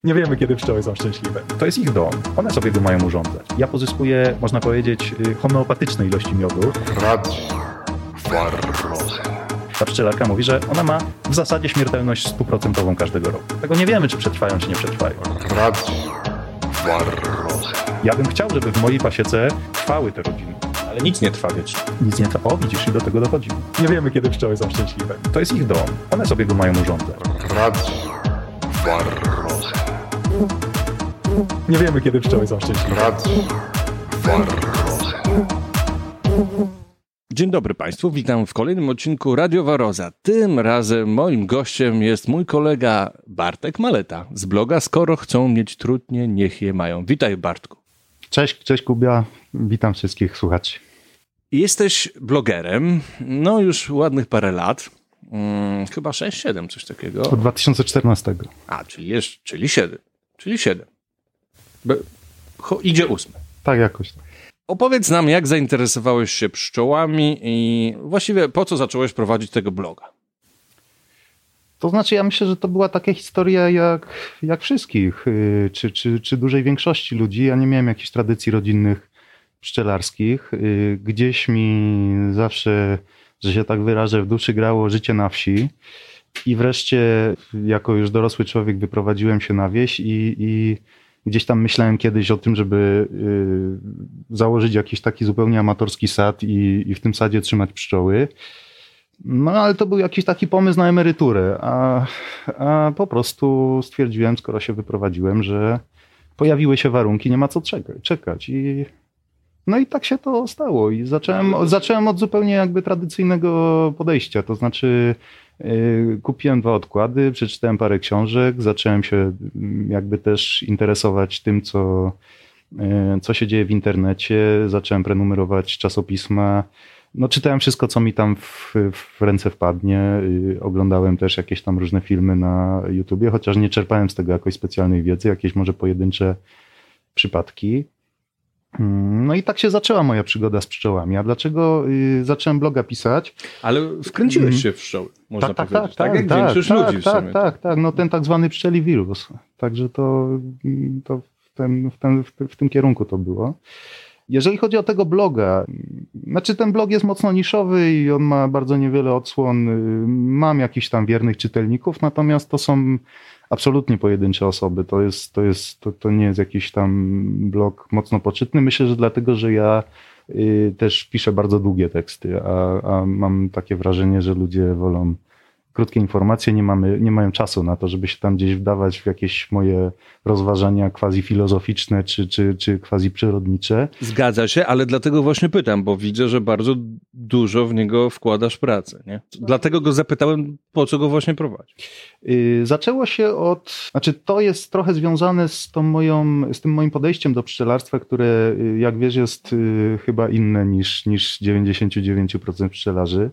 Nie wiemy, kiedy pszczoły są szczęśliwe. To jest ich dom. One sobie go mają urządzać. Ja pozyskuję, można powiedzieć, homeopatyczne ilości miodu. Radio Barroza. Ta pszczelarka mówi, że ona ma w zasadzie śmiertelność 100% każdego roku. Tego nie wiemy, czy przetrwają, czy nie przetrwają. Radio Barroza. Ja bym chciał, żeby w mojej pasiece trwały te rodziny. Ale nic nie trwa wiecznie. Nic nie trwa. O, widzisz, i do tego dochodzimy. Nie wiemy, kiedy pszczoły są szczęśliwe. To jest ich dom. One sobie go mają urządzać. Radio Barroza. Nie wiemy, kiedy pszczoły są szczęśliwe. Radio Barroza. Dzień dobry Państwu, witam w kolejnym odcinku Radio Barroza. Tym razem moim gościem jest mój kolega Bartek Maleta z bloga Skoro chcą mieć trudnie, niech je mają. Witaj Bartku. Cześć Kubia, witam wszystkich słuchaczy. Jesteś blogerem, no już ładnych parę lat, chyba 6-7, coś takiego. Od 2014. A, czyli 7. Idzie 8. Tak jakoś. Opowiedz nam, jak zainteresowałeś się pszczołami i właściwie po co zacząłeś prowadzić tego bloga? To znaczy, ja myślę, że to była taka historia jak wszystkich, czy dużej większości ludzi. Ja nie miałem jakichś tradycji rodzinnych pszczelarskich. Gdzieś mi zawsze, że się tak wyrażę, w duszy grało życie na wsi. I wreszcie, jako już dorosły człowiek, wyprowadziłem się na wieś i gdzieś tam myślałem kiedyś o tym, żeby założyć jakiś taki zupełnie amatorski sad i w tym sadzie trzymać pszczoły. No ale to był jakiś taki pomysł na emeryturę, a po prostu stwierdziłem, skoro się wyprowadziłem, że pojawiły się warunki, nie ma co czekać. No i tak się to stało i zacząłem od zupełnie jakby tradycyjnego podejścia, to znaczy kupiłem 2 odkłady, przeczytałem parę książek, zacząłem się jakby też interesować tym, co się dzieje w internecie, zacząłem prenumerować czasopisma. No, czytałem wszystko, co mi tam w ręce wpadnie. Oglądałem też jakieś tam różne filmy na YouTubie, chociaż nie czerpałem z tego jakiejś specjalnej wiedzy, jakieś może pojedyncze przypadki. No i tak się zaczęła moja przygoda z pszczołami. A dlaczego zacząłem bloga pisać? Ale wkręciłeś się w pszczoły, można powiedzieć. Tak jak większość ludzi w sumie. Tak. No ten tak zwany pszczeli wirus. Także to w tym kierunku to było. Jeżeli chodzi o tego bloga, znaczy ten blog jest mocno niszowy i on ma bardzo niewiele odsłon. Mam jakichś tam wiernych czytelników, natomiast to są absolutnie pojedyncze osoby. To nie jest jakiś tam blog mocno poczytny. Myślę, że dlatego, że ja też piszę bardzo długie teksty, a mam takie wrażenie, że ludzie wolą krótkie informacje, nie mają czasu na to, żeby się tam gdzieś wdawać w jakieś moje rozważania quasi-filozoficzne czy quasi-przyrodnicze. Zgadza się, ale dlatego właśnie pytam, bo widzę, że bardzo dużo w niego wkładasz pracy, nie? Dlatego go zapytałem, po co go właśnie prowadzić. Zaczęło się znaczy to jest trochę związane z tym moim podejściem do pszczelarstwa, które jak wiesz jest chyba inne niż 99% pszczelarzy.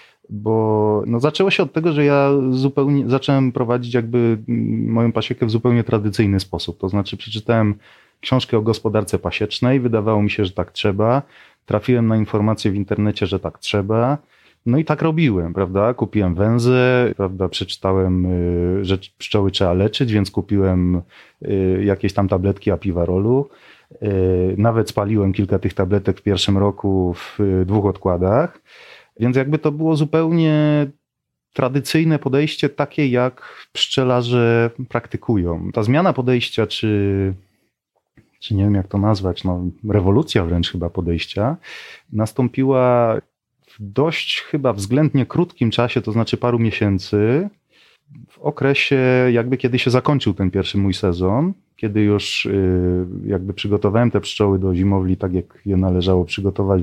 Bo no, zaczęło się od tego, że ja zacząłem prowadzić jakby moją pasiekę w zupełnie tradycyjny sposób. To znaczy przeczytałem książkę o gospodarce pasiecznej, wydawało mi się, że tak trzeba. Trafiłem na informacje w internecie, że tak trzeba. No i tak robiłem, prawda? Kupiłem węzę, prawda? Przeczytałem, że pszczoły trzeba leczyć, więc kupiłem jakieś tam tabletki apiwarolu. Nawet spaliłem kilka tych tabletek w pierwszym roku w 2 odkładach. Więc jakby to było zupełnie tradycyjne podejście, takie jak pszczelarze praktykują. Ta zmiana podejścia, czy nie wiem jak to nazwać, no rewolucja wręcz chyba podejścia, nastąpiła w dość chyba względnie krótkim czasie, to znaczy paru miesięcy, w okresie jakby kiedy się zakończył ten pierwszy mój sezon, kiedy już jakby przygotowałem te pszczoły do zimowli tak jak je należało przygotować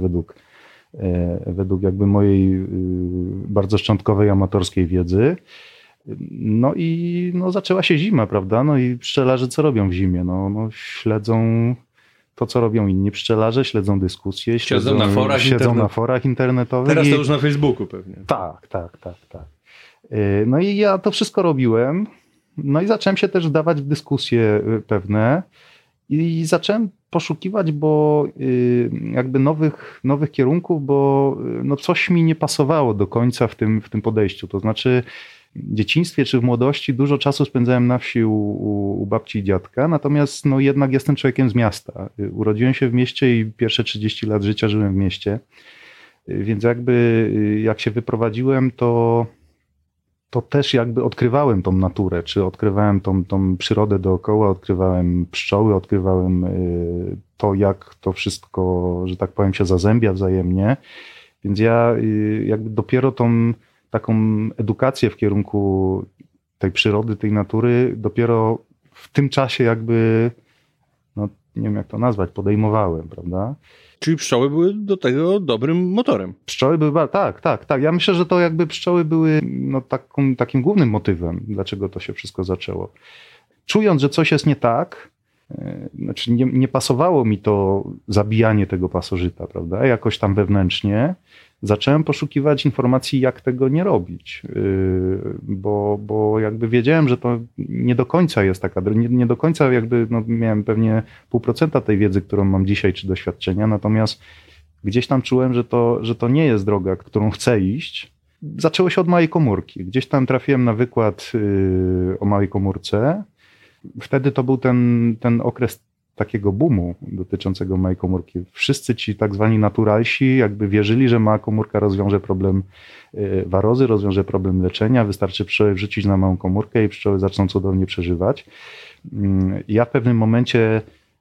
według jakby mojej bardzo szczątkowej, amatorskiej wiedzy. No i zaczęła się zima, prawda? No i pszczelarze co robią w zimie? No śledzą to, co robią inni pszczelarze, śledzą dyskusje, siedzą na forach internetowych. Teraz to już na Facebooku pewnie. Tak. No i ja to wszystko robiłem. No i zacząłem się też wdawać w dyskusje pewne i zacząłem poszukiwać, bo jakby nowych kierunków, bo no coś mi nie pasowało do końca w tym podejściu. To znaczy dzieciństwie czy w młodości dużo czasu spędzałem na wsi u babci i dziadka, natomiast no jednak jestem człowiekiem z miasta. Urodziłem się w mieście i pierwsze 30 lat życia żyłem w mieście, więc jakby jak się wyprowadziłem, to też jakby odkrywałem tą naturę, czy odkrywałem tą przyrodę dookoła, odkrywałem pszczoły, odkrywałem to, jak to wszystko, że tak powiem, się zazębia wzajemnie. Więc ja jakby dopiero tą taką edukację w kierunku tej przyrody, tej natury, dopiero w tym czasie jakby, no nie wiem jak to nazwać, podejmowałem, prawda? Czyli pszczoły były do tego dobrym motorem. Pszczoły były, tak. Ja myślę, że to jakby pszczoły były no, takim głównym motywem, dlaczego to się wszystko zaczęło. Czując, że coś jest nie tak, znaczy nie pasowało mi to zabijanie tego pasożyta, prawda? Jakoś tam wewnętrznie zacząłem poszukiwać informacji, jak tego nie robić, bo jakby wiedziałem, że to nie do końca jest taka, nie do końca jakby no, miałem pewnie 0,5% tej wiedzy, którą mam dzisiaj, czy doświadczenia, natomiast gdzieś tam czułem, że to nie jest droga, którą chcę iść. Zaczęło się od małej komórki. Gdzieś tam trafiłem na wykład o małej komórce. Wtedy to był ten okres takiego boomu dotyczącego małej komórki. Wszyscy ci tak zwani naturalsi jakby wierzyli, że mała komórka rozwiąże problem warozy, rozwiąże problem leczenia. Wystarczy pszczoły wrzucić na małą komórkę i pszczoły zaczną cudownie przeżywać. Ja w pewnym momencie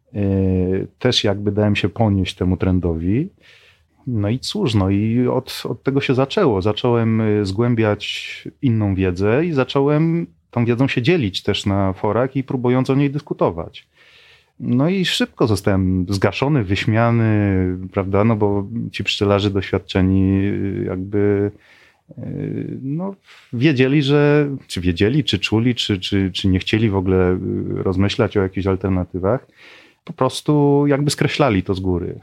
też jakby dałem się ponieść temu trendowi. No i cóż, no i od tego się zaczęło. Zacząłem zgłębiać inną wiedzę i zacząłem tą wiedzą się dzielić też na forach i próbując o niej dyskutować. No i szybko zostałem zgaszony, wyśmiany, prawda, no bo ci pszczelarze doświadczeni jakby no, wiedzieli, czy czuli, czy nie chcieli w ogóle rozmyślać o jakichś alternatywach. Po prostu jakby skreślali to z góry.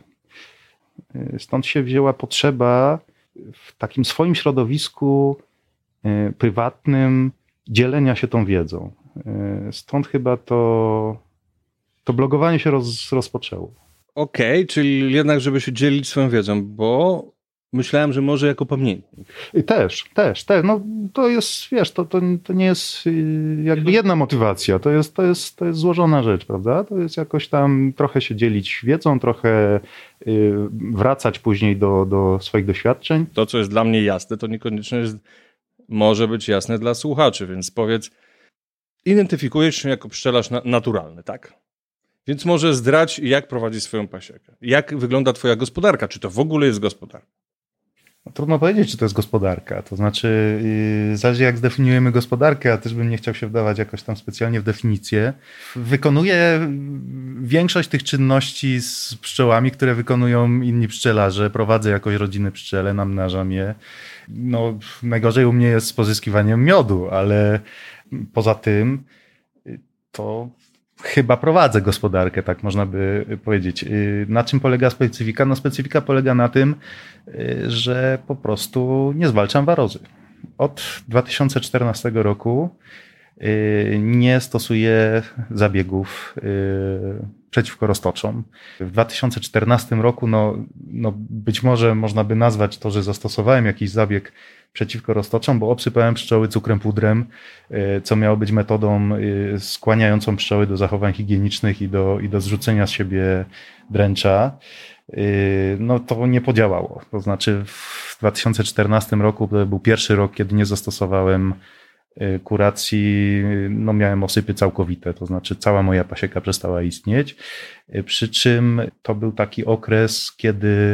Stąd się wzięła potrzeba w takim swoim środowisku prywatnym dzielenia się tą wiedzą. Stąd chyba to blogowanie się rozpoczęło. Okej, czyli jednak, żeby się dzielić swoją wiedzą, bo myślałem, że może jako pamiętnik. Też. No to jest, wiesz, to nie jest jakby jedna motywacja, to jest złożona rzecz, prawda? To jest jakoś tam trochę się dzielić wiedzą, trochę wracać później do swoich doświadczeń. To, co jest dla mnie jasne, to niekoniecznie może być jasne dla słuchaczy, więc powiedz, identyfikujesz się jako pszczelarz naturalny, tak? Więc może zdradź, jak prowadzić swoją pasiekę. Jak wygląda twoja gospodarka? Czy to w ogóle jest gospodarka? No, trudno powiedzieć, czy to jest gospodarka. To znaczy, zależy jak zdefiniujemy gospodarkę, ja też bym nie chciał się wdawać jakoś tam specjalnie w definicję. Wykonuję większość tych czynności z pszczołami, które wykonują inni pszczelarze. Prowadzę jakoś rodziny pszczele, namnażam je. No, najgorzej u mnie jest z pozyskiwaniem miodu, ale poza tym to chyba prowadzę gospodarkę, tak można by powiedzieć. Na czym polega specyfika? No specyfika polega na tym, że po prostu nie zwalczam warozy. Od 2014 roku nie stosuję zabiegów przeciwko roztoczom. W 2014 roku no być może można by nazwać to, że zastosowałem jakiś zabieg przeciwko roztoczom, bo obsypałem pszczoły cukrem pudrem, co miało być metodą skłaniającą pszczoły do zachowań higienicznych i do zrzucenia z siebie dręcza. No to nie podziałało. To znaczy w 2014 roku to był pierwszy rok, kiedy nie zastosowałem kuracji, no miałem osypy całkowite, to znaczy cała moja pasieka przestała istnieć, przy czym to był taki okres, kiedy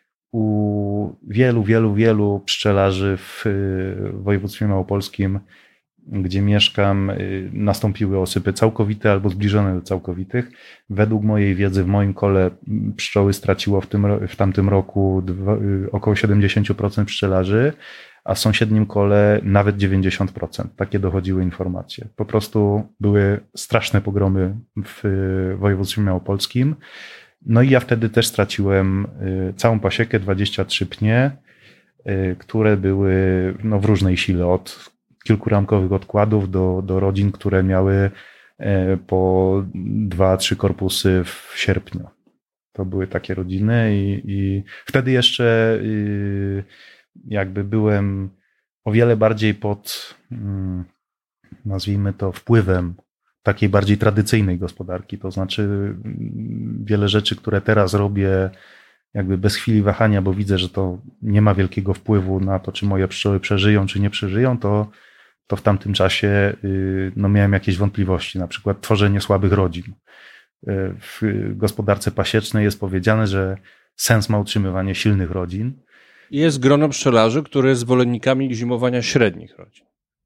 u wielu pszczelarzy w województwie małopolskim, gdzie mieszkam, nastąpiły osypy całkowite albo zbliżone do całkowitych. Według mojej wiedzy w moim kole pszczoły straciło w tamtym roku około 70% pszczelarzy, a w sąsiednim kole nawet 90%. Takie dochodziły informacje. Po prostu były straszne pogromy w województwie małopolskim. No i ja wtedy też straciłem całą pasiekę, 23 pnie, które były no, w różnej sile, od kilkuramkowych odkładów do rodzin, które miały po 2-3 korpusy w sierpniu. To były takie rodziny i wtedy jeszcze jakby byłem o wiele bardziej nazwijmy to, wpływem takiej bardziej tradycyjnej gospodarki. To znaczy wiele rzeczy, które teraz robię jakby bez chwili wahania, bo widzę, że to nie ma wielkiego wpływu na to, czy moje pszczoły przeżyją, czy nie przeżyją, to w tamtym czasie miałem jakieś wątpliwości, na przykład tworzenie słabych rodzin. W gospodarce pasiecznej jest powiedziane, że sens ma utrzymywanie silnych rodzin. Jest grono pszczelarzy, które jest zwolennikami zimowania średnich rodzin.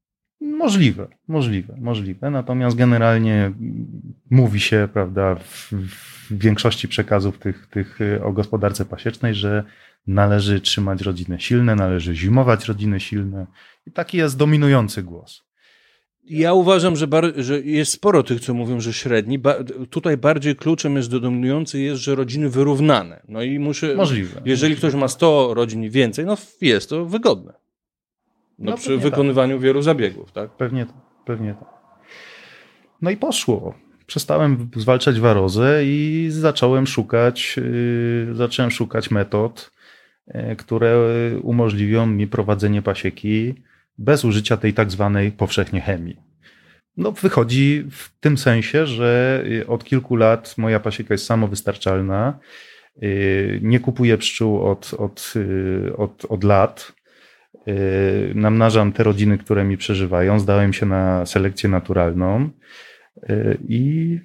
Możliwe. Natomiast generalnie mówi się, prawda, w większości przekazów tych o gospodarce pasiecznej, że należy trzymać rodziny silne, należy zimować rodziny silne i taki jest dominujący głos. Ja uważam, że jest sporo tych, co mówią, że średni. Tutaj bardziej kluczem dominujący jest, że rodziny wyrównane. No i Możliwe. Jeżeli ktoś ma 100 rodzin i więcej, no jest to wygodne. Przy wykonywaniu wielu zabiegów, tak? Pewnie tak. No i poszło. Przestałem zwalczać warozę i zacząłem szukać metod, które umożliwią mi prowadzenie pasieki bez użycia tej tak zwanej powszechnie chemii. Wychodzi w tym sensie, że od kilku lat moja pasieka jest samowystarczalna. Nie kupuję pszczół od lat. Namnażam te rodziny, które mi przeżywają. Zdałem się na selekcję naturalną i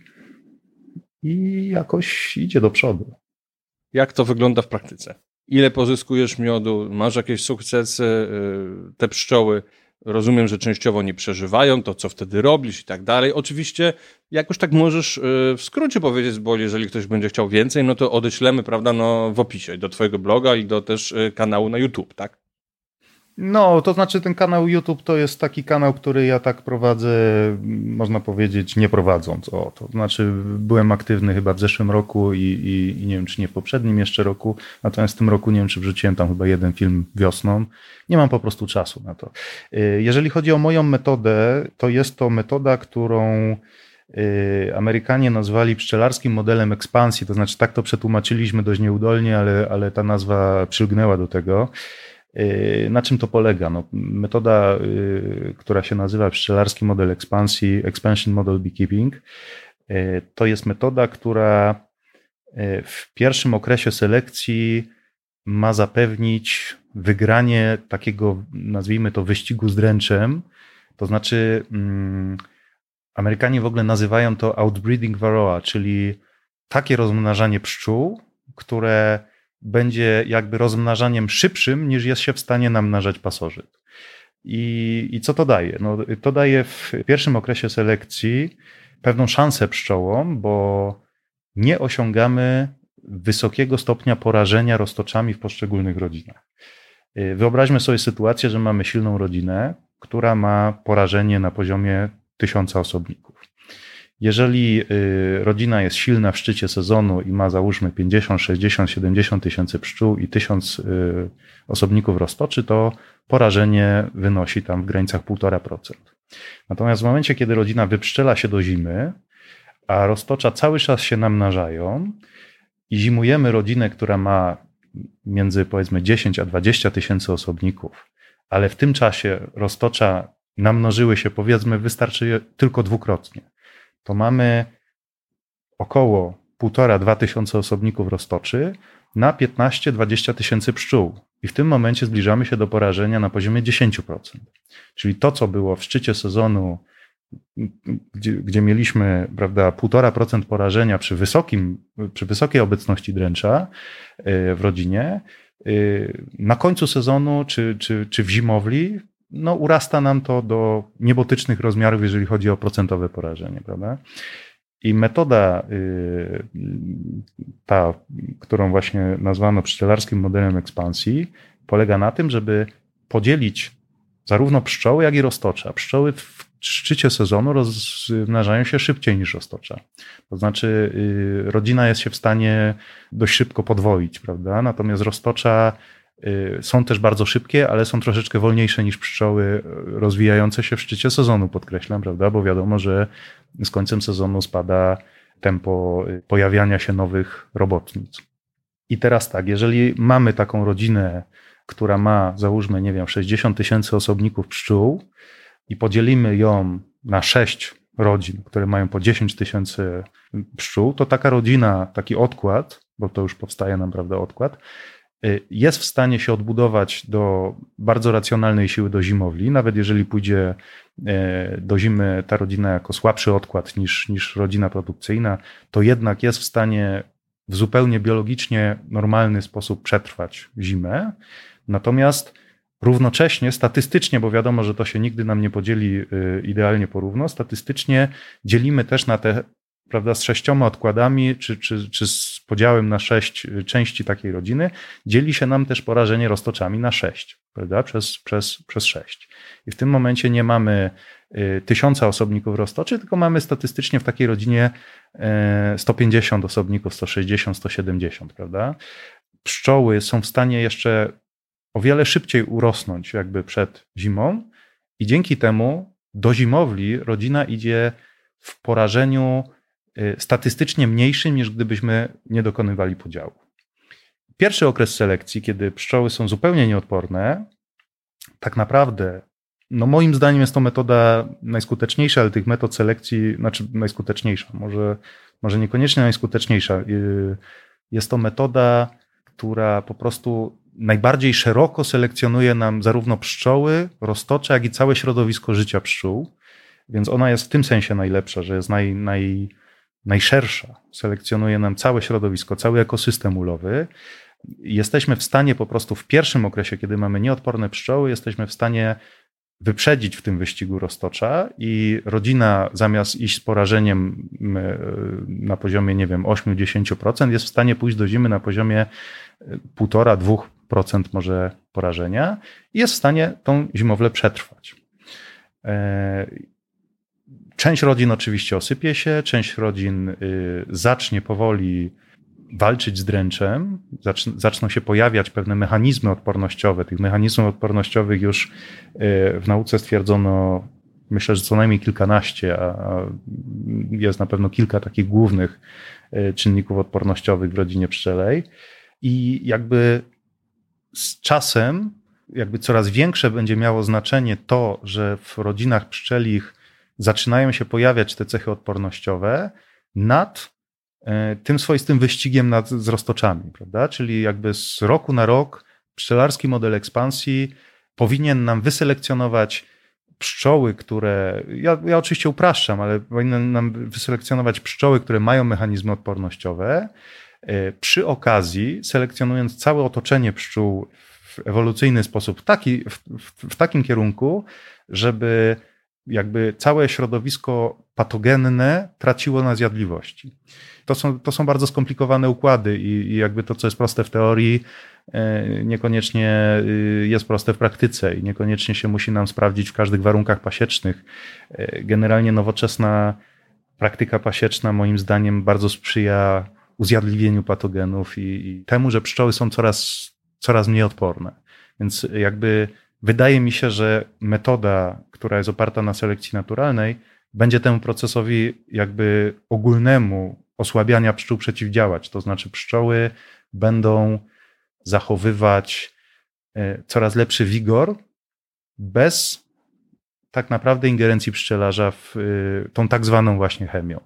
jakoś idzie do przodu. Jak to wygląda w praktyce? Ile pozyskujesz miodu? Masz jakieś sukcesy? Te pszczoły, rozumiem, że częściowo nie przeżywają, to co wtedy robisz i tak dalej. Oczywiście jakoś tak możesz w skrócie powiedzieć, bo jeżeli ktoś będzie chciał więcej, no to odeślemy, prawda, w opisie do twojego bloga i do też kanału na YouTube, tak? To znaczy ten kanał YouTube to jest taki kanał, który ja tak prowadzę, można powiedzieć, nie prowadząc. To znaczy byłem aktywny chyba w zeszłym roku i nie wiem, czy nie w poprzednim jeszcze roku, natomiast w tym roku nie wiem, czy wrzuciłem tam chyba jeden film wiosną. Nie mam po prostu czasu na to. Jeżeli chodzi o moją metodę, to jest to metoda, którą Amerykanie nazwali pszczelarskim modelem ekspansji, to znaczy tak to przetłumaczyliśmy dość nieudolnie, ale ta nazwa przylgnęła do tego. Na czym to polega? Metoda, która się nazywa pszczelarski model ekspansji, expansion model beekeeping, to jest metoda, która w pierwszym okresie selekcji ma zapewnić wygranie takiego, nazwijmy to, wyścigu z dręczem. To znaczy Amerykanie w ogóle nazywają to outbreeding varroa, czyli takie rozmnażanie pszczół, które będzie jakby rozmnażaniem szybszym, niż jest się w stanie namnażać pasożyt. I co to daje? To daje w pierwszym okresie selekcji pewną szansę pszczołom, bo nie osiągamy wysokiego stopnia porażenia roztoczami w poszczególnych rodzinach. Wyobraźmy sobie sytuację, że mamy silną rodzinę, która ma porażenie na poziomie 1000 osobników. Jeżeli rodzina jest silna w szczycie sezonu i ma załóżmy 50, 60, 70 tysięcy pszczół i 1000 osobników roztoczy, to porażenie wynosi tam w granicach 1,5%. Natomiast w momencie, kiedy rodzina wypszczela się do zimy, a roztocza cały czas się namnażają i zimujemy rodzinę, która ma między powiedzmy 10 a 20 tysięcy osobników, ale w tym czasie roztocza namnożyły się powiedzmy wystarczy tylko dwukrotnie, to mamy około 1,5-2 tysiące osobników roztoczy na 15-20 tysięcy pszczół. I w tym momencie zbliżamy się do porażenia na poziomie 10%. Czyli to, co było w szczycie sezonu, gdzie mieliśmy, prawda, 1,5% porażenia przy wysokiej obecności dręcza w rodzinie, na końcu sezonu czy w zimowli, urasta nam to do niebotycznych rozmiarów, jeżeli chodzi o procentowe porażenie, prawda? I metoda ta, którą właśnie nazwano pszczelarskim modelem ekspansji, polega na tym, żeby podzielić zarówno pszczoły, jak i roztocza. Pszczoły w szczycie sezonu rozmnażają się szybciej niż roztocza. To znaczy rodzina jest się w stanie dość szybko podwoić, prawda? Natomiast roztocza są też bardzo szybkie, ale są troszeczkę wolniejsze niż pszczoły rozwijające się w szczycie sezonu, podkreślam, prawda? Bo wiadomo, że z końcem sezonu spada tempo pojawiania się nowych robotnic. I teraz tak, jeżeli mamy taką rodzinę, która ma, załóżmy, nie wiem, 60 000 osobników pszczół i podzielimy ją na 6 rodzin, które mają po 10 000 pszczół, to taka rodzina, taki odkład, bo to już powstaje nam, prawda, odkład, jest w stanie się odbudować do bardzo racjonalnej siły do zimowli, nawet jeżeli pójdzie do zimy ta rodzina jako słabszy odkład niż rodzina produkcyjna, to jednak jest w stanie w zupełnie biologicznie normalny sposób przetrwać zimę. Natomiast równocześnie, statystycznie, bo wiadomo, że to się nigdy nam nie podzieli idealnie porówno, statystycznie dzielimy też na te, prawda, z 6 odkładami, czy z podziałem na 6 części takiej rodziny, dzieli się nam też porażenie roztoczami na 6, prawda, przez 6. I w tym momencie nie mamy 1000 osobników roztoczy, tylko mamy statystycznie w takiej rodzinie 150 osobników, 160, 170, prawda. Pszczoły są w stanie jeszcze o wiele szybciej urosnąć jakby przed zimą i dzięki temu do zimowli rodzina idzie w porażeniu statystycznie mniejszym, niż gdybyśmy nie dokonywali podziału. Pierwszy okres selekcji, kiedy pszczoły są zupełnie nieodporne, tak naprawdę, no moim zdaniem jest to metoda najskuteczniejsza, ale tych metod selekcji, znaczy najskuteczniejsza, może niekoniecznie najskuteczniejsza. Jest to metoda, która po prostu najbardziej szeroko selekcjonuje nam zarówno pszczoły, roztocze, jak i całe środowisko życia pszczół, więc ona jest w tym sensie najlepsza, że jest najszersza. Selekcjonuje nam całe środowisko, cały ekosystem ulowy. Jesteśmy w stanie po prostu w pierwszym okresie, kiedy mamy nieodporne pszczoły, jesteśmy w stanie wyprzedzić w tym wyścigu roztocza i rodzina zamiast iść z porażeniem na poziomie, nie wiem, 8-10%, jest w stanie pójść do zimy na poziomie 1,5-2% może porażenia i jest w stanie tą zimowlę przetrwać. Część rodzin oczywiście osypie się, część rodzin zacznie powoli walczyć z dręczem, zaczną się pojawiać pewne mechanizmy odpornościowe. Tych mechanizmów odpornościowych już w nauce stwierdzono, myślę, że co najmniej kilkanaście, a jest na pewno kilka takich głównych czynników odpornościowych w rodzinie pszczelej. I jakby z czasem jakby coraz większe będzie miało znaczenie to, że w rodzinach pszczelich zaczynają się pojawiać te cechy odpornościowe nad tym swoistym wyścigiem z roztoczami, prawda? Czyli jakby z roku na rok pszczelarski model ekspansji powinien nam wyselekcjonować pszczoły, które, ja oczywiście upraszczam, ale powinien nam wyselekcjonować pszczoły, które mają mechanizmy odpornościowe, przy okazji selekcjonując całe otoczenie pszczół w ewolucyjny sposób, w takim kierunku, żeby jakby całe środowisko patogenne traciło na zjadliwości. To są bardzo skomplikowane układy i jakby to, co jest proste w teorii, niekoniecznie jest proste w praktyce i niekoniecznie się musi nam sprawdzić w każdych warunkach pasiecznych. Generalnie nowoczesna praktyka pasieczna moim zdaniem bardzo sprzyja uzjadliwieniu patogenów i temu, że pszczoły są coraz mniej odporne. Więc jakby wydaje mi się, że metoda, która jest oparta na selekcji naturalnej, będzie temu procesowi jakby ogólnemu osłabiania pszczół przeciwdziałać. To znaczy pszczoły będą zachowywać coraz lepszy wigor bez tak naprawdę ingerencji pszczelarza w tą tak zwaną właśnie chemią,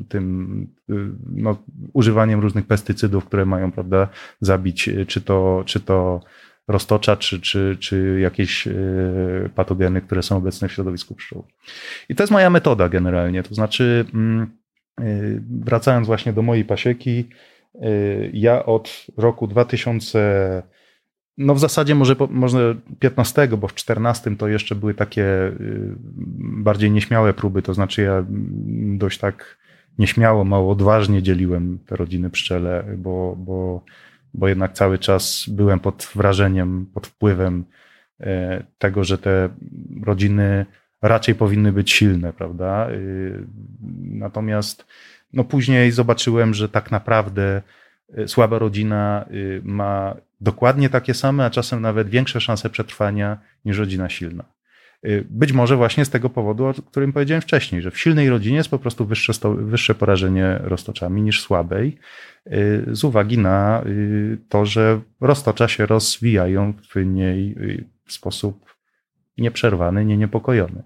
używaniem różnych pestycydów, które mają, prawda, zabić czy to roztocza, czy jakieś patogeny, które są obecne w środowisku pszczół. I to jest moja metoda generalnie, to znaczy wracając właśnie do mojej pasieki, ja od roku 2000, no w zasadzie może 15, bo w 14 to jeszcze były takie bardziej nieśmiałe próby, to znaczy ja dość tak nieśmiało, mało odważnie dzieliłem te rodziny pszczele, bo jednak cały czas byłem pod wrażeniem, pod wpływem tego, że te rodziny raczej powinny być silne, prawda? Natomiast no później zobaczyłem, że tak naprawdę słaba rodzina ma dokładnie takie same, a czasem nawet większe szanse przetrwania niż rodzina silna. Być może właśnie z tego powodu, o którym powiedziałem wcześniej, że w silnej rodzinie jest po prostu wyższe porażenie roztoczami niż w słabej, z uwagi na to, że roztocza się rozwijają w niej w sposób nieprzerwany, niepokojony.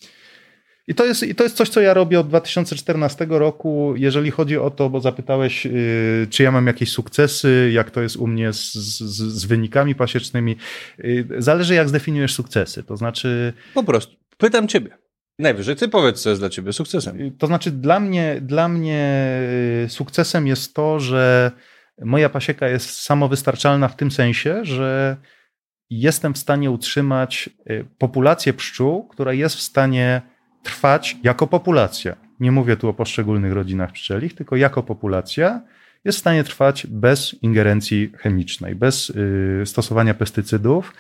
I to jest coś, co ja robię od 2014 roku, jeżeli chodzi o to, bo zapytałeś, czy ja mam jakieś sukcesy, jak to jest u mnie z wynikami pasiecznymi. Zależy, jak zdefiniujesz sukcesy. To znaczy... Po prostu. Pytam ciebie. Najwyżej ty powiedz, co jest dla ciebie sukcesem. To znaczy dla mnie sukcesem jest to, że moja pasieka jest samowystarczalna w tym sensie, że jestem w stanie utrzymać populację pszczół, która jest w stanie trwać jako populacja. Nie mówię tu o poszczególnych rodzinach pszczelich, tylko jako populacja jest w stanie trwać bez ingerencji chemicznej, bez stosowania pestycydów.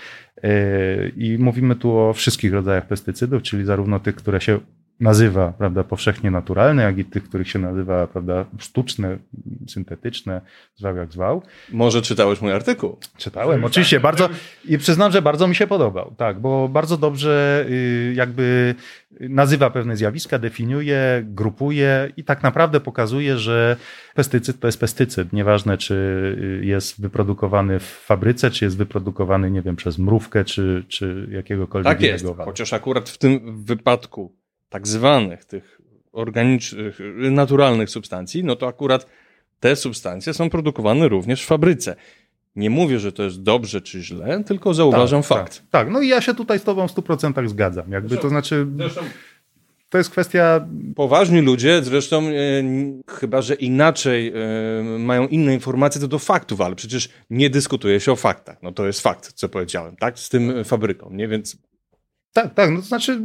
I mówimy tu o wszystkich rodzajach pestycydów, czyli zarówno tych, które się nazywa, prawda, powszechnie naturalne, jak i tych, których się nazywa, prawda, sztuczne, syntetyczne, zwał jak zwał. Może czytałeś mój artykuł? Czytałem, oczywiście, bardzo i przyznam, że bardzo mi się podobał, tak, bo bardzo dobrze jakby nazywa pewne zjawiska, definiuje, grupuje i tak naprawdę pokazuje, że pestycyd to jest pestycyd, nieważne czy jest wyprodukowany w fabryce, czy jest wyprodukowany, nie wiem, przez mrówkę, czy jakiegokolwiek tak jest, chociaż akurat w tym wypadku tak zwanych tych organicznych, naturalnych substancji, no to akurat te substancje są produkowane również w fabryce. Nie mówię, że to jest dobrze czy źle, tylko zauważam fakt. Tak, no i ja się tutaj z tobą w 100% zgadzam. Jakby to znaczy, to jest kwestia... Poważni ludzie, zresztą chyba, że inaczej mają inne informacje, to do faktów, ale przecież nie dyskutuje się o faktach. No to jest fakt, co powiedziałem, tak? Z tym fabryką, nie? Więc... Tak, no to znaczy...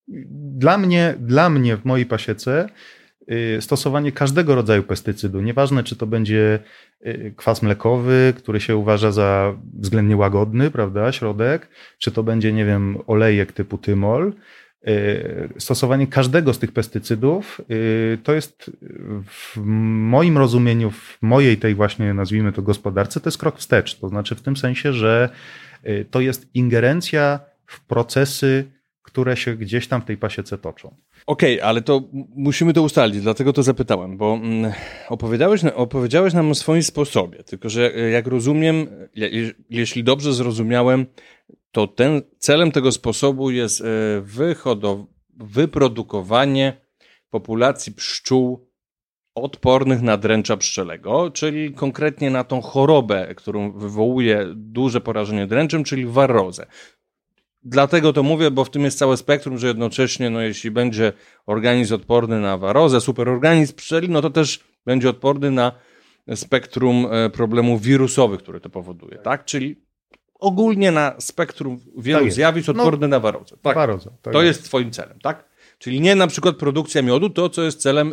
Dla mnie w mojej pasiece stosowanie każdego rodzaju pestycydu, nieważne czy to będzie kwas mlekowy, który się uważa za względnie łagodny, prawda, środek, czy to będzie, nie wiem, olejek typu tymol, stosowanie każdego z tych pestycydów to jest w moim rozumieniu, w mojej tej właśnie, nazwijmy to, gospodarce, to jest krok wstecz. To znaczy w tym sensie, że to jest ingerencja w procesy, które się gdzieś tam w tej pasiece toczą. Okej, ale to musimy to ustalić, dlatego to zapytałem, bo opowiedziałeś nam o swoim sposobie, tylko że jak rozumiem, jeśli dobrze zrozumiałem, to celem tego sposobu jest wyprodukowanie populacji pszczół odpornych na dręcza pszczelego, czyli konkretnie na tą chorobę, którą wywołuje duże porażenie dręczem, czyli warrozę. Dlatego to mówię, bo w tym jest całe spektrum, że jednocześnie, no jeśli będzie organizm odporny na warrozę, superorganizm pszczeli, no to też będzie odporny na spektrum problemów wirusowych, które to powoduje, tak? Czyli ogólnie na spektrum wielu zjawisk odporny na warrozę. Tak. To jest twoim celem, tak? Czyli nie na przykład produkcja miodu, to co jest celem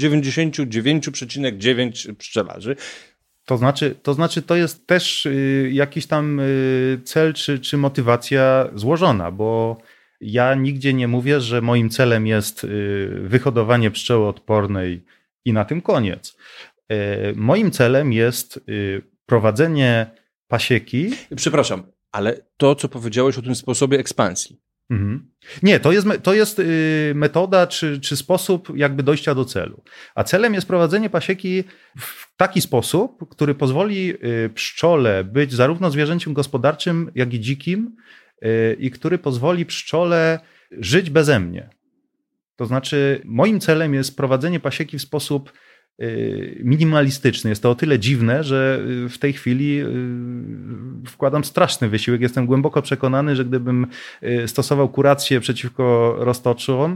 99,9% pszczelarzy. To znaczy to jest też jakiś tam cel czy motywacja złożona, bo ja nigdzie nie mówię, że moim celem jest wyhodowanie pszczoły odpornej i na tym koniec. Moim celem jest prowadzenie pasieki. Przepraszam, ale to, co powiedziałeś o tym sposobie ekspansji. Nie, to jest metoda czy sposób jakby dojścia do celu. A celem jest prowadzenie pasieki w taki sposób, który pozwoli pszczole być zarówno zwierzęciem gospodarczym, jak i dzikim i który pozwoli pszczole żyć beze mnie. To znaczy moim celem jest prowadzenie pasieki w sposób minimalistyczny. Jest to o tyle dziwne, że w tej chwili wkładam straszny wysiłek. Jestem głęboko przekonany, że gdybym stosował kurację przeciwko roztoczom,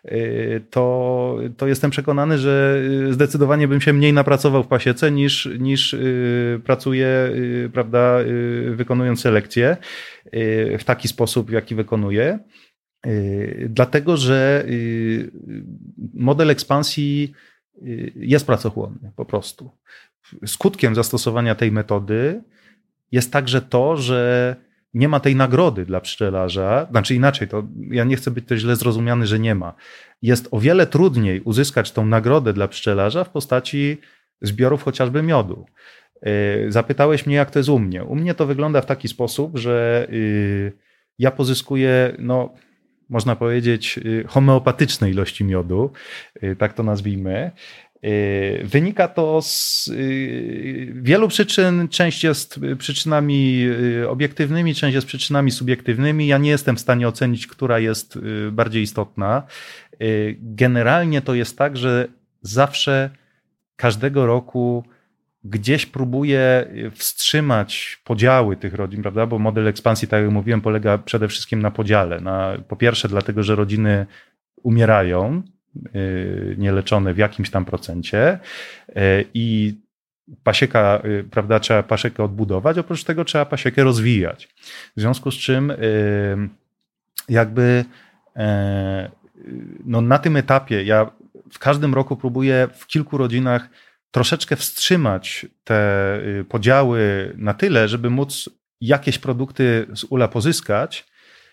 to jestem przekonany, że zdecydowanie bym się mniej napracował w pasiece niż pracuję, prawda, wykonując selekcję w taki sposób, w jaki wykonuję. Dlatego, że model ekspansji jest pracochłonny po prostu. Skutkiem zastosowania tej metody jest także to, że nie ma tej nagrody dla pszczelarza, znaczy inaczej, to ja nie chcę być też źle zrozumiany, że nie ma. Jest o wiele trudniej uzyskać tą nagrodę dla pszczelarza w postaci zbiorów chociażby miodu. Zapytałeś mnie, jak to jest u mnie. U mnie to wygląda w taki sposób, że ja pozyskuję można powiedzieć, homeopatycznej ilości miodu, tak to nazwijmy. Wynika to z wielu przyczyn. Część jest przyczynami obiektywnymi, część jest przyczynami subiektywnymi. Ja nie jestem w stanie ocenić, która jest bardziej istotna. Generalnie to jest tak, że zawsze każdego roku gdzieś próbuję wstrzymać podziały tych rodzin, prawda? Bo model ekspansji, tak jak mówiłem, polega przede wszystkim na podziale. Po pierwsze dlatego, że rodziny umierają, nieleczone w jakimś tam procencie i pasieka, prawda, trzeba pasiekę odbudować, oprócz tego trzeba pasiekę rozwijać. W związku z czym jakby no na tym etapie ja w każdym roku próbuję w kilku rodzinach troszeczkę wstrzymać te podziały na tyle, żeby móc jakieś produkty z ula pozyskać,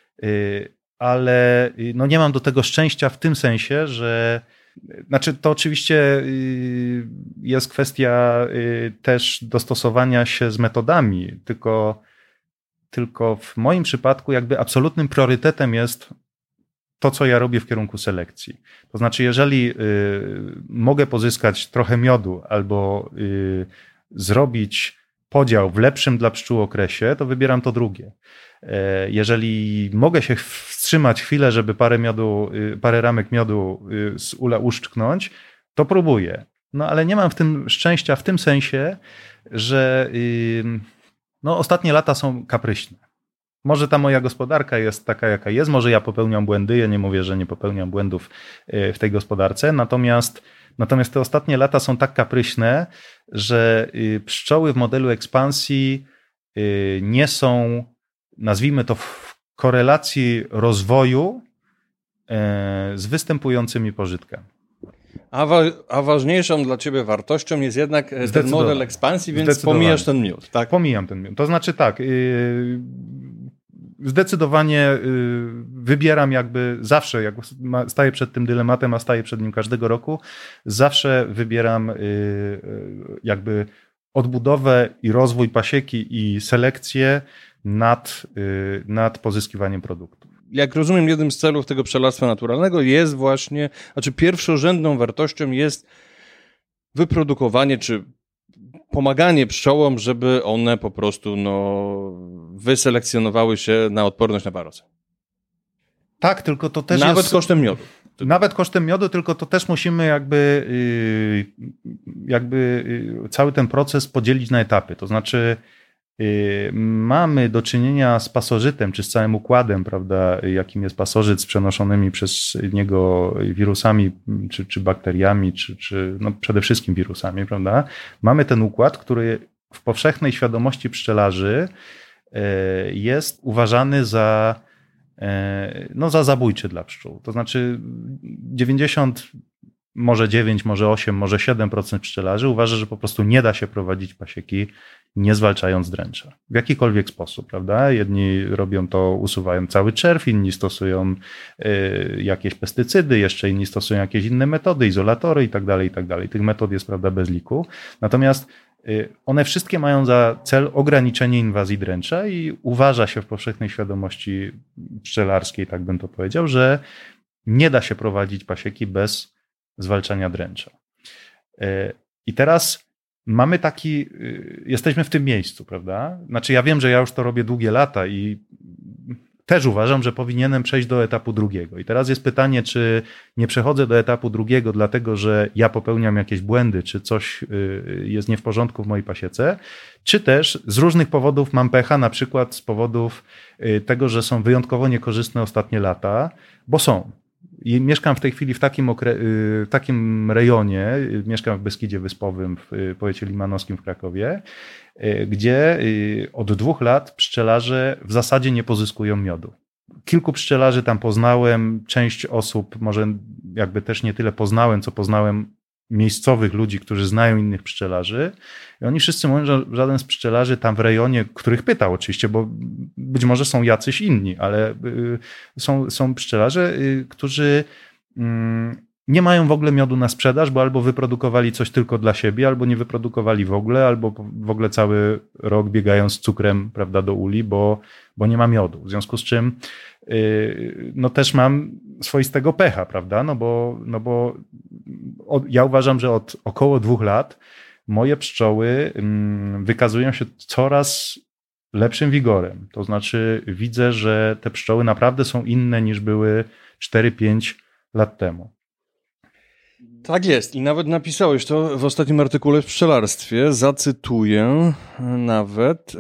ale no nie mam do tego szczęścia w tym sensie, że znaczy to oczywiście jest kwestia też dostosowania się z metodami, tylko w moim przypadku jakby absolutnym priorytetem jest to, co ja robię w kierunku selekcji. To znaczy, jeżeli mogę pozyskać trochę miodu albo zrobić podział w lepszym dla pszczół okresie, to wybieram to drugie. Jeżeli mogę się wstrzymać chwilę, żeby parę ramek miodu z ula uszczknąć, to próbuję. No ale nie mam w tym szczęścia w tym sensie, że no, ostatnie lata są kapryśne. Może ta moja gospodarka jest taka, jaka jest, może ja popełniam błędy, ja nie mówię, że nie popełniam błędów w tej gospodarce, natomiast te ostatnie lata są tak kapryśne, że pszczoły w modelu ekspansji nie są, nazwijmy to, w korelacji rozwoju z występującymi pożytkami. A ważniejszą dla ciebie wartością jest jednak ten model ekspansji, więc pomijasz ten miód, tak? Pomijam ten miód. To znaczy tak, zdecydowanie wybieram jakby zawsze, jak staję przed tym dylematem, a staję przed nim każdego roku, zawsze wybieram jakby odbudowę i rozwój pasieki i selekcję nad pozyskiwaniem produktów. Jak rozumiem, jednym z celów tego pszczelarstwa naturalnego jest właśnie, znaczy pierwszorzędną wartością jest wyprodukowanie czy pomaganie pszczołom, żeby one po prostu wyselekcjonowały się na odporność na parozę. Tak, tylko to też nawet kosztem miodu. Nawet kosztem miodu, tylko to też musimy jakby cały ten proces podzielić na etapy. To znaczy mamy do czynienia z pasożytem, czy z całym układem, prawda, jakim jest pasożyt z przenoszonymi przez niego wirusami, czy bakteriami, czy przede wszystkim wirusami, prawda. Mamy ten układ, który w powszechnej świadomości pszczelarzy jest uważany za zabójczy dla pszczół. To znaczy 90, może 9, może 8, może 7% pszczelarzy uważa, że po prostu nie da się prowadzić pasieki, nie zwalczając dręcza. W jakikolwiek sposób, prawda? Jedni robią to, usuwają cały czerw, inni stosują jakieś pestycydy, jeszcze inni stosują jakieś inne metody, izolatory i tak dalej. Tych metod jest, prawda, bez liku. Natomiast one wszystkie mają za cel ograniczenie inwazji dręcza i uważa się w powszechnej świadomości pszczelarskiej, tak bym to powiedział, że nie da się prowadzić pasieki bez zwalczania dręcza. I teraz mamy jesteśmy w tym miejscu, prawda? Znaczy ja wiem, że ja już to robię długie lata i też uważam, że powinienem przejść do etapu drugiego. I teraz jest pytanie, czy nie przechodzę do etapu drugiego, dlatego że ja popełniam jakieś błędy, czy coś jest nie w porządku w mojej pasiece, czy też z różnych powodów mam pecha, na przykład z powodów tego, że są wyjątkowo niekorzystne ostatnie lata, bo są. I mieszkam w tej chwili w takim rejonie, mieszkam w Beskidzie Wyspowym, w powiecie limanowskim w Krakowie, gdzie od 2 lat pszczelarze w zasadzie nie pozyskują miodu. Kilku pszczelarzy tam poznałem, część osób może jakby też nie tyle poznałem, co poznałem miejscowych ludzi, którzy znają innych pszczelarzy i oni wszyscy mówią, że żaden z pszczelarzy tam w rejonie, których pytał oczywiście, bo być może są jacyś inni, ale są pszczelarze, którzy nie mają w ogóle miodu na sprzedaż, bo albo wyprodukowali coś tylko dla siebie, albo nie wyprodukowali w ogóle, albo w ogóle cały rok biegają z cukrem, prawda, do uli, bo nie ma miodu. W związku z czym no też mam swoistego pecha, prawda, no bo ja uważam, że od około 2 lat moje pszczoły wykazują się coraz lepszym wigorem. To znaczy widzę, że te pszczoły naprawdę są inne niż były 4-5 lat temu. Tak jest i nawet napisałeś to w ostatnim artykule w Pszczelarstwie. Zacytuję nawet.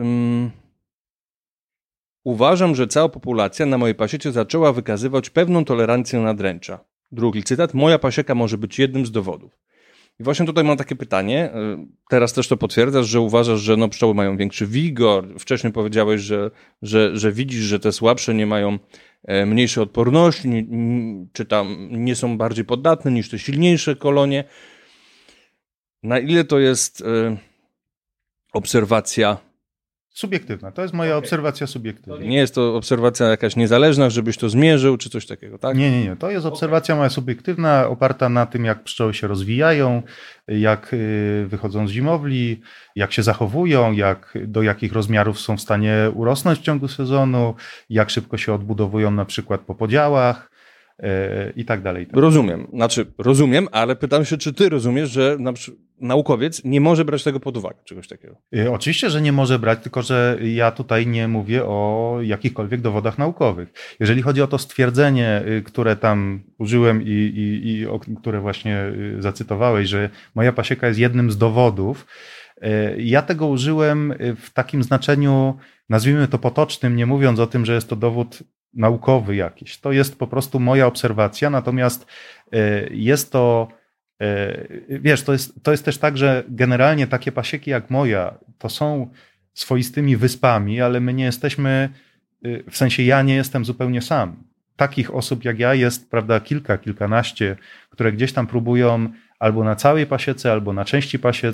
Uważam, że cała populacja na mojej pasiece zaczęła wykazywać pewną tolerancję na dręcza. Drugi cytat. Moja pasieka może być jednym z dowodów. I właśnie tutaj mam takie pytanie. Teraz też to potwierdzasz, że uważasz, że pszczoły mają większy wigor. Wcześniej powiedziałeś, że widzisz, że te słabsze nie mają mniejszej odporności, czy tam nie są bardziej podatne niż te silniejsze kolonie. Na ile to jest obserwacja Subiektywna. To jest moja obserwacja subiektywna. Nie jest to obserwacja jakaś niezależna, żebyś to zmierzył, czy coś takiego, tak? Nie. To jest obserwacja moja subiektywna, oparta na tym, jak pszczoły się rozwijają, jak wychodzą z zimowli, jak się zachowują, do jakich rozmiarów są w stanie urosnąć w ciągu sezonu, jak szybko się odbudowują na przykład po podziałach i tak dalej. Rozumiem, ale pytam się, czy ty rozumiesz, że naukowiec nie może brać tego pod uwagę, czegoś takiego? Oczywiście, że nie może brać, tylko że ja tutaj nie mówię o jakichkolwiek dowodach naukowych. Jeżeli chodzi o to stwierdzenie, które tam użyłem i które właśnie zacytowałeś, że moja pasieka jest jednym z dowodów, ja tego użyłem w takim znaczeniu, nazwijmy to potocznym, nie mówiąc o tym, że jest to dowód naukowy jakiś. To jest po prostu moja obserwacja, natomiast jest to, wiesz, to jest też tak, że generalnie takie pasieki jak moja, to są swoistymi wyspami, ale my nie jesteśmy, w sensie ja nie jestem zupełnie sam. Takich osób jak ja jest, prawda, kilkanaście, które gdzieś tam próbują albo na całej pasiece, albo na części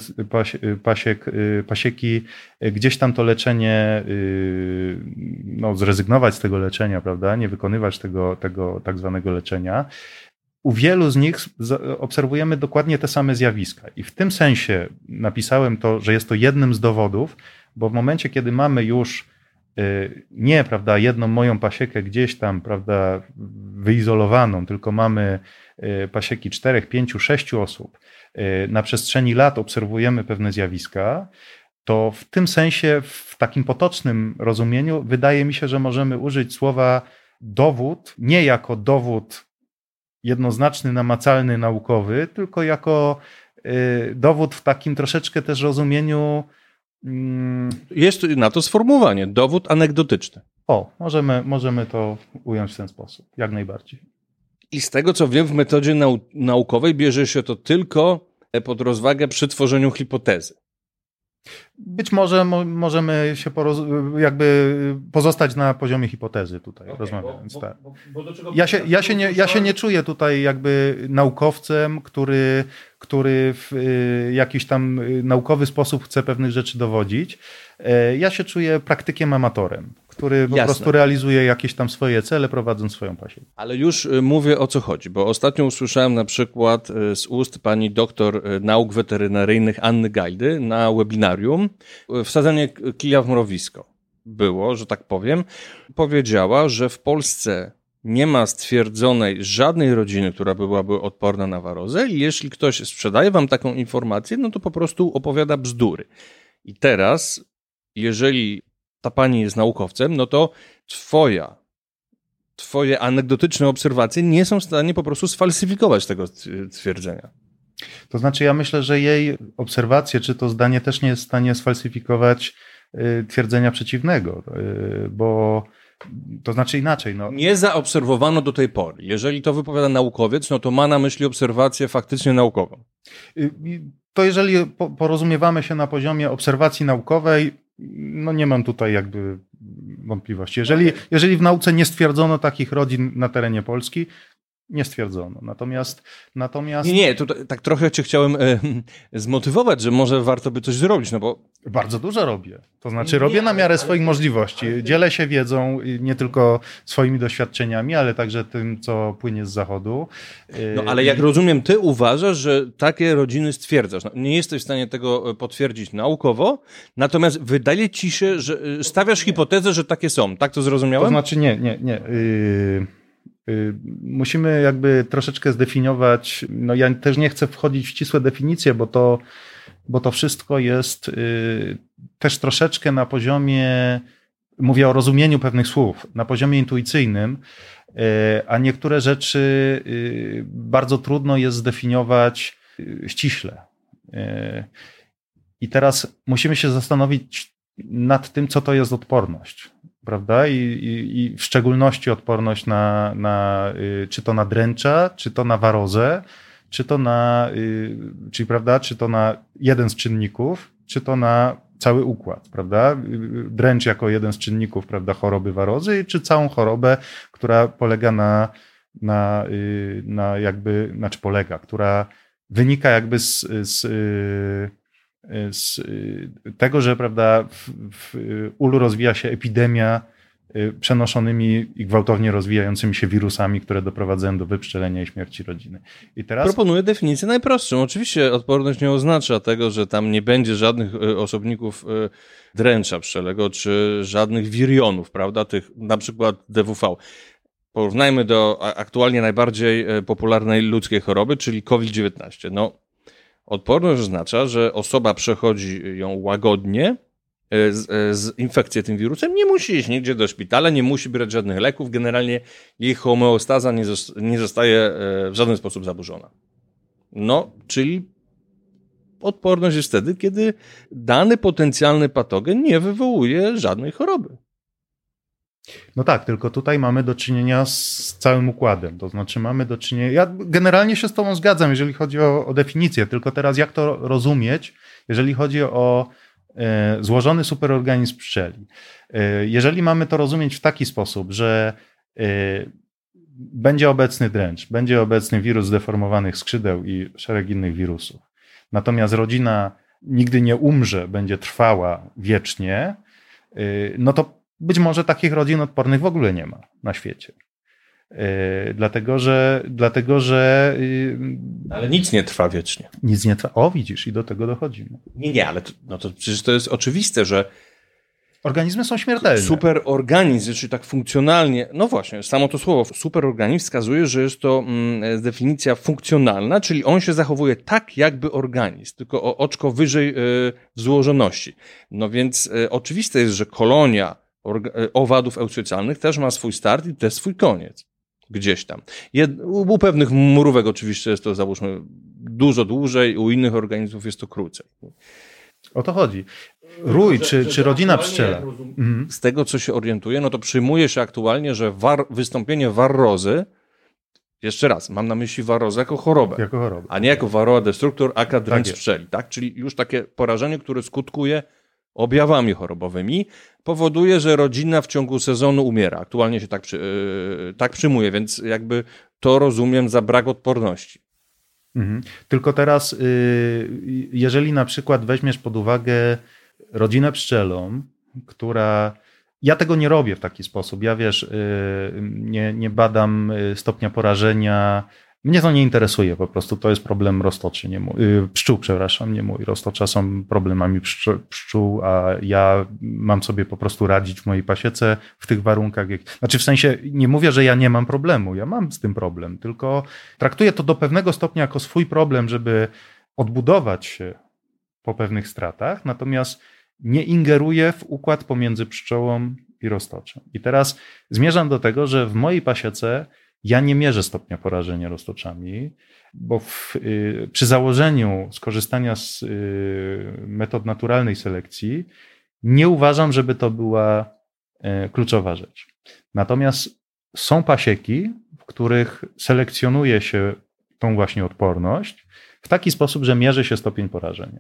pasieki, gdzieś tam to leczenie, zrezygnować z tego leczenia, prawda, nie wykonywać tego tak zwanego leczenia. U wielu z nich obserwujemy dokładnie te same zjawiska. I w tym sensie napisałem to, że jest to jednym z dowodów, bo w momencie, kiedy mamy już nie, prawda, jedną moją pasiekę gdzieś tam, prawda, wyizolowaną, tylko mamy pasieki 4, 5, 6 osób, na przestrzeni lat obserwujemy pewne zjawiska, to w tym sensie, w takim potocznym rozumieniu, wydaje mi się, że możemy użyć słowa dowód, nie jako dowód jednoznaczny, namacalny, naukowy, tylko jako dowód w takim troszeczkę też rozumieniu. Jest na to sformułowanie, dowód anegdotyczny. Możemy to ująć w ten sposób, jak najbardziej. I z tego, co wiem, w metodzie naukowej bierze się to tylko pod rozwagę przy hipotezy. Być może możemy się jakby pozostać na poziomie hipotezy tutaj rozmawiając. Tak. Ja się nie czuję tutaj jakby naukowcem, który w jakiś tam naukowy sposób chce pewnych rzeczy dowodzić. Ja się czuję praktykiem amatorem, który po prostu realizuje jakieś tam swoje cele, prowadząc swoją pasiekę. Ale już mówię, o co chodzi, bo ostatnio usłyszałem na przykład z ust pani doktor nauk weterynaryjnych Anny Gajdy na webinarium wsadzenie kija w mrowisko. Było, że tak powiem. Powiedziała, że w Polsce nie ma stwierdzonej żadnej rodziny, która byłaby odporna na warozę i jeśli ktoś sprzedaje wam taką informację, no to po prostu opowiada bzdury. I teraz, jeżeli ta pani jest naukowcem, no to twoje anegdotyczne obserwacje nie są w stanie po prostu sfalsyfikować tego twierdzenia. To znaczy, ja myślę, że jej obserwacje, czy to zdanie też nie jest w stanie sfalsyfikować twierdzenia przeciwnego, bo to znaczy inaczej. Nie zaobserwowano do tej pory. Jeżeli to wypowiada naukowiec, no to ma na myśli obserwację faktycznie naukową. To jeżeli porozumiewamy się na poziomie obserwacji naukowej, no nie mam tutaj jakby wątpliwości. Jeżeli w nauce nie stwierdzono takich rodzin na terenie Polski, nie stwierdzono. Natomiast Nie, tutaj tak trochę cię chciałem zmotywować, że może warto by coś zrobić, no bo bardzo dużo robię. To znaczy robię na miarę swoich możliwości. Dzielę się wiedzą, nie tylko swoimi doświadczeniami, ale także tym, co płynie z zachodu. no ale jak rozumiem, ty uważasz, że takie rodziny stwierdzasz. No, nie jesteś w stanie tego potwierdzić naukowo, natomiast wydaje ci się, że stawiasz hipotezę, że takie są. Tak to zrozumiałem? To znaczy nie. Musimy jakby troszeczkę zdefiniować, no ja też nie chcę wchodzić w ścisłe definicje, bo to wszystko jest też troszeczkę na poziomie, mówię o rozumieniu pewnych słów, na poziomie intuicyjnym, a niektóre rzeczy bardzo trudno jest zdefiniować ściśle. I teraz musimy się zastanowić nad tym, co to jest odporność, prawda? I w szczególności odporność na czy to na dręcza, czy to na warozę, czy to na, prawda, czy to na jeden z czynników, czy to na cały układ, prawda? Dręcz jako jeden z czynników, prawda, choroby warozy, czy całą chorobę, która polega na jakby, znaczy polega, która wynika jakby z tego, że, prawda, w ulu rozwija się epidemia przenoszonymi i gwałtownie rozwijającymi się wirusami, które doprowadzają do wypszczelenia i śmierci rodziny. I teraz proponuję definicję najprostszą. Oczywiście odporność nie oznacza tego, że tam nie będzie żadnych osobników dręcza pszczelego, czy żadnych wirionów, prawda, tych na przykład DWV. Porównajmy do aktualnie najbardziej popularnej ludzkiej choroby, czyli COVID-19. No, odporność oznacza, że osoba przechodzi ją łagodnie, z infekcją tym wirusem, nie musi iść nigdzie do szpitala, nie musi brać żadnych leków, generalnie jej homeostaza nie zostaje w żaden sposób zaburzona. No, czyli odporność jest wtedy, kiedy dany potencjalny patogen nie wywołuje żadnej choroby. No tak, tylko tutaj mamy do czynienia z całym układem, to znaczy mamy do czynienia, ja generalnie się z tobą zgadzam, jeżeli chodzi o definicję, tylko teraz jak to rozumieć, jeżeli chodzi o złożony superorganizm pszczeli. Jeżeli mamy to rozumieć w taki sposób, że będzie obecny dręcz, będzie obecny wirus zdeformowanych skrzydeł i szereg innych wirusów, natomiast rodzina nigdy nie umrze, będzie trwała wiecznie, no to być może takich rodzin odpornych w ogóle nie ma na świecie. Dlatego, że ale nic nie trwa wiecznie. Nic nie trwa. O, widzisz, i do tego dochodzimy. Nie, ale to przecież to jest oczywiste, że organizmy są śmiertelne. Superorganizm, czyli tak funkcjonalnie, no właśnie, samo to słowo superorganizm wskazuje, że jest to definicja funkcjonalna, czyli on się zachowuje tak jakby organizm, tylko o oczko wyżej w złożoności. No więc oczywiste jest, że kolonia owadów eusocjalnych też ma swój start i też swój koniec. Gdzieś tam. U pewnych mrówek oczywiście jest to, załóżmy, dużo dłużej, u innych organizmów jest to krócej. O to chodzi. Rój czy rodzina pszczela. Z tego, co się orientuję, no to przyjmuje się aktualnie, że wystąpienie warrozy, jeszcze raz, mam na myśli warrozę jako chorobę, a nie jako varroa destructor, aka dręcz pszczeli. Tak? Czyli już takie porażenie, które skutkuje objawami chorobowymi, powoduje, że rodzina w ciągu sezonu umiera. Aktualnie się tak przyjmuje, więc jakby to rozumiem za brak odporności. Tylko teraz, jeżeli na przykład weźmiesz pod uwagę rodzinę pszczelą, która... Ja tego nie robię w taki sposób. Ja wiesz, nie badam stopnia porażenia. Mnie to nie interesuje po prostu. To jest problem roztoczy, nie mój, pszczół, przepraszam, nie mój. Roztocza są problemami pszczół, a ja mam sobie po prostu radzić w mojej pasiece w tych warunkach. Znaczy w sensie nie mówię, że ja nie mam problemu. Ja mam z tym problem, tylko traktuję to do pewnego stopnia jako swój problem, żeby odbudować się po pewnych stratach, natomiast nie ingeruję w układ pomiędzy pszczołą i roztoczem. I teraz zmierzam do tego, że w mojej pasiece ja nie mierzę stopnia porażenia roztoczami, bo przy założeniu skorzystania z metod naturalnej selekcji nie uważam, żeby to była kluczowa rzecz. Natomiast są pasieki, w których selekcjonuje się tą właśnie odporność w taki sposób, że mierzy się stopień porażenia.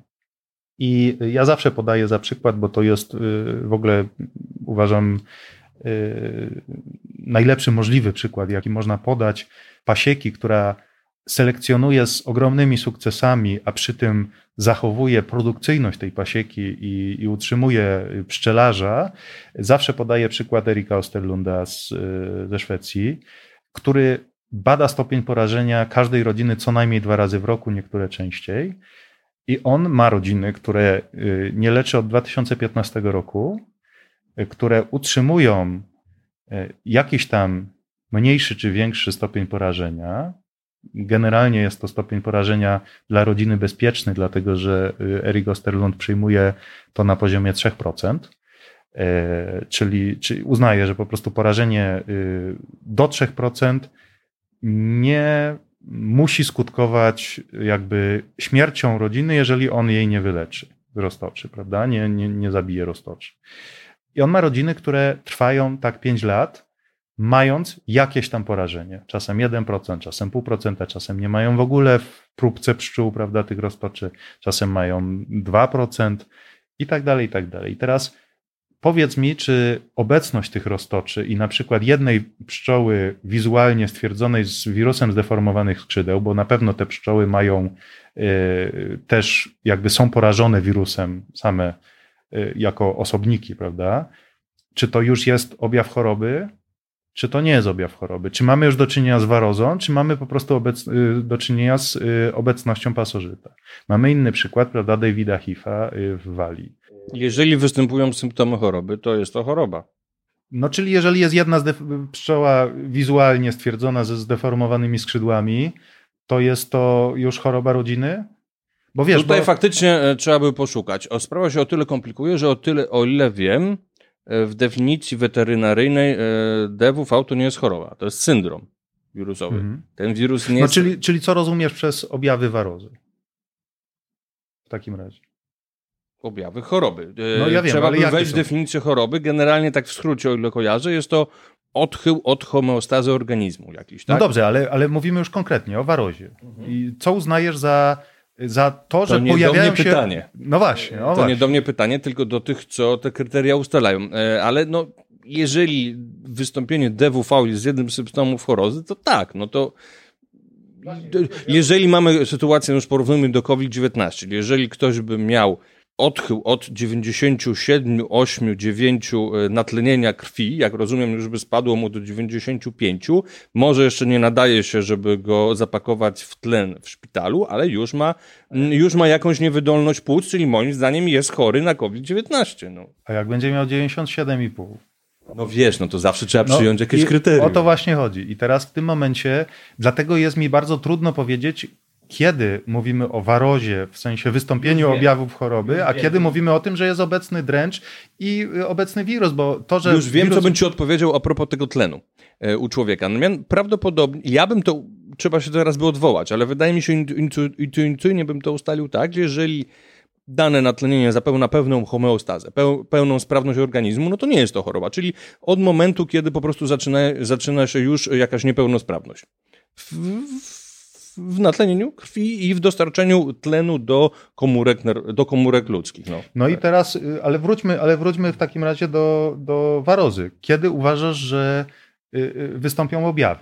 I ja zawsze podaję za przykład, bo to jest w ogóle, uważam, najlepszy możliwy przykład, jaki można podać, pasieki, która selekcjonuje z ogromnymi sukcesami, a przy tym zachowuje produkcyjność tej pasieki i utrzymuje pszczelarza. Zawsze podaję przykład Erika Osterlunda ze Szwecji, który bada stopień porażenia każdej rodziny co najmniej 2 razy w roku, niektóre częściej. I on ma rodziny, które nie leczy od 2015 roku, które utrzymują jakiś tam mniejszy czy większy stopień porażenia. Generalnie jest to stopień porażenia dla rodziny bezpieczny, dlatego że Erik Osterlund przyjmuje to na poziomie 3%, czyli uznaje, że po prostu porażenie do 3% nie musi skutkować jakby śmiercią rodziny, jeżeli on jej nie wyleczy z roztoczy, prawda? Nie zabije roztoczy. I on ma rodziny, które trwają tak 5 lat, mając jakieś tam porażenie. Czasem 1%, czasem 0,5%, czasem nie mają w ogóle w próbce pszczół, prawda, tych roztoczy, czasem mają 2% i tak dalej, i tak dalej. I teraz powiedz mi, czy obecność tych roztoczy i na przykład jednej pszczoły wizualnie stwierdzonej z wirusem zdeformowanych skrzydeł, bo na pewno te pszczoły mają też jakby są porażone wirusem same jako osobniki, prawda? Czy to już jest objaw choroby, czy to nie jest objaw choroby? Czy mamy już do czynienia z warozą, czy mamy po prostu do czynienia z obecnością pasożyta? Mamy inny przykład, prawda, Davida Heath'a w Walii. Jeżeli występują symptomy choroby, to jest to choroba. No, czyli jeżeli jest jedna pszczoła wizualnie stwierdzona ze zdeformowanymi skrzydłami, to jest to już choroba rodziny? Bo wiesz, tutaj faktycznie trzeba by poszukać. Sprawa się o tyle komplikuje, że o ile wiem, w definicji weterynaryjnej DWV to nie jest choroba, to jest syndrom wirusowy. Ten wirus nie jest... Czyli co rozumiesz przez objawy warozy? W takim razie. Objawy choroby. No ja wiem, trzeba ale by wejść w definicję choroby. Generalnie tak w skrócie, o ile kojarzę, jest to odchył od homeostazy organizmu jakiś, tak? No dobrze, ale mówimy już konkretnie o warozie. I co uznajesz za to, że pojawiają się... pytanie. No właśnie. To nie do mnie pytanie, tylko do tych, co te kryteria ustalają. Ale no, jeżeli wystąpienie DWV jest jednym z symptomów choroby, to tak, no to jeżeli mamy sytuację, już porównujmy do COVID-19, czyli jeżeli ktoś by miał odchył od 97, 8, 9 natlenienia krwi, jak rozumiem, już by spadło mu do 95, może jeszcze nie nadaje się, żeby go zapakować w tlen w szpitalu, ale już ma jakąś niewydolność płuc, czyli moim zdaniem jest chory na COVID-19. No. A jak będzie miał 97,5? No wiesz, no to zawsze trzeba przyjąć jakieś kryterium. O to właśnie chodzi. I teraz w tym momencie, dlatego jest mi bardzo trudno powiedzieć, kiedy mówimy o warozie, w sensie wystąpieniu objawów choroby, a kiedy mówimy o tym, że jest obecny dręcz i obecny wirus, bo to, że... Już wiem, co bym ci odpowiedział a propos tego tlenu u człowieka. No, prawdopodobnie, trzeba się teraz by odwołać, ale wydaje mi się, intuicyjnie bym to ustalił tak, że jeżeli dane natlenienie zapewnia pewną homeostazę, pełną sprawność organizmu, no to nie jest to choroba, czyli od momentu, kiedy po prostu zaczyna się już jakaś niepełnosprawność. W natlenieniu krwi i w dostarczeniu tlenu do komórek ludzkich. No i teraz, ale wróćmy w takim razie do warozy. Kiedy uważasz, że wystąpią objawy?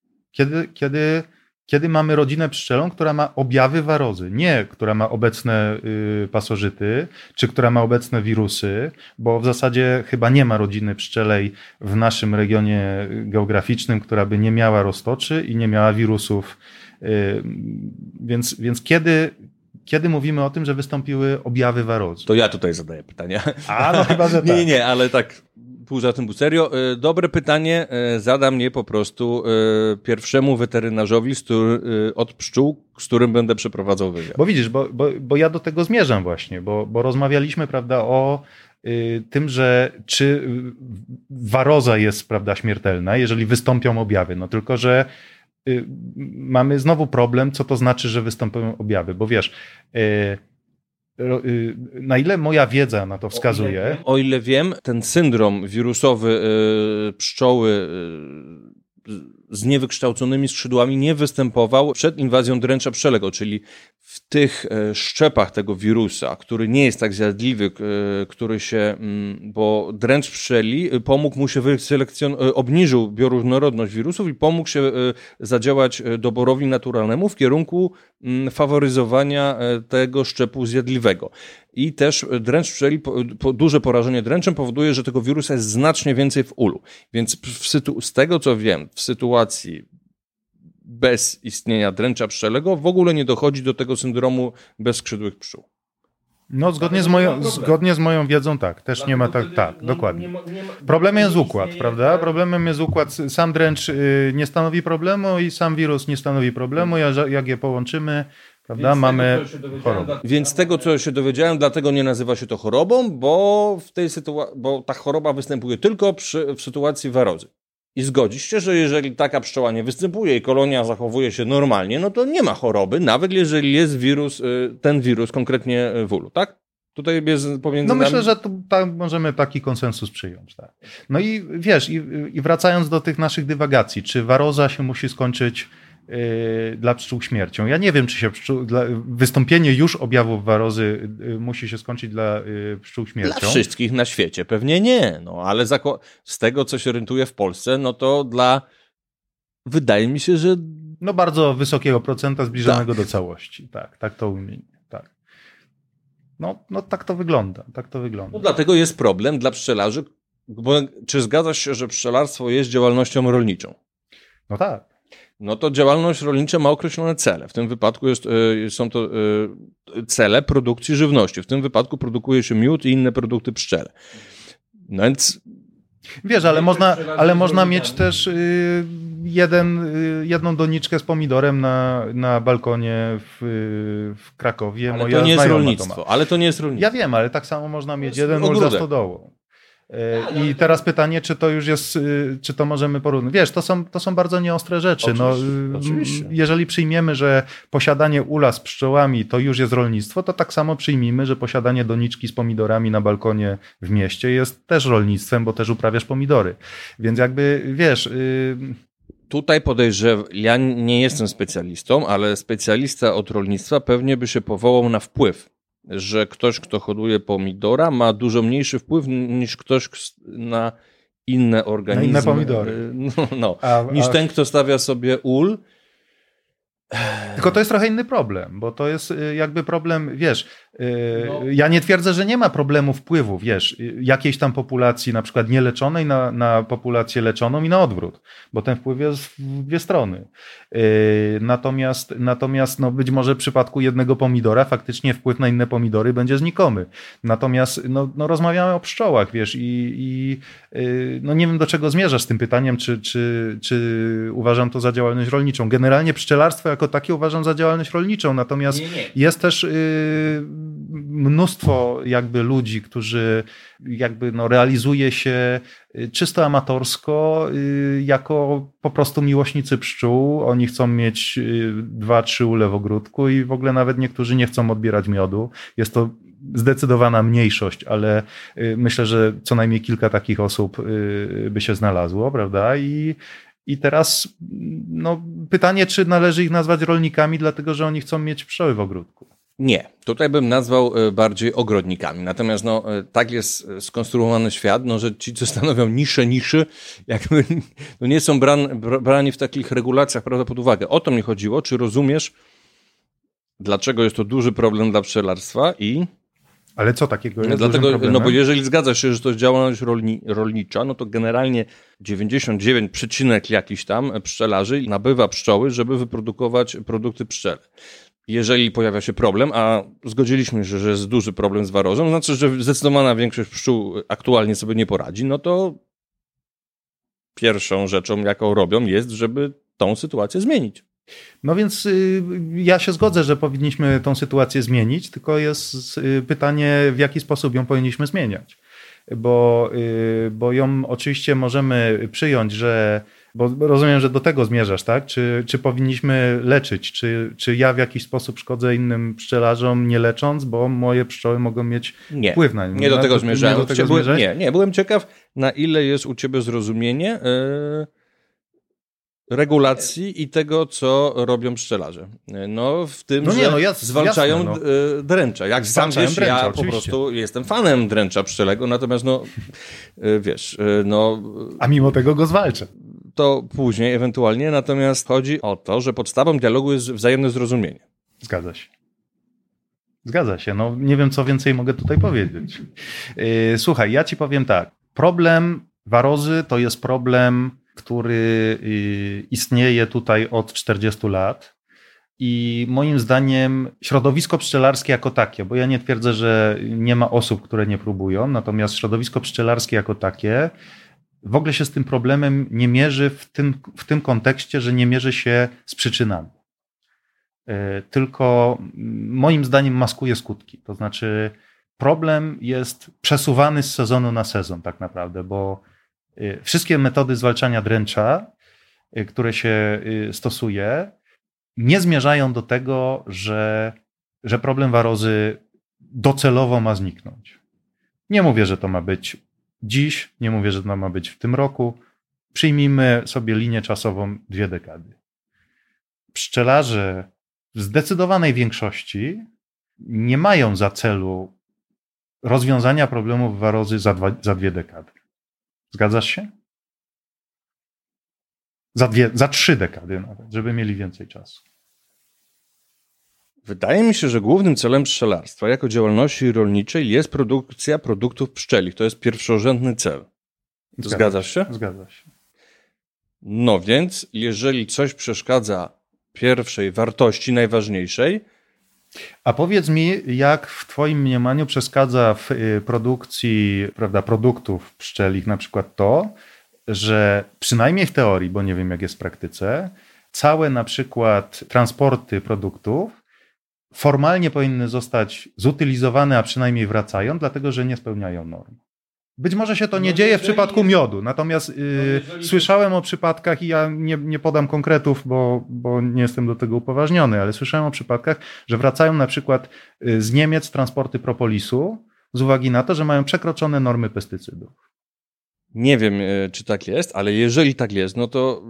Kiedy mamy rodzinę pszczelą, która ma objawy warozy, nie która ma obecne pasożyty, czy która ma obecne wirusy, bo w zasadzie chyba nie ma rodziny pszczelej w naszym regionie geograficznym, która by nie miała roztoczy i nie miała wirusów. Więc kiedy mówimy o tym, że wystąpiły objawy warozy? To ja tutaj zadaję pytania. No chyba, że tak. Nie, ale tak pół żartem, pół serio. Dobre pytanie zada mnie po prostu pierwszemu weterynarzowi od pszczół, z którym będę przeprowadzał wywiad. Bo widzisz, bo ja do tego zmierzam właśnie, bo rozmawialiśmy, prawda, o tym, że czy waroza jest, prawda, śmiertelna, jeżeli wystąpią objawy. No tylko, że mamy znowu problem, co to znaczy, że wystąpią objawy, bo wiesz, na ile moja wiedza na to wskazuje... O ile wiem, ten syndrom wirusowy pszczoły z niewykształconymi skrzydłami nie występował przed inwazją dręcza pszczelego, czyli w tych szczepach tego wirusa, który nie jest tak zjadliwy, bo dręcz pszczeli pomógł mu się obniżył bioróżnorodność wirusów i pomógł się zadziałać doborowi naturalnemu w kierunku faworyzowania tego szczepu zjadliwego. I też dręcz pszczeli, duże porażenie dręczem powoduje, że tego wirusa jest znacznie więcej w ulu. Więc z tego co wiem, w sytuacji bez istnienia dręcza pszczelego w ogóle nie dochodzi do tego syndromu bezskrzydłych pszczół. No, zgodnie z moją wiedzą tak, też nie ma tak, dokładnie. Problemem jest układ, prawda? Problemem jest układ, sam dręcz nie stanowi problemu i sam wirus nie stanowi problemu, jak je połączymy, prawda, mamy chorobę. Więc z tego, co się dowiedziałem, dlatego nie nazywa się to chorobą, bo bo ta choroba występuje tylko w sytuacji warozy. I zgodzisz się, że jeżeli taka pszczoła nie występuje i kolonia zachowuje się normalnie, no to nie ma choroby, nawet jeżeli jest ten wirus konkretnie w ulu, tak? Tutaj jest pomiędzy nami... Myślę, że możemy taki konsensus przyjąć. Tak. No i wiesz, i wracając do tych naszych dywagacji, czy waroza się musi skończyć dla pszczół śmiercią? Ja nie wiem, czy się wystąpienie już objawów warozy musi się skończyć dla pszczół śmiercią. Dla wszystkich na świecie pewnie nie, no ale z tego, co się orientuję w Polsce, no to wydaje mi się, że... No bardzo wysokiego procenta zbliżonego do całości. Tak to ujmijmy. Tak. No tak to wygląda. No dlatego jest problem dla pszczelarzy, bo czy zgadzasz się, że pszczelarstwo jest działalnością rolniczą? No tak. No to działalność rolnicza ma określone cele. W tym wypadku są to cele produkcji żywności. W tym wypadku produkuje się miód i inne produkty pszczele. No więc... Wiesz, ale można mieć też jedną doniczkę z pomidorem na balkonie w Krakowie. Ale to nie jest rolnictwo. Ja wiem, ale tak samo można mieć jeden ul za stodołą. I teraz pytanie, czy to już jest, czy to możemy porównać. Wiesz, to są bardzo nieostre rzeczy. Oczywiście. Jeżeli przyjmiemy, że posiadanie ula z pszczołami to już jest rolnictwo, to tak samo przyjmijmy, że posiadanie doniczki z pomidorami na balkonie w mieście jest też rolnictwem, bo też uprawiasz pomidory. Więc jakby, wiesz... Tutaj podejrzewam, ja nie jestem specjalistą, ale specjalista od rolnictwa pewnie by się powołał na wpływ, że ktoś, kto hoduje pomidora, ma dużo mniejszy wpływ niż ktoś na inne organizmy. Na inne pomidory. Niż ten, kto stawia sobie ul. Tylko to jest trochę inny problem, bo to jest jakby problem, wiesz, ja nie twierdzę, że nie ma problemu wpływu, wiesz, jakiejś tam populacji na przykład nieleczonej na populację leczoną i na odwrót, bo ten wpływ jest w dwie strony. Natomiast no być może w przypadku jednego pomidora faktycznie wpływ na inne pomidory będzie znikomy. Natomiast no rozmawiamy o pszczołach, wiesz, i no nie wiem, do czego zmierzasz z tym pytaniem, czy uważam to za działalność rolniczą. Generalnie pszczelarstwo jako takie uważam za działalność rolniczą, natomiast jest też mnóstwo jakby ludzi, którzy jakby realizuje się czysto amatorsko jako po prostu miłośnicy pszczół. Oni chcą mieć 2-3 ule w ogródku i w ogóle nawet niektórzy nie chcą odbierać miodu. Jest to zdecydowana mniejszość, ale myślę, że co najmniej kilka takich osób by się znalazło, prawda? I teraz pytanie, czy należy ich nazwać rolnikami, dlatego że oni chcą mieć pszczoły w ogródku. Nie, tutaj bym nazwał bardziej ogrodnikami. Natomiast tak jest skonstruowany świat, że ci, co stanowią niszy, jakby nie są brani w takich regulacjach, prawda, pod uwagę. O to mi chodziło, czy rozumiesz, dlaczego jest to duży problem dla pszczelarstwa i... Ale co takiego jest dlatego, problemem? bo jeżeli zgadzasz się, że to jest działalność rolnicza, no to generalnie 99% jakiś tam pszczelarzy nabywa pszczoły, żeby wyprodukować produkty pszczele. Jeżeli pojawia się problem, a zgodziliśmy się, że jest duży problem z warozą, to znaczy, że zdecydowana większość pszczół aktualnie sobie nie poradzi, no to pierwszą rzeczą, jaką robią, jest, żeby tą sytuację zmienić. No więc ja się zgodzę, że powinniśmy tą sytuację zmienić, tylko jest pytanie, w jaki sposób ją powinniśmy zmieniać. Bo ją oczywiście możemy przyjąć, bo rozumiem, że do tego zmierzasz, tak? Czy powinniśmy leczyć? Czy ja w jakiś sposób szkodzę innym pszczelarzom nie lecząc, bo moje pszczoły mogą mieć wpływ na nie? Nie do tego zmierzałem. Nie, byłem ciekaw, na ile jest u ciebie zrozumienie regulacji i tego, co robią pszczelarze. No w tym, zwalczają jasne, dręcza. Jak sam wiesz, dręcza, ja oczywiście. po prostu jestem fanem dręcza pszczelego, natomiast wiesz, A mimo tego go zwalczę. to później ewentualnie, natomiast chodzi o to, że podstawą dialogu jest wzajemne zrozumienie. Zgadza się. No nie wiem, co więcej mogę tutaj powiedzieć. Słuchaj, ja ci powiem tak. Problem warozy to jest problem, który istnieje tutaj od 40 lat i moim zdaniem środowisko pszczelarskie jako takie, bo ja nie twierdzę, że nie ma osób, które nie próbują, natomiast środowisko pszczelarskie jako takie w ogóle się z tym problemem nie mierzy w tym kontekście, że nie mierzy się z przyczynami. Tylko moim zdaniem maskuje skutki. To znaczy problem jest przesuwany z sezonu na sezon tak naprawdę, bo wszystkie metody zwalczania dręcza, które się stosuje, nie zmierzają do tego, że problem warozy docelowo ma zniknąć. Nie mówię, że to ma być dziś, nie mówię, że to ma być w tym roku. Przyjmijmy sobie linię czasową 2 dekady. Pszczelarze w zdecydowanej większości nie mają za celu rozwiązania problemów warozy za 2 dekady. Zgadzasz się? Za 3 dekady nawet, żeby mieli więcej czasu. Wydaje mi się, że głównym celem pszczelarstwa jako działalności rolniczej jest produkcja produktów pszczelich. To jest pierwszorzędny cel. Zgadzasz się? Zgadza się. No więc, jeżeli coś przeszkadza pierwszej wartości, najważniejszej. A powiedz mi, jak w twoim mniemaniu przeszkadza w produkcji, prawda, produktów pszczelich na przykład to, że przynajmniej w teorii, bo nie wiem jak jest w praktyce, całe na przykład transporty produktów formalnie powinny zostać zutylizowane, a przynajmniej wracają, dlatego że nie spełniają norm. Być może się to nie dzieje w przypadku miodu, natomiast słyszałem o przypadkach i ja nie podam konkretów, bo nie jestem do tego upoważniony, ale słyszałem o przypadkach, że wracają na przykład z Niemiec transporty propolisu z uwagi na to, że mają przekroczone normy pestycydów. Nie wiem, czy tak jest, ale jeżeli tak jest, no to...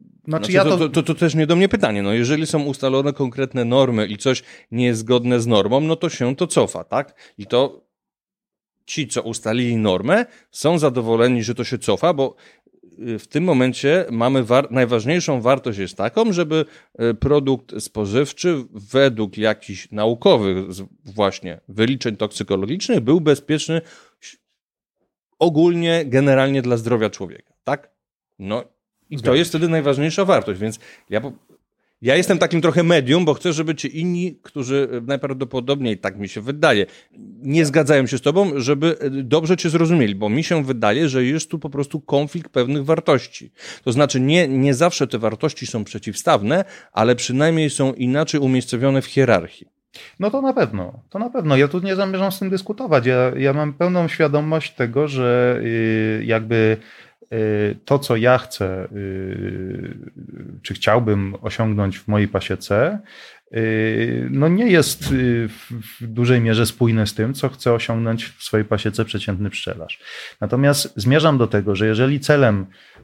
To też nie do mnie pytanie. No jeżeli są ustalone konkretne normy i coś nie jest zgodne z normą, no to się to cofa, tak? I to ci, co ustalili normę, są zadowoleni, że to się cofa, bo w tym momencie mamy najważniejszą wartość jest taką, żeby produkt spożywczy według jakichś naukowych właśnie wyliczeń toksykologicznych był bezpieczny ogólnie, generalnie dla zdrowia człowieka, tak? No i to jest wtedy najważniejsza wartość, więc ja jestem takim trochę medium, bo chcę, żeby ci inni, którzy najprawdopodobniej, tak mi się wydaje, nie zgadzają się z tobą, żeby dobrze cię zrozumieli, bo mi się wydaje, że jest tu po prostu konflikt pewnych wartości. To znaczy nie zawsze te wartości są przeciwstawne, ale przynajmniej są inaczej umiejscowione w hierarchii. No to na pewno. Ja tu nie zamierzam z tym dyskutować. Ja mam pełną świadomość tego, że jakby to, co ja chcę, czy chciałbym osiągnąć w mojej pasiece, no nie jest w dużej mierze spójne z tym, co chce osiągnąć w swojej pasiece przeciętny pszczelarz. Natomiast zmierzam do tego, że jeżeli celem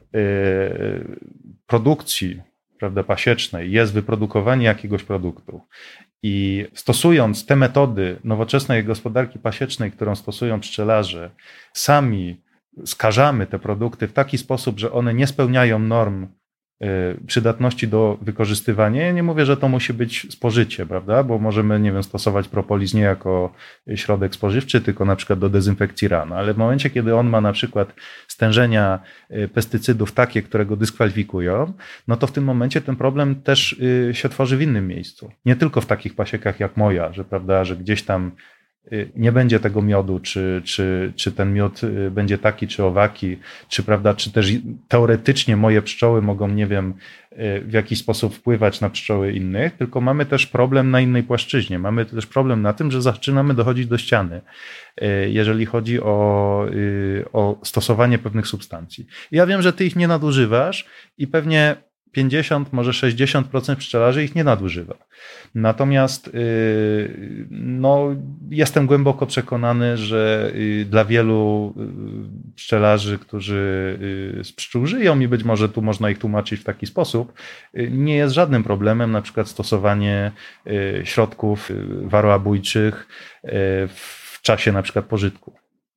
produkcji, prawda, pasiecznej jest wyprodukowanie jakiegoś produktu i stosując te metody nowoczesnej gospodarki pasiecznej, którą stosują pszczelarze, sami skażamy te produkty w taki sposób, że one nie spełniają norm przydatności do wykorzystywania. Ja nie mówię, że to musi być spożycie, prawda? Bo możemy, nie wiem, stosować propolis nie jako środek spożywczy, tylko na przykład do dezynfekcji ran, ale w momencie, kiedy on ma na przykład stężenia pestycydów takie, które go dyskwalifikują, no to w tym momencie ten problem też się tworzy w innym miejscu. Nie tylko w takich pasiekach jak moja, że, prawda, że gdzieś tam nie będzie tego miodu, czy ten miód będzie taki, czy owaki, czy, prawda, czy też teoretycznie moje pszczoły mogą, nie wiem, w jakiś sposób wpływać na pszczoły innych, tylko mamy też problem na innej płaszczyźnie. Mamy też problem na tym, że zaczynamy dochodzić do ściany, jeżeli chodzi o stosowanie pewnych substancji. Ja wiem, że ty ich nie nadużywasz i pewnie 50, może 60% pszczelarzy ich nie nadużywa. Natomiast no, jestem głęboko przekonany, że dla wielu pszczelarzy, którzy z pszczół żyją i być może tu można ich tłumaczyć w taki sposób, nie jest żadnym problemem na przykład stosowanie środków waroabójczych w czasie na przykład pożytku.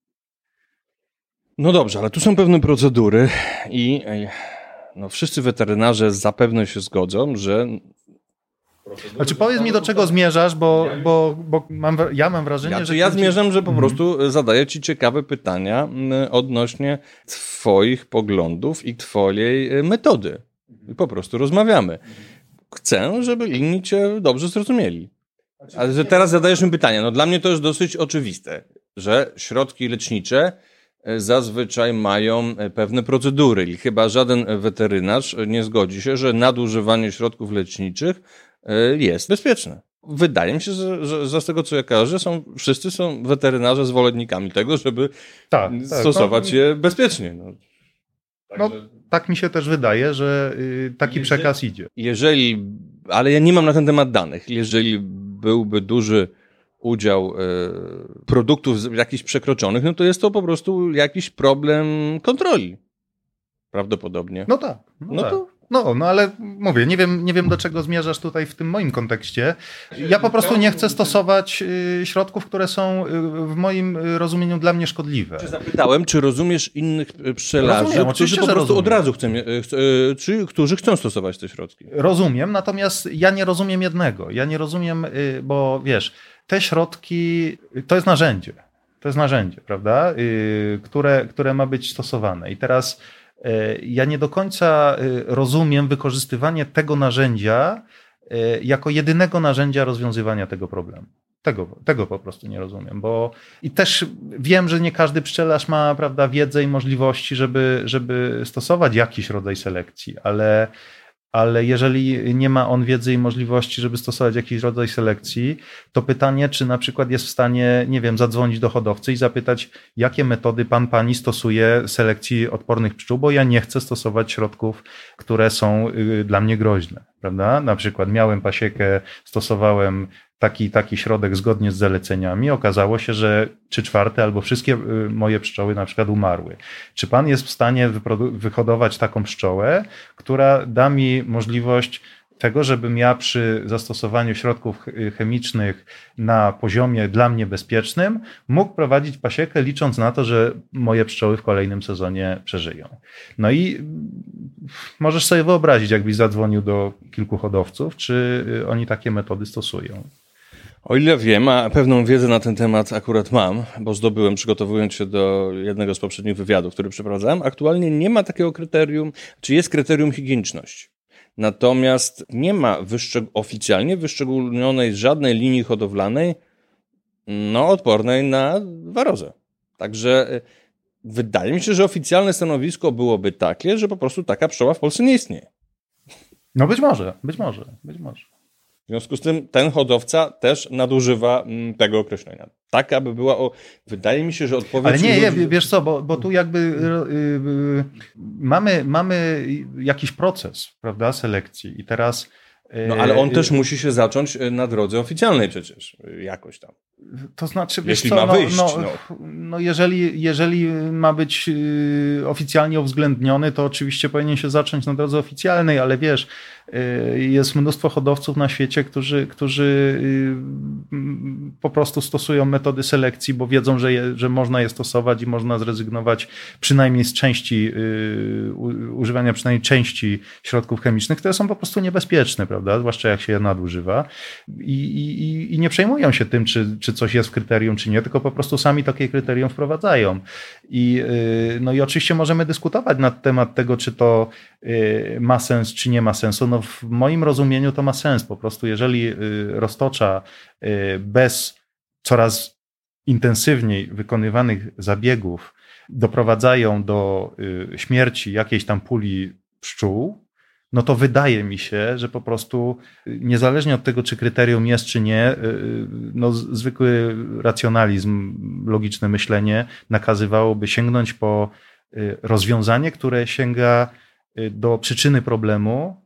No dobrze, ale tu są pewne procedury i no, wszyscy weterynarze zapewne się zgodzą, że... Znaczy powiedz mi, do czego zmierzasz, bo ja mam wrażenie, że... Ja zmierzam, że po prostu zadaję ci ciekawe pytania odnośnie twoich poglądów i twojej metody. I po prostu rozmawiamy. Chcę, żeby inni cię dobrze zrozumieli. Ale że teraz zadajesz mi pytania. No dla mnie to jest dosyć oczywiste, że środki lecznicze zazwyczaj mają pewne procedury i chyba żaden weterynarz nie zgodzi się, że nadużywanie środków leczniczych jest bezpieczne. Wydaje mi się, że z tego, co ja kojarzę, wszyscy są weterynarze zwolennikami tego, żeby stosować je bezpiecznie. Tak mi się też wydaje, że taki przekaz idzie. Ale ja nie mam na ten temat danych. Jeżeli byłby duży udział produktów jakichś przekroczonych, no to jest to po prostu jakiś problem kontroli. Prawdopodobnie. No tak. No, ale mówię, nie wiem do czego zmierzasz tutaj w tym moim kontekście. Ja po prostu nie chcę stosować środków, które są w moim rozumieniu dla mnie szkodliwe. Zapytałem, czy rozumiesz innych pszczelarzy, którzy po prostu od razu którzy chcą stosować te środki. Rozumiem, natomiast ja nie rozumiem jednego. Ja nie rozumiem, bo wiesz, te środki to jest narzędzie. To jest narzędzie, prawda? Które ma być stosowane. I teraz ja nie do końca rozumiem wykorzystywanie tego narzędzia jako jedynego narzędzia rozwiązywania tego problemu. Tego po prostu nie rozumiem, bo i też wiem, że nie każdy pszczelarz ma, prawda, wiedzę i możliwości, żeby stosować jakiś rodzaj selekcji, ale jeżeli nie ma on wiedzy i możliwości, żeby stosować jakiś rodzaj selekcji, to pytanie, czy na przykład jest w stanie, nie wiem, zadzwonić do hodowcy i zapytać, jakie metody pani stosuje selekcji odpornych pszczół, bo ja nie chcę stosować środków, które są dla mnie groźne, prawda? Na przykład miałem pasiekę, stosowałem taki środek zgodnie z zaleceniami, okazało się, że 3/4 albo wszystkie moje pszczoły na przykład umarły. Czy pan jest w stanie wyhodować taką pszczołę, która da mi możliwość tego, żebym ja przy zastosowaniu środków chemicznych na poziomie dla mnie bezpiecznym mógł prowadzić pasiekę, licząc na to, że moje pszczoły w kolejnym sezonie przeżyją. No i możesz sobie wyobrazić, jakbyś zadzwonił do kilku hodowców, czy oni takie metody stosują. O ile wiem, a pewną wiedzę na ten temat akurat mam, bo zdobyłem przygotowując się do jednego z poprzednich wywiadów, który przeprowadzałem, aktualnie nie ma takiego kryterium, czy jest kryterium higieniczności. Natomiast nie ma oficjalnie wyszczególnionej żadnej linii hodowlanej odpornej na warozę. Także wydaje mi się, że oficjalne stanowisko byłoby takie, że po prostu taka pszczoła w Polsce nie istnieje. No być może. W związku z tym ten hodowca też nadużywa tego określenia. Tak, aby była wydaje mi się, że odpowiedź... Ale nie, wiesz co, bo tu jakby mamy jakiś proces, prawda, selekcji i teraz... No ale on też musi się zacząć na drodze oficjalnej przecież, jakoś tam. To znaczy, jeśli ma wyjść. Jeżeli ma być oficjalnie uwzględniony, to oczywiście powinien się zacząć na drodze oficjalnej, ale wiesz, jest mnóstwo hodowców na świecie, którzy po prostu stosują metody selekcji, bo wiedzą, że można je stosować i można zrezygnować przynajmniej z części używania przynajmniej części środków chemicznych, które są po prostu niebezpieczne, prawda? Zwłaszcza jak się je nadużywa i nie przejmują się tym, czy coś jest w kryterium, czy nie, tylko po prostu sami takie kryterium wprowadzają. I oczywiście możemy dyskutować na temat tego, czy to ma sens, czy nie ma sensu. No w moim rozumieniu to ma sens. Po prostu jeżeli roztocza bez coraz intensywniej wykonywanych zabiegów doprowadzają do śmierci jakiejś tam puli pszczół, no to wydaje mi się, że po prostu niezależnie od tego, czy kryterium jest, czy nie, no zwykły racjonalizm, logiczne myślenie nakazywałoby sięgnąć po rozwiązanie, które sięga do przyczyny problemu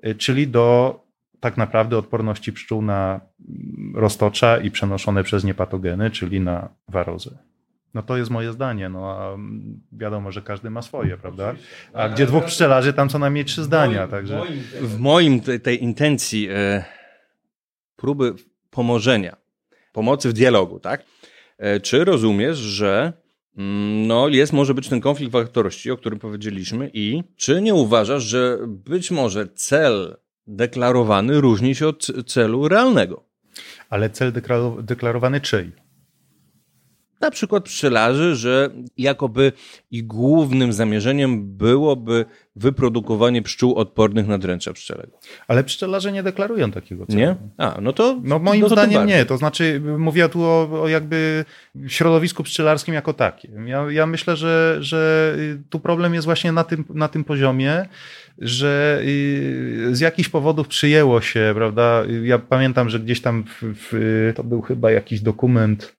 czyli do tak naprawdę odporności pszczół na roztocza i przenoszone przez nie patogeny, czyli na warozę. No to jest moje zdanie, no a wiadomo, że każdy ma swoje, prawda? A gdzie dwóch pszczelarzy, tam co najmniej 3 zdania, także... W moim tej intencji próby pomocy w dialogu, tak? Czy rozumiesz, że może być ten konflikt wartości, o którym powiedzieliśmy, i czy nie uważasz, że być może cel deklarowany różni się od celu realnego? Ale cel deklarowany czyj? Na przykład pszczelarzy, że jakoby ich głównym zamierzeniem byłoby wyprodukowanie pszczół odpornych na dręcza pszczelego. Ale pszczelarze nie deklarują takiego celu. Nie? No to... No moim zdaniem nie. To znaczy mówię tu o jakby środowisku pszczelarskim jako takim. Ja myślę, że tu problem jest właśnie na tym poziomie, że z jakichś powodów przyjęło się, prawda? Ja pamiętam, że gdzieś tam to był chyba jakiś dokument,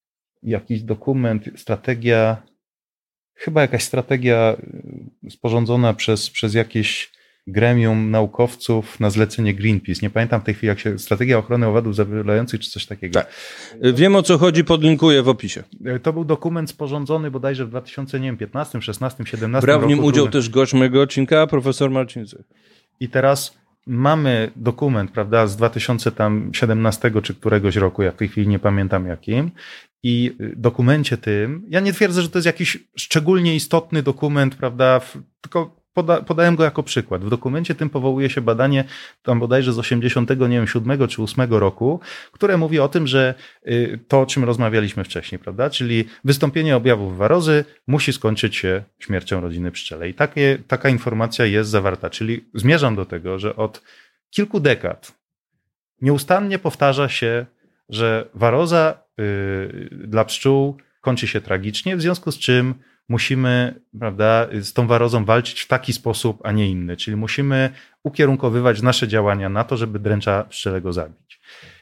jakaś strategia sporządzona przez jakieś gremium naukowców na zlecenie Greenpeace. Nie pamiętam w tej chwili, jak się strategia ochrony owadów zabielających, czy coś takiego. Tak. Wiem, o co chodzi, podlinkuję w opisie. To był dokument sporządzony bodajże w 2015, 16, 17 Brał w nim roku. udział też gość mojego odcinka, profesor Marcińczyk. I teraz mamy dokument, prawda, z 2017 czy któregoś roku, ja w tej chwili nie pamiętam jakim, i w dokumencie tym, ja nie twierdzę, że to jest jakiś szczególnie istotny dokument, prawda, tylko podałem go jako przykład. W dokumencie tym powołuje się badanie tam bodajże z 87 czy 8 roku, które mówi o tym, że to, o czym rozmawialiśmy wcześniej, prawda, czyli wystąpienie objawów warozy musi skończyć się śmiercią rodziny pszczelej. I taka informacja jest zawarta, czyli zmierzam do tego, że od kilku dekad nieustannie powtarza się, że waroza dla pszczół kończy się tragicznie, w związku z czym musimy, prawda, z tą warozą walczyć w taki sposób, a nie inny. Czyli musimy ukierunkowywać nasze działania na to, żeby dręcza pszczelego zabić.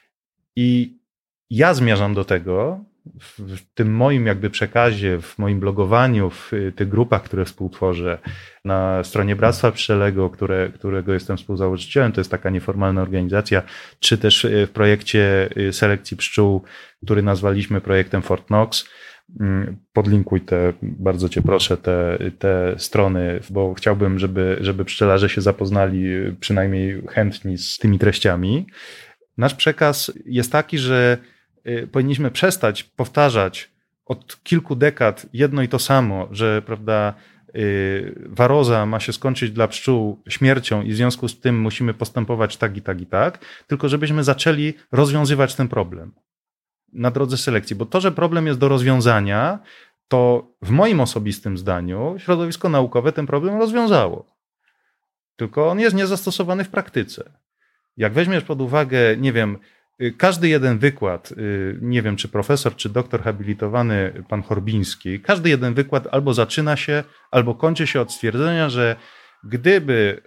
I ja zmierzam do tego, w tym moim jakby przekazie, w moim blogowaniu, w tych grupach, które współtworzę, na stronie Bractwa Pszczelego, którego jestem współzałożycielem, to jest taka nieformalna organizacja, czy też w projekcie selekcji pszczół, który nazwaliśmy projektem Fort Knox. Podlinkuj bardzo cię proszę, te strony, bo chciałbym, żeby pszczelarze się zapoznali przynajmniej chętni z tymi treściami. Nasz przekaz jest taki, że powinniśmy przestać powtarzać od kilku dekad jedno i to samo, że, prawda, waroza ma się skończyć dla pszczół śmiercią i w związku z tym musimy postępować tak i tak i tak, tylko żebyśmy zaczęli rozwiązywać ten problem na drodze selekcji, bo to, że problem jest do rozwiązania, to w moim osobistym zdaniu środowisko naukowe ten problem rozwiązało. Tylko on jest niezastosowany w praktyce. Jak weźmiesz pod uwagę, nie wiem, każdy jeden wykład, nie wiem, czy profesor, czy doktor habilitowany, pan Horbiński, każdy jeden wykład albo zaczyna się, albo kończy się od stwierdzenia, że gdyby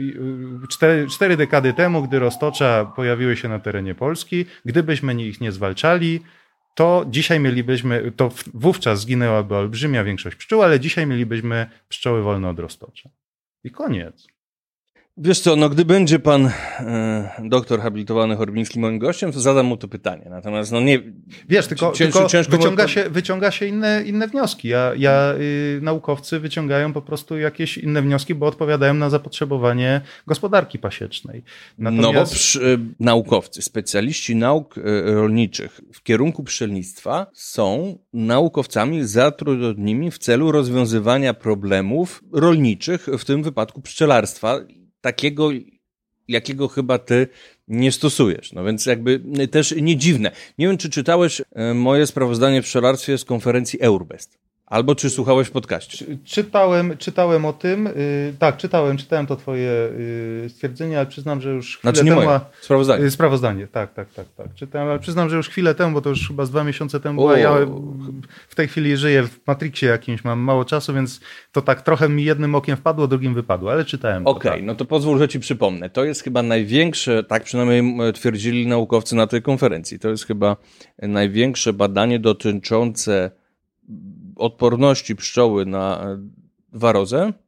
4 dekady temu, gdy roztocza pojawiły się na terenie Polski, gdybyśmy ich nie zwalczali, to dzisiaj to wówczas zginęłaby olbrzymia większość pszczół, ale dzisiaj mielibyśmy pszczoły wolne od roztocza. I koniec. Wiesz co, gdy będzie pan doktor habilitowany Horbiński moim gościem, to zadam mu to pytanie. Natomiast nie... Wiesz, tylko wyciąga się inne wnioski. Naukowcy wyciągają po prostu jakieś inne wnioski, bo odpowiadają na zapotrzebowanie gospodarki pasiecznej. Natomiast... naukowcy, specjaliści nauk rolniczych w kierunku pszczelnictwa są naukowcami zatrudnionymi w celu rozwiązywania problemów rolniczych, w tym wypadku pszczelarstwa, takiego, jakiego chyba ty nie stosujesz. No więc jakby też nie dziwne. Nie wiem, czy czytałeś moje sprawozdanie w pszczelarstwie z konferencji Eurbest. Albo czy słuchałeś w podcaście? Czytałem o tym. Tak, czytałem to twoje stwierdzenie, ale przyznam, że już chwilę temu... Sprawozdanie. Sprawozdanie, tak. Czytałem, ale przyznam, że już chwilę temu, bo to już chyba z 2 miesiące temu była. Ja w tej chwili żyję w Matrixie jakimś, mam mało czasu, więc to tak trochę mi jednym okiem wpadło, drugim wypadło, ale czytałem to. Okej, no to pozwól, że ci przypomnę. To jest chyba największe, tak przynajmniej twierdzili naukowcy na tej konferencji, to jest chyba największe badanie dotyczące odporności pszczoły na warozę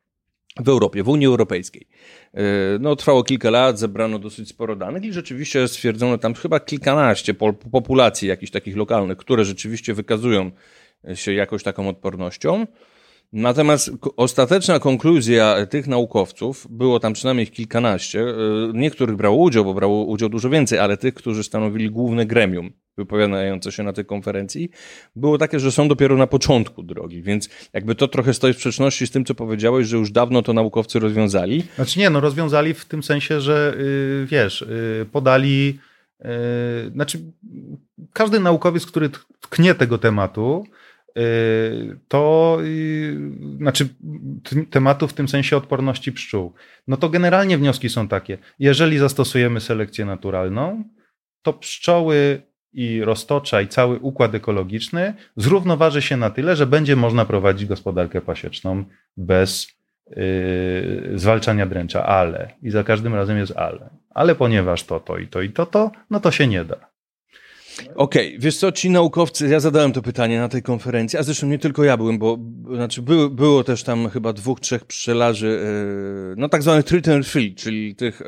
w Europie, w Unii Europejskiej. No, trwało kilka lat, zebrano dosyć sporo danych i rzeczywiście stwierdzono tam chyba kilkanaście populacji jakichś takich lokalnych, które rzeczywiście wykazują się jakąś taką odpornością. Natomiast ostateczna konkluzja tych naukowców, było tam przynajmniej kilkanaście, niektórych brało udział, bo brało udział dużo więcej, ale tych, którzy stanowili główne gremium wypowiadające się na tej konferencji, było takie, że są dopiero na początku drogi, więc jakby to trochę stoi w sprzeczności z tym, co powiedziałeś, że już dawno to naukowcy rozwiązali. Znaczy nie, no rozwiązali w tym sensie, że podali, znaczy każdy naukowiec, który tknie tego tematu, tematu w tym sensie odporności pszczół, no to generalnie wnioski są takie, jeżeli zastosujemy selekcję naturalną, to pszczoły i roztocza i cały układ ekologiczny zrównoważy się na tyle, że będzie można prowadzić gospodarkę pasieczną bez zwalczania dręcza, ale, i za każdym razem jest ale ponieważ to, no to się nie da. Okej, wiesz co, ci naukowcy, ja zadałem to pytanie na tej konferencji, a zresztą nie tylko ja byłem, bo znaczy było też tam chyba 2-3 pszczelarzy, no tak zwanych treat and treat, czyli tych,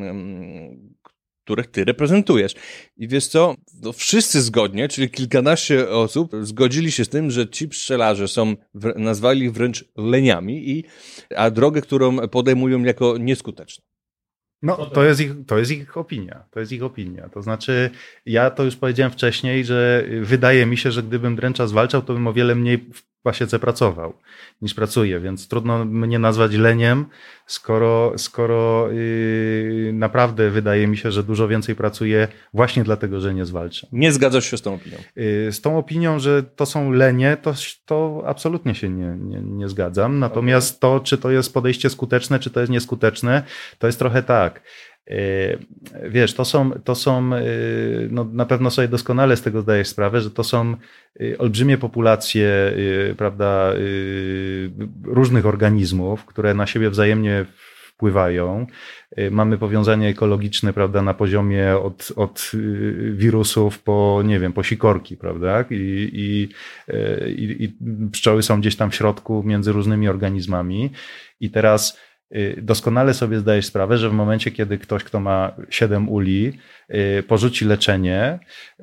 których ty reprezentujesz. I wiesz co, no wszyscy zgodnie, czyli kilkanaście osób zgodzili się z tym, że ci pszczelarze nazwali ich wręcz leniami, a drogę, którą podejmują jako nieskuteczną. No, to jest ich opinia. To jest ich opinia. To znaczy, ja to już powiedziałem wcześniej, że wydaje mi się, że gdybym dręcza zwalczał, to bym o wiele mniej w pasiece pracował niż pracuję, więc trudno mnie nazwać leniem, skoro naprawdę wydaje mi się, że dużo więcej pracuję właśnie dlatego, że nie zwalczam. Nie zgadzasz się z tą opinią? Z tą opinią, że to są lenie, to absolutnie się nie zgadzam. Natomiast to, czy to jest podejście skuteczne, czy to jest nieskuteczne, to jest trochę tak. Wiesz, to są no na pewno sobie doskonale z tego zdajesz sprawę, że to są olbrzymie populacje, prawda, różnych organizmów, które na siebie wzajemnie wpływają. Mamy powiązanie ekologiczne, prawda, na poziomie od wirusów po, nie wiem, po sikorki, prawda, i pszczoły są gdzieś tam w środku między różnymi organizmami i teraz doskonale sobie zdajesz sprawę, że w momencie, kiedy ktoś, kto ma 7 uli, porzuci leczenie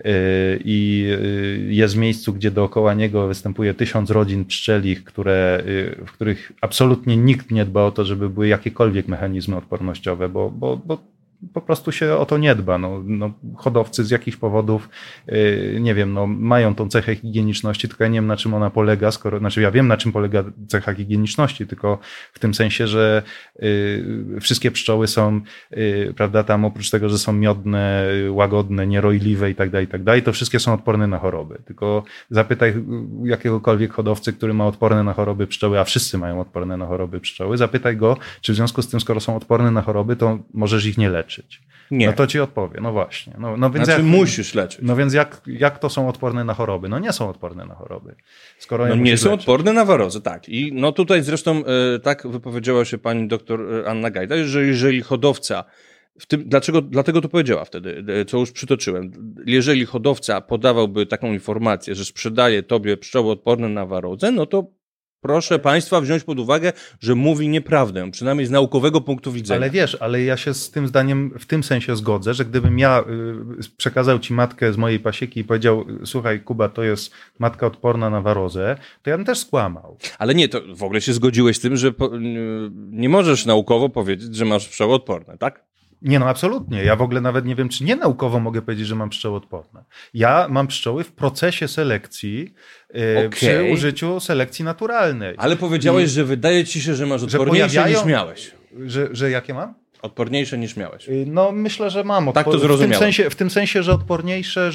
i jest w miejscu, gdzie dookoła niego występuje 1000 rodzin pszczelich, w których absolutnie nikt nie dba o to, żeby były jakiekolwiek mechanizmy odpornościowe, bo po prostu się o to nie dba. No, hodowcy z jakichś powodów, nie wiem, no, mają tą cechę higieniczności, tylko ja nie wiem, na czym ona polega, znaczy ja wiem, na czym polega cecha higieniczności, tylko w tym sensie, że wszystkie pszczoły są, prawda, tam oprócz tego, że są miodne, łagodne, nierojliwe i tak dalej, to wszystkie są odporne na choroby. Tylko zapytaj jakiegokolwiek hodowcy, który ma odporne na choroby pszczoły, a wszyscy mają odporne na choroby pszczoły, zapytaj go, czy w związku z tym, skoro są odporne na choroby, to możesz ich nie leczyć. Nie. No to ci odpowie, no właśnie. No więc znaczy musisz leczyć. No więc jak to są odporne na choroby? No nie są odporne na choroby. Skoro no nie są odporne na warozę, tak. I no tutaj zresztą tak wypowiedziała się pani doktor Anna Gajda, że jeżeli hodowca, dlatego to powiedziała wtedy, co już przytoczyłem, jeżeli hodowca podawałby taką informację, że sprzedaje tobie pszczoły odporne na warozę, no to proszę państwa wziąć pod uwagę, że mówi nieprawdę, przynajmniej z naukowego punktu widzenia. Ale wiesz, ale ja się z tym zdaniem w tym sensie zgodzę, że gdybym ja przekazał ci matkę z mojej pasieki i powiedział, słuchaj Kuba, to jest matka odporna na warozę, to ja bym też skłamał. Ale nie, to w ogóle się zgodziłeś z tym, że nie możesz naukowo powiedzieć, że masz pszczoły odporne, tak? Nie, no absolutnie. Ja w ogóle nawet nie wiem, czy nie naukowo mogę powiedzieć, że mam pszczoły odporne. Ja mam pszczoły w procesie selekcji, przy użyciu selekcji naturalnej. Ale powiedziałeś, że wydaje ci się, że masz odporniejsze niż miałeś. Że jakie mam? Odporniejsze niż miałeś. No myślę, że mam. Tak to zrozumiałem. W tym sensie, że odporniejsze,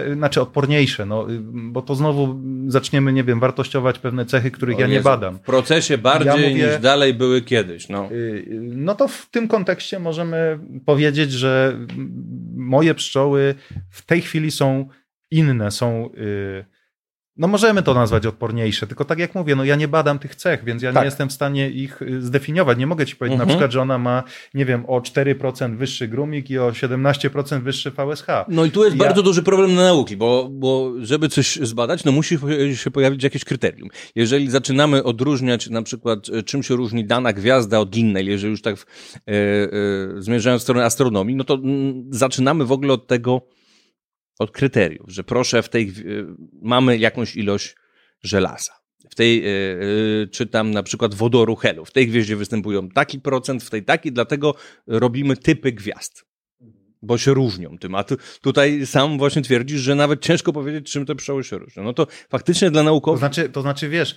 no, bo to znowu zaczniemy, nie wiem, wartościować pewne cechy, których ja nie badam. W procesie bardziej niż dalej były kiedyś. No. No to w tym kontekście możemy powiedzieć, że moje pszczoły w tej chwili są inne, są No możemy to nazwać odporniejsze, tylko tak jak mówię, no ja nie badam tych cech, więc ja Tak. nie jestem w stanie ich zdefiniować. Nie mogę ci powiedzieć na przykład, że ona ma, nie wiem, o 4% wyższy grumik i o 17% wyższy VSH. No i tu jest bardzo duży problem na nauki, bo żeby coś zbadać, no musi się pojawić jakieś kryterium. Jeżeli zaczynamy odróżniać na przykład, czym się różni dana gwiazda od innej, jeżeli już tak zmierzając w stronę astronomii, no to zaczynamy w ogóle od tego, od kryteriów, że proszę, mamy jakąś ilość żelaza. W tej, czy tam na przykład wodoru helu. W tej gwieździe występują taki procent, w tej taki, dlatego robimy typy gwiazd. Bo się różnią tym. A tutaj sam właśnie twierdzisz, że nawet ciężko powiedzieć, czym te pszczoły się różnią. No to faktycznie dla naukowców... To znaczy wiesz...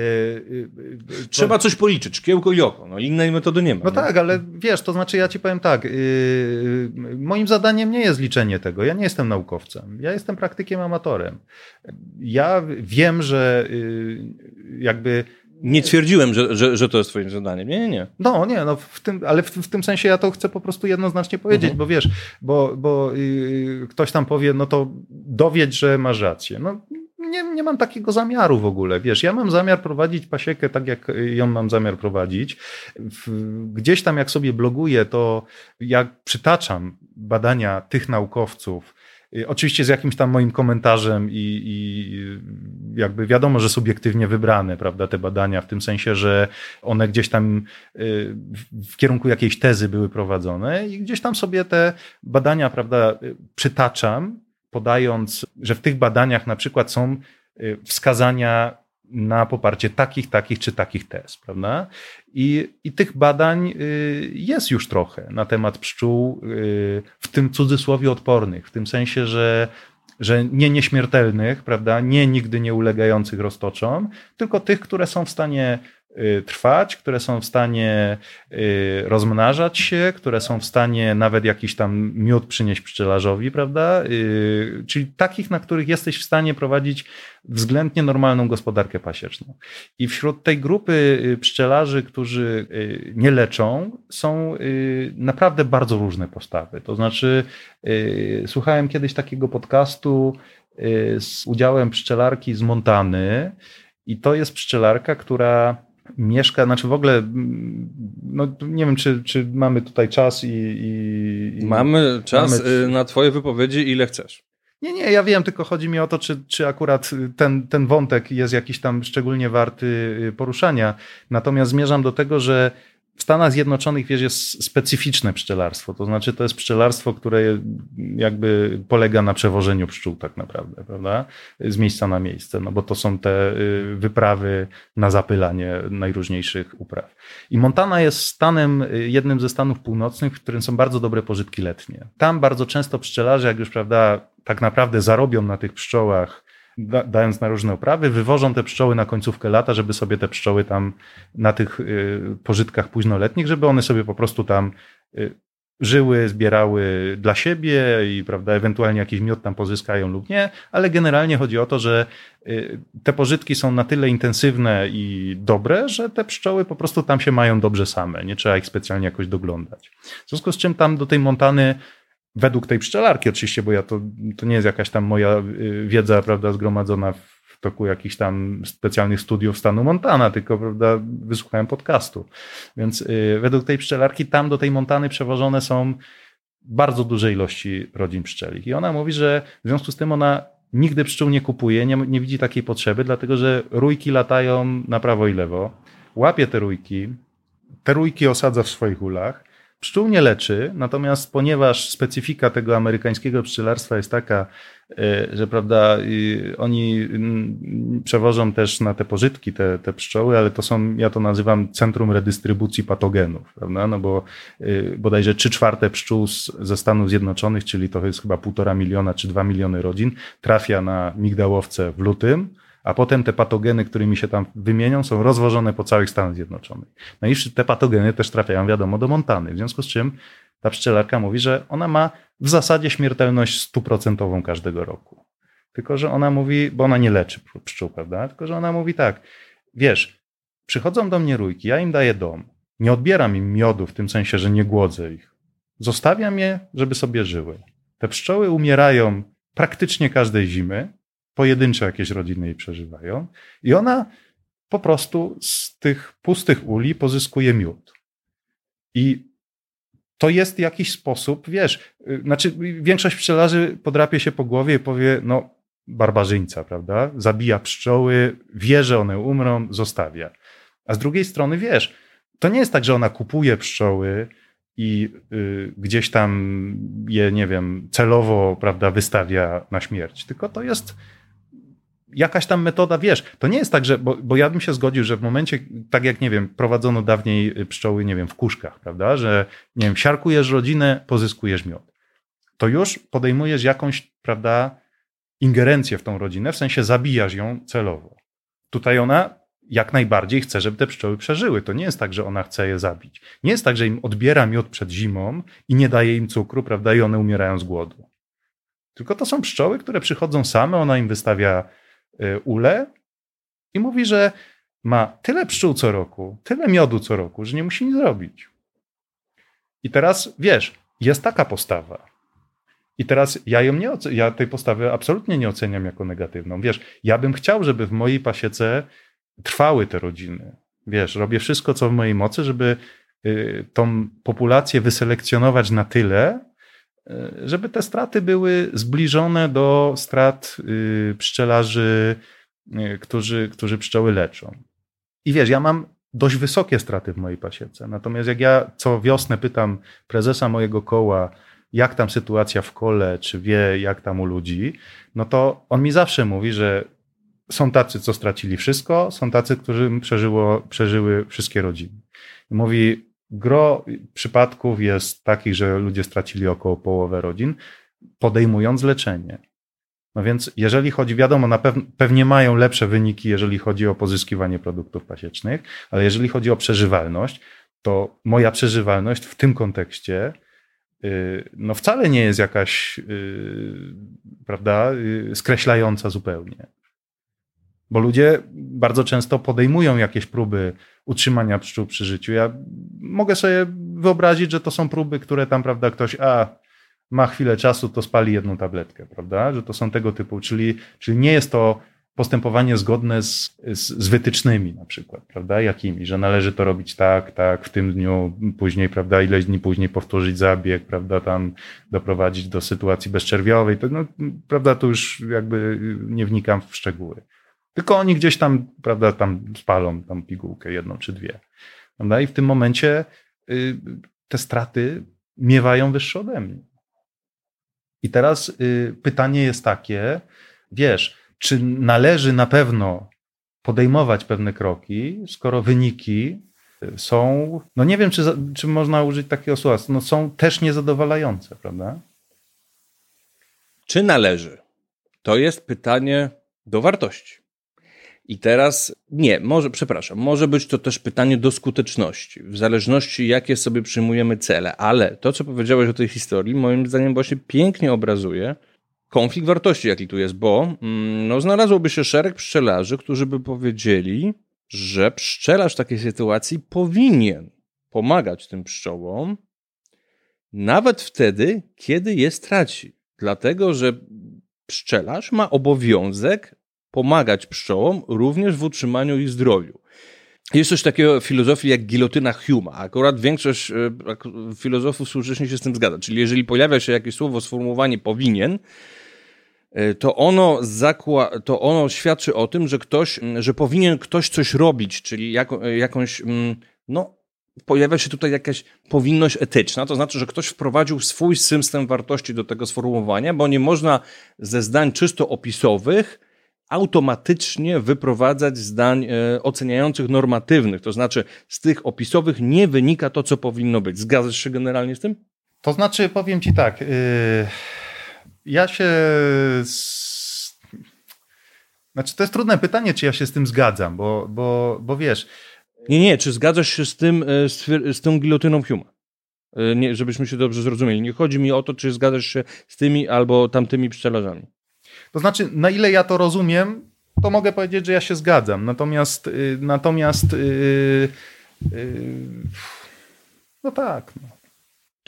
Trzeba coś policzyć, szkiełko i oko. No innej metody nie ma. No nie? tak, ale wiesz, to znaczy ja ci powiem tak, moim zadaniem nie jest liczenie tego, ja nie jestem naukowcem, ja jestem praktykiem amatorem. Ja wiem, że jakby... Nie twierdziłem, że to jest twoim zadaniem. Nie. No ale w tym sensie ja to chcę po prostu jednoznacznie powiedzieć, bo wiesz, bo ktoś tam powie, no to dowiedz, że masz rację. No nie mam takiego zamiaru w ogóle, wiesz, ja mam zamiar prowadzić pasiekę tak, jak ją mam zamiar prowadzić. Gdzieś tam jak sobie bloguję, to jak przytaczam badania tych naukowców, oczywiście z jakimś tam moim komentarzem i jakby wiadomo, że subiektywnie wybrane, prawda, te badania, w tym sensie, że one gdzieś tam w kierunku jakiejś tezy były prowadzone i gdzieś tam sobie te badania, prawda, przytaczam, podając, że w tych badaniach na przykład są wskazania na poparcie takich czy takich tez, prawda? I tych badań jest już trochę na temat pszczół, w tym cudzysłowie odpornych, w tym sensie, że nie nieśmiertelnych, prawda? Nie nigdy nie ulegających roztoczom, tylko tych, które są w stanie trwać, które są w stanie rozmnażać się, które są w stanie nawet jakiś tam miód przynieść pszczelarzowi, prawda? Czyli takich, na których jesteś w stanie prowadzić względnie normalną gospodarkę pasieczną. I wśród tej grupy pszczelarzy, którzy nie leczą, są naprawdę bardzo różne postawy. To znaczy, słuchałem kiedyś takiego podcastu z udziałem pszczelarki z Montany i to jest pszczelarka, która mieszka, znaczy w ogóle, no nie wiem, czy mamy tutaj czas Mamy czas na twoje wypowiedzi, ile chcesz. Nie, ja wiem, tylko chodzi mi o to, czy akurat ten wątek jest jakiś tam szczególnie warty poruszania. Natomiast zmierzam do tego, że w Stanach Zjednoczonych, wiesz, jest specyficzne pszczelarstwo. To znaczy, to jest pszczelarstwo, które jakby polega na przewożeniu pszczół tak naprawdę, prawda? Z miejsca na miejsce, no bo to są te wyprawy na zapylanie najróżniejszych upraw. I Montana jest stanem, jednym ze stanów północnych, w którym są bardzo dobre pożytki letnie. Tam bardzo często pszczelarze, jak już, prawda, tak naprawdę zarobią na tych pszczołach, dając na różne uprawy, wywożą te pszczoły na końcówkę lata, żeby sobie te pszczoły tam na tych pożytkach późnoletnich, żeby one sobie po prostu tam żyły, zbierały dla siebie i, prawda, ewentualnie jakiś miód tam pozyskają lub nie, ale generalnie chodzi o to, że te pożytki są na tyle intensywne i dobre, że te pszczoły po prostu tam się mają dobrze same, nie trzeba ich specjalnie jakoś doglądać. W związku z czym tam do tej Montany, według tej pszczelarki oczywiście, bo ja to nie jest jakaś tam moja wiedza, prawda, zgromadzona w toku jakichś tam specjalnych studiów stanu Montana, tylko, prawda, wysłuchałem podcastu. Więc według tej pszczelarki tam do tej Montany przewożone są bardzo duże ilości rodzin pszczelich. I ona mówi, że w związku z tym ona nigdy pszczół nie kupuje, nie widzi takiej potrzeby, dlatego że rójki latają na prawo i lewo, łapie te rójki osadza w swoich ulach. Pszczół nie leczy, natomiast ponieważ specyfika tego amerykańskiego pszczelarstwa jest taka, że, prawda, oni przewożą też na te pożytki te pszczoły, ale to są, ja to nazywam centrum redystrybucji patogenów, prawda? No bo bodajże 3/4 pszczół ze Stanów Zjednoczonych, czyli to jest chyba 1,5 miliona czy 2 miliony rodzin, trafia na migdałowce w lutym, a potem te patogeny, którymi się tam wymienią, są rozwożone po całych Stanach Zjednoczonych. No i te patogeny też trafiają, wiadomo, do Montany. W związku z czym ta pszczelarka mówi, że ona ma w zasadzie śmiertelność 100% każdego roku. Tylko że ona mówi, bo ona nie leczy pszczół, prawda? Tylko że ona mówi tak, wiesz, przychodzą do mnie rójki, ja im daję dom, nie odbieram im miodu w tym sensie, że nie głodzę ich. Zostawiam je, żeby sobie żyły. Te pszczoły umierają praktycznie każdej zimy, pojedyncze jakieś rodziny jej przeżywają i ona po prostu z tych pustych uli pozyskuje miód. I to jest jakiś sposób, wiesz, znaczy większość pszczelarzy podrapie się po głowie i powie, no barbarzyńca, prawda? Zabija pszczoły, wie, że one umrą, zostawia. A z drugiej strony, wiesz, to nie jest tak, że ona kupuje pszczoły i gdzieś tam je, nie wiem, celowo, prawda, wystawia na śmierć, tylko to jest jakaś tam metoda, wiesz, to nie jest tak, że, bo ja bym się zgodził, że w momencie, tak jak, nie wiem, prowadzono dawniej pszczoły, nie wiem, w kuszkach, prawda, że, nie wiem, siarkujesz rodzinę, pozyskujesz miód. To już podejmujesz jakąś, prawda, ingerencję w tą rodzinę, w sensie zabijasz ją celowo. Tutaj ona jak najbardziej chce, żeby te pszczoły przeżyły. To nie jest tak, że ona chce je zabić. Nie jest tak, że im odbiera miód przed zimą i nie daje im cukru, prawda, i one umierają z głodu. Tylko to są pszczoły, które przychodzą same, ona im wystawia ule i mówi, że ma tyle pszczół co roku, tyle miodu co roku, że nie musi nic robić. I teraz, wiesz, jest taka postawa. I teraz ja tej postawy absolutnie nie oceniam jako negatywną. Wiesz, ja bym chciał, żeby w mojej pasiece trwały te rodziny. Wiesz, robię wszystko, co w mojej mocy, żeby tą populację wyselekcjonować na tyle, żeby te straty były zbliżone do strat pszczelarzy, którzy pszczoły leczą. I wiesz, ja mam dość wysokie straty w mojej pasiece. Natomiast jak ja co wiosnę pytam prezesa mojego koła, jak tam sytuacja w kole, czy wie, jak tam u ludzi, no to on mi zawsze mówi, że są tacy, co stracili wszystko, są tacy, którym przeżyły wszystkie rodziny. I mówi, gro przypadków jest takich, że ludzie stracili około połowę rodzin, podejmując leczenie. No więc jeżeli chodzi, wiadomo, pewnie mają lepsze wyniki, jeżeli chodzi o pozyskiwanie produktów pasiecznych, ale jeżeli chodzi o przeżywalność, to moja przeżywalność w tym kontekście no wcale nie jest jakaś, prawda, skreślająca zupełnie. Bo ludzie bardzo często podejmują jakieś próby utrzymania pszczół przy życiu. Ja mogę sobie wyobrazić, że to są próby, które tam, prawda, ktoś ma chwilę czasu, to spali jedną tabletkę, prawda? Że to są tego typu, czyli nie jest to postępowanie zgodne z wytycznymi na przykład, prawda? Jakimi, że należy to robić tak, w tym dniu, później, prawda, ileś dni później powtórzyć zabieg, prawda, tam doprowadzić do sytuacji bezczerwiowej, to, no, prawda, to już jakby nie wnikam w szczegóły. Tylko oni gdzieś tam, prawda, tam spalą tam pigułkę jedną czy dwie. Prawda? I w tym momencie te straty miewają wyższe ode mnie. I teraz pytanie jest takie, wiesz, czy należy na pewno podejmować pewne kroki, skoro wyniki są, no nie wiem, czy można użyć takiego słowa, no są też niezadowalające, prawda? Czy należy? To jest pytanie do wartości. I teraz, może być to też pytanie do skuteczności, w zależności jakie sobie przyjmujemy cele, ale to, co powiedziałeś o tej historii, moim zdaniem właśnie pięknie obrazuje konflikt wartości, jaki tu jest, bo no, znalazłoby się szereg pszczelarzy, którzy by powiedzieli, że pszczelarz w takiej sytuacji powinien pomagać tym pszczołom, nawet wtedy, kiedy je straci. Dlatego, że pszczelarz ma obowiązek pomagać pszczołom również w utrzymaniu ich zdrowiu. Jest coś takiego w filozofii jak gilotyna Hume'a. Akurat większość filozofów współcześnie się z tym zgadza. Czyli jeżeli pojawia się jakieś słowo, sformułowanie powinien, to ono świadczy o tym, że powinien ktoś coś robić, czyli jakąś, pojawia się tutaj jakaś powinność etyczna, to znaczy, że ktoś wprowadził swój system wartości do tego sformułowania, bo nie można ze zdań czysto opisowych automatycznie wyprowadzać zdań oceniających normatywnych, to znaczy z tych opisowych nie wynika to, co powinno być. Zgadzasz się generalnie z tym? To znaczy, powiem ci tak, ja się... Znaczy, to jest trudne pytanie, czy ja się z tym zgadzam, bo wiesz... Nie, czy zgadzasz się z tą gilotyną Hume'a? Nie, żebyśmy się dobrze zrozumieli. Nie chodzi mi o to, czy zgadzasz się z tymi albo tamtymi pszczelarzami. To znaczy, na ile ja to rozumiem, to mogę powiedzieć, że ja się zgadzam. Natomiast no tak. No.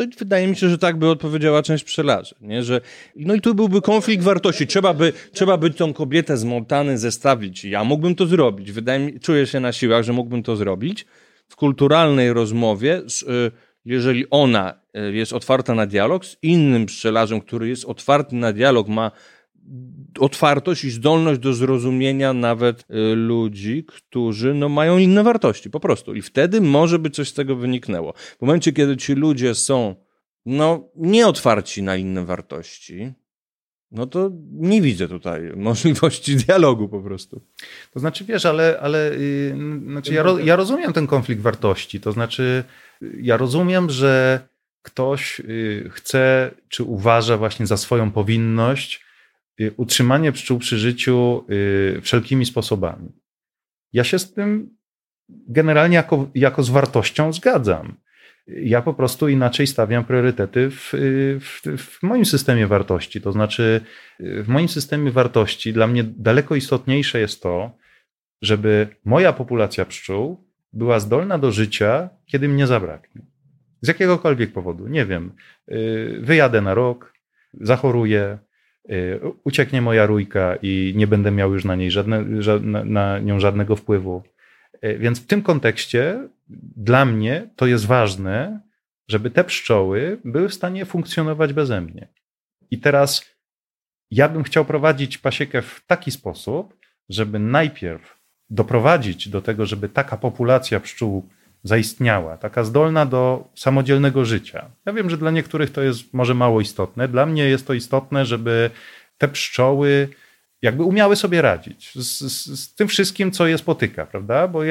to wydaje mi się, że tak by odpowiedziała część pszczelarzy, nie? Że, no i tu byłby konflikt wartości. Trzeba by tą kobietę z Montany zestawić. Ja mógłbym to zrobić. Czuję się na siłach, że mógłbym to zrobić. W kulturalnej rozmowie, jeżeli ona jest otwarta na dialog z innym pszczelarzem, który jest otwarty na dialog, ma otwartość i zdolność do zrozumienia nawet ludzi, którzy mają inne wartości, po prostu. I wtedy może by coś z tego wyniknęło. W momencie, kiedy ci ludzie są nieotwarci na inne wartości, no to nie widzę tutaj możliwości dialogu po prostu. To znaczy, wiesz, ale ja rozumiem ten konflikt wartości. To znaczy, ja rozumiem, że ktoś chce, czy uważa właśnie za swoją powinność utrzymanie pszczół przy życiu wszelkimi sposobami. Ja się z tym generalnie jako z wartością zgadzam. Ja po prostu inaczej stawiam priorytety w moim systemie wartości. To znaczy, w moim systemie wartości dla mnie daleko istotniejsze jest to, żeby moja populacja pszczół była zdolna do życia, kiedy mnie zabraknie. Z jakiegokolwiek powodu. Nie wiem, wyjadę na rok, zachoruję, ucieknie moja rójka i nie będę miał już na nią żadnego wpływu. Więc w tym kontekście dla mnie to jest ważne, żeby te pszczoły były w stanie funkcjonować beze mnie. I teraz ja bym chciał prowadzić pasiekę w taki sposób, żeby najpierw doprowadzić do tego, żeby taka populacja pszczół zaistniała, taka zdolna do samodzielnego życia. Ja wiem, że dla niektórych to jest może mało istotne. Dla mnie jest to istotne, żeby te pszczoły jakby umiały sobie radzić z tym wszystkim, co je spotyka, prawda? Bo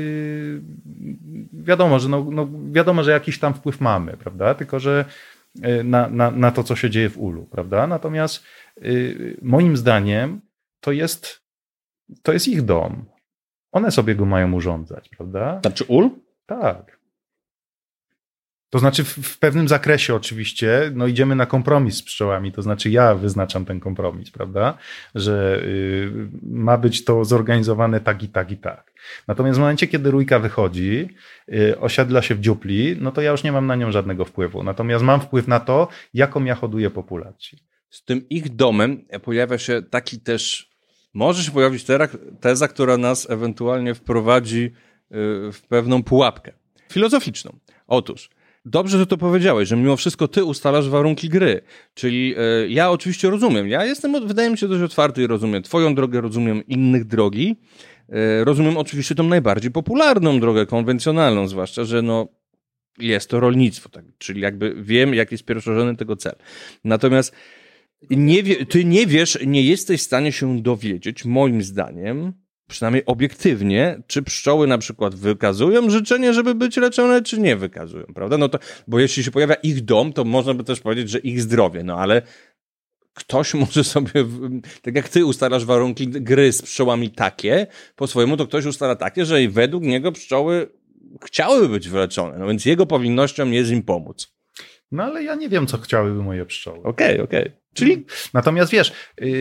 wiadomo, że jakiś tam wpływ mamy, prawda? Tylko że na to, co się dzieje w ulu, prawda? Natomiast moim zdaniem to jest ich dom. One sobie go mają urządzać, prawda? Znaczy ul? Tak. To znaczy w pewnym zakresie oczywiście, idziemy na kompromis z pszczołami, to znaczy ja wyznaczam ten kompromis, prawda, że ma być to zorganizowane tak i tak i tak. Natomiast w momencie, kiedy rójka wychodzi, osiadla się w dziupli, no to ja już nie mam na nią żadnego wpływu. Natomiast mam wpływ na to, jaką ja hoduję populacji. Z tym ich domem pojawia się taki też, może się pojawić teza, która nas ewentualnie wprowadzi w pewną pułapkę filozoficzną. Otóż, dobrze, że to powiedziałeś, że mimo wszystko ty ustalasz warunki gry. Czyli ja oczywiście rozumiem. Ja jestem, wydaje mi się, dość otwarty i rozumiem twoją drogę, rozumiem innych drogi. Rozumiem oczywiście tą najbardziej popularną drogę, konwencjonalną, zwłaszcza, że jest to rolnictwo. Tak? Czyli jakby wiem, jaki jest pierwszorzędny tego cel. Natomiast ty nie wiesz, nie jesteś w stanie się dowiedzieć, moim zdaniem, przynajmniej obiektywnie, czy pszczoły na przykład wykazują życzenie, żeby być leczone, czy nie wykazują, prawda? Bo jeśli się pojawia ich dom, to można by też powiedzieć, że ich zdrowie, ale ktoś może sobie, tak jak ty ustalasz warunki gry z pszczołami takie, po swojemu to ktoś ustala takie, że według niego pszczoły chciałyby być wyleczone, więc jego powinnością jest im pomóc. No ale ja nie wiem, co chciałyby moje pszczoły. Okej. Czyli... Natomiast wiesz,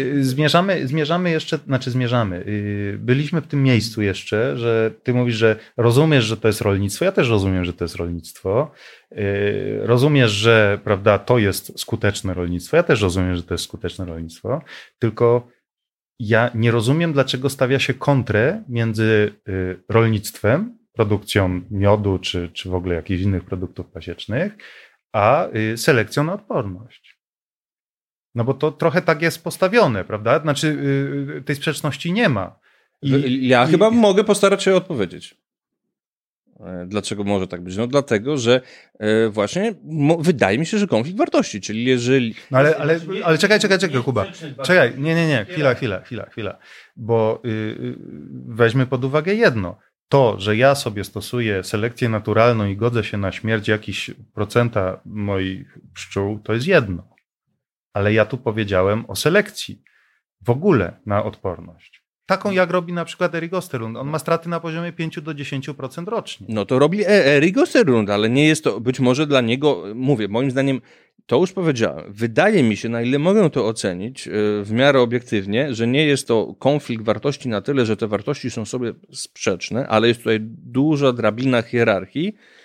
byliśmy w tym miejscu jeszcze, że ty mówisz, że rozumiesz, że to jest rolnictwo. Ja też rozumiem, że to jest rolnictwo. Rozumiesz, że prawda, to jest skuteczne rolnictwo. Ja też rozumiem, że to jest skuteczne rolnictwo. Tylko ja nie rozumiem, dlaczego stawia się kontrę między rolnictwem, produkcją miodu czy w ogóle jakichś innych produktów pasiecznych, a selekcją na odporność. No bo to trochę tak jest postawione, prawda? Znaczy tej sprzeczności nie ma. Chyba mogę postarać się odpowiedzieć. Dlaczego może tak być? Dlatego, że właśnie wydaje mi się, że konflikt wartości, czyli jeżeli... No ale czekaj, Kuba. Czekaj, nie, chwila. Bo weźmy pod uwagę jedno. To, że ja sobie stosuję selekcję naturalną i godzę się na śmierć jakiś procenta moich pszczół, to jest jedno. Ale ja tu powiedziałem o selekcji w ogóle na odporność. Taką jak robi na przykład Erik Osterlund. On ma straty na poziomie 5 do 10% rocznie. No to robi Erik Osterlund, ale nie jest to, być może dla niego, mówię, moim zdaniem, to już powiedziałem, wydaje mi się, na ile mogę to ocenić w miarę obiektywnie, że nie jest to konflikt wartości na tyle, że te wartości są sobie sprzeczne, ale jest tutaj duża drabina hierarchii,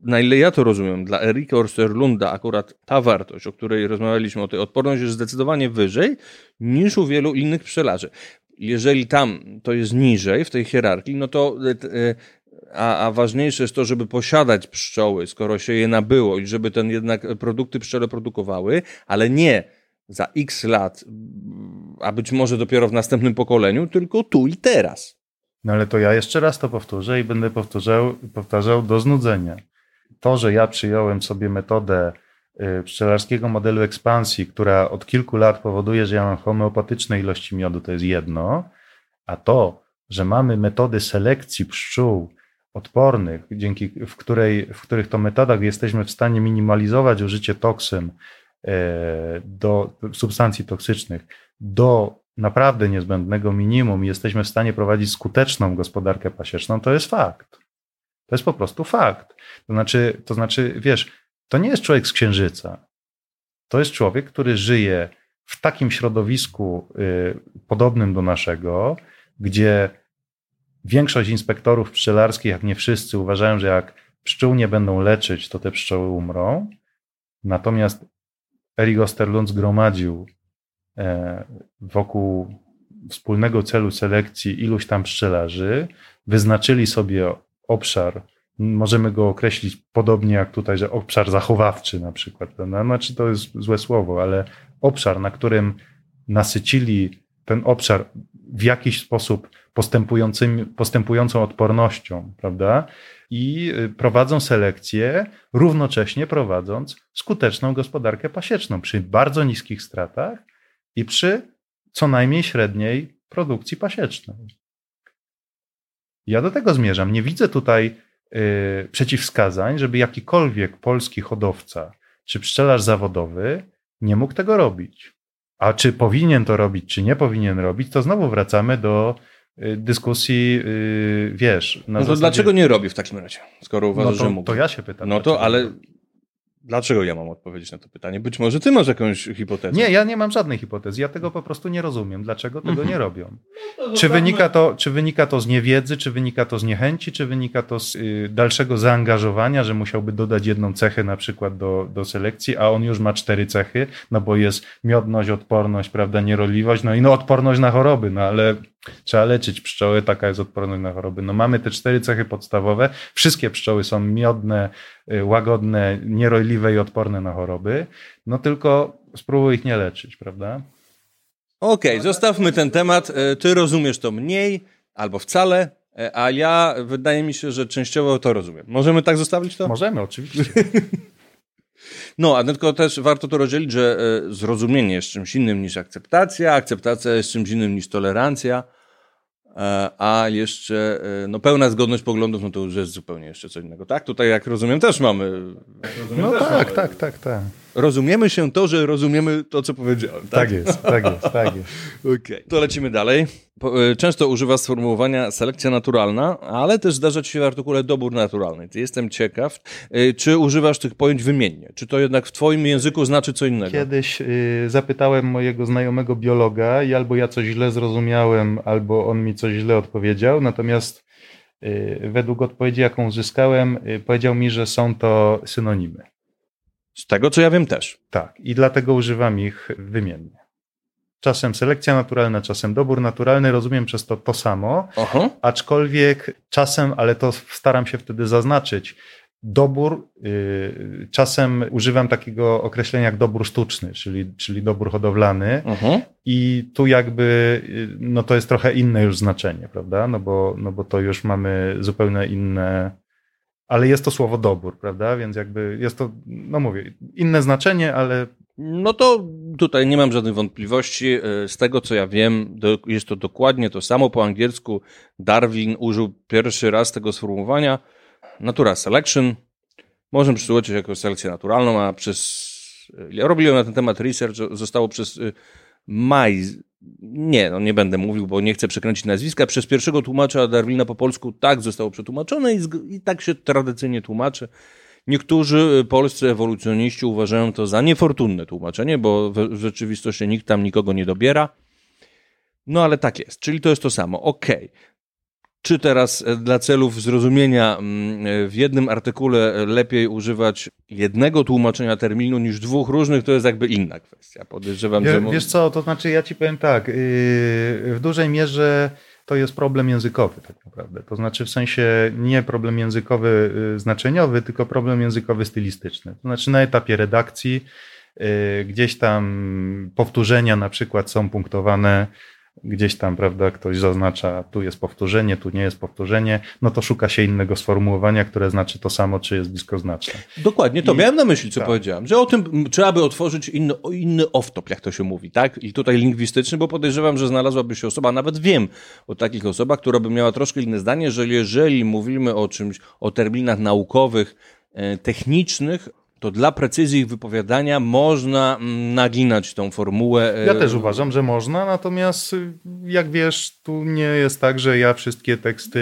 na ile ja to rozumiem, dla Erika Osterlunda akurat ta wartość, o której rozmawialiśmy, o tej odporność jest zdecydowanie wyżej niż u wielu innych pszczelarzy. Jeżeli tam to jest niżej w tej hierarchii, no to a ważniejsze jest to, żeby posiadać pszczoły, skoro się je nabyło i żeby ten jednak produkty pszczele produkowały, ale nie za x lat, a być może dopiero w następnym pokoleniu, tylko tu i teraz. No ale to ja jeszcze raz to powtórzę i będę powtarzał do znudzenia. To, że ja przyjąłem sobie metodę pszczelarskiego modelu ekspansji, która od kilku lat powoduje, że ja mam homeopatyczne ilości miodu, to jest jedno, a to, że mamy metody selekcji pszczół odpornych, w których to metodach jesteśmy w stanie minimalizować użycie toksyn do substancji toksycznych do naprawdę niezbędnego minimum i jesteśmy w stanie prowadzić skuteczną gospodarkę pasieczną, to jest fakt. To jest po prostu fakt. To znaczy, wiesz, to nie jest człowiek z Księżyca. To jest człowiek, który żyje w takim środowisku podobnym do naszego, gdzie większość inspektorów pszczelarskich, jak nie wszyscy, uważają, że jak pszczół nie będą leczyć, to te pszczoły umrą. Natomiast Erik Osterlund zgromadził wokół wspólnego celu selekcji iluś tam pszczelarzy, wyznaczyli sobie obszar, możemy go określić podobnie jak tutaj, że obszar zachowawczy na przykład, znaczy to jest złe słowo, ale obszar, na którym nasycili ten obszar w jakiś sposób postępującą odpornością, prawda? I prowadzą selekcję, równocześnie prowadząc skuteczną gospodarkę pasieczną przy bardzo niskich stratach i przy co najmniej średniej produkcji pasiecznej. Ja do tego zmierzam. Nie widzę tutaj przeciwwskazań, żeby jakikolwiek polski hodowca czy pszczelarz zawodowy nie mógł tego robić. A czy powinien to robić, czy nie powinien robić, to znowu wracamy do dyskusji, wiesz... No to zasadzie... dlaczego nie robi w takim razie, skoro uważasz, że mógł? To ja się pytam. No to, ale dlaczego ja mam odpowiedzieć na to pytanie? Być może ty masz jakąś hipotezę. Nie, ja nie mam żadnej hipotezy. Ja tego po prostu nie rozumiem. Dlaczego tego nie robią? No Czy wynika to z niewiedzy, czy wynika to z niechęci, czy wynika to z dalszego zaangażowania, że musiałby dodać jedną cechę na przykład do selekcji, a on już ma 4 cechy, no bo jest miodność, odporność, prawda, nierodliwość, no i odporność na choroby, no ale trzeba leczyć pszczoły, taka jest odporność na choroby. No mamy te 4 cechy podstawowe, wszystkie pszczoły są miodne, łagodne, nierojliwe i odporne na choroby, no tylko spróbuj ich nie leczyć, prawda? Okej, zostawmy ten temat. Ty rozumiesz to mniej albo wcale, a ja wydaje mi się, że częściowo to rozumiem. Możemy tak zostawić to? Możemy, oczywiście. No, a tylko też warto to rozdzielić, że zrozumienie jest czymś innym niż akceptacja, akceptacja jest czymś innym niż tolerancja, a jeszcze pełna zgodność poglądów, no to już jest zupełnie jeszcze co innego, tak? Tutaj, jak rozumiem, też mamy... Tak. Rozumiemy się to, że rozumiemy to, co powiedziałem, tak? Tak jest. Okej. To lecimy dalej. Często używa sformułowania selekcja naturalna, ale też zdarza ci się w artykule dobór naturalny. Jestem ciekaw, czy używasz tych pojęć wymiennie? Czy to jednak w twoim języku znaczy co innego? Kiedyś zapytałem mojego znajomego biologa i albo ja coś źle zrozumiałem, albo on mi coś źle odpowiedział, natomiast według odpowiedzi, jaką uzyskałem, powiedział mi, że są to synonimy. Z tego, co ja wiem też. Tak, i dlatego używam ich wymiennie. Czasem selekcja naturalna, czasem dobór naturalny, rozumiem przez to samo, aczkolwiek czasem, ale to staram się wtedy zaznaczyć, dobór, czasem używam takiego określenia jak dobór sztuczny, czyli dobór hodowlany i tu jakby to jest trochę inne już znaczenie, prawda? No bo to już mamy zupełnie inne, ale jest to słowo dobór, prawda? Więc jakby jest to, mówię, inne znaczenie, ale... No to tutaj nie mam żadnych wątpliwości. Z tego, co ja wiem, jest to dokładnie to samo. Po angielsku Darwin użył pierwszy raz tego sformułowania natural selection. Możemy przetłumaczyć jako selekcję naturalną, a ja robiłem na ten temat research, zostało przez nie będę mówił, bo nie chcę przekręcić nazwiska. Przez pierwszego tłumacza Darwina po polsku tak zostało przetłumaczone i tak się tradycyjnie tłumaczy. Niektórzy polscy ewolucjoniści uważają to za niefortunne tłumaczenie, bo w rzeczywistości nikt tam nikogo nie dobiera. No ale tak jest, czyli to jest to samo. Okej. Czy teraz dla celów zrozumienia w jednym artykule lepiej używać jednego tłumaczenia terminu niż dwóch różnych, to jest jakby inna kwestia. Podejrzewam, że... Wiesz co, to znaczy ja ci powiem tak, w dużej mierze to jest problem językowy tak naprawdę. To znaczy w sensie nie problem językowy znaczeniowy, tylko problem językowy stylistyczny. To znaczy na etapie redakcji gdzieś tam powtórzenia na przykład są punktowane, gdzieś tam, prawda, ktoś zaznacza, tu jest powtórzenie, tu nie jest powtórzenie, no to szuka się innego sformułowania, które znaczy to samo, czy jest bliskoznaczne. Dokładnie, to miałem na myśli, co tak. powiedziałem, że o tym trzeba by otworzyć inny off-top, jak to się mówi, tak? I tutaj lingwistyczny, bo podejrzewam, że znalazłaby się osoba, nawet wiem o takich osobach, która by miała troszkę inne zdanie, że jeżeli mówimy o czymś, o terminach naukowych, technicznych, to dla precyzji ich wypowiadania można naginać tą formułę. Ja też uważam, że można, natomiast jak wiesz, tu nie jest tak, że ja wszystkie teksty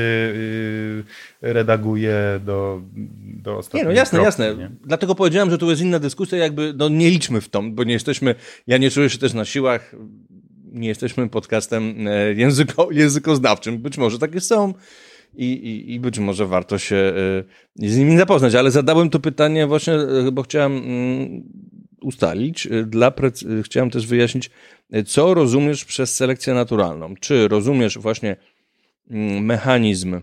redaguję do ostatniej Nie, no jasne, kropki, jasne. Nie? Dlatego powiedziałem, że tu jest inna dyskusja, jakby nie liczmy w to, bo nie jesteśmy, ja nie czuję się też na siłach, nie jesteśmy podcastem językoznawczym. Być może takie są. I być może warto się z nimi zapoznać, ale zadałem to pytanie właśnie, bo chciałem ustalić, chciałem też wyjaśnić, co rozumiesz przez selekcję naturalną. Czy rozumiesz właśnie mechanizm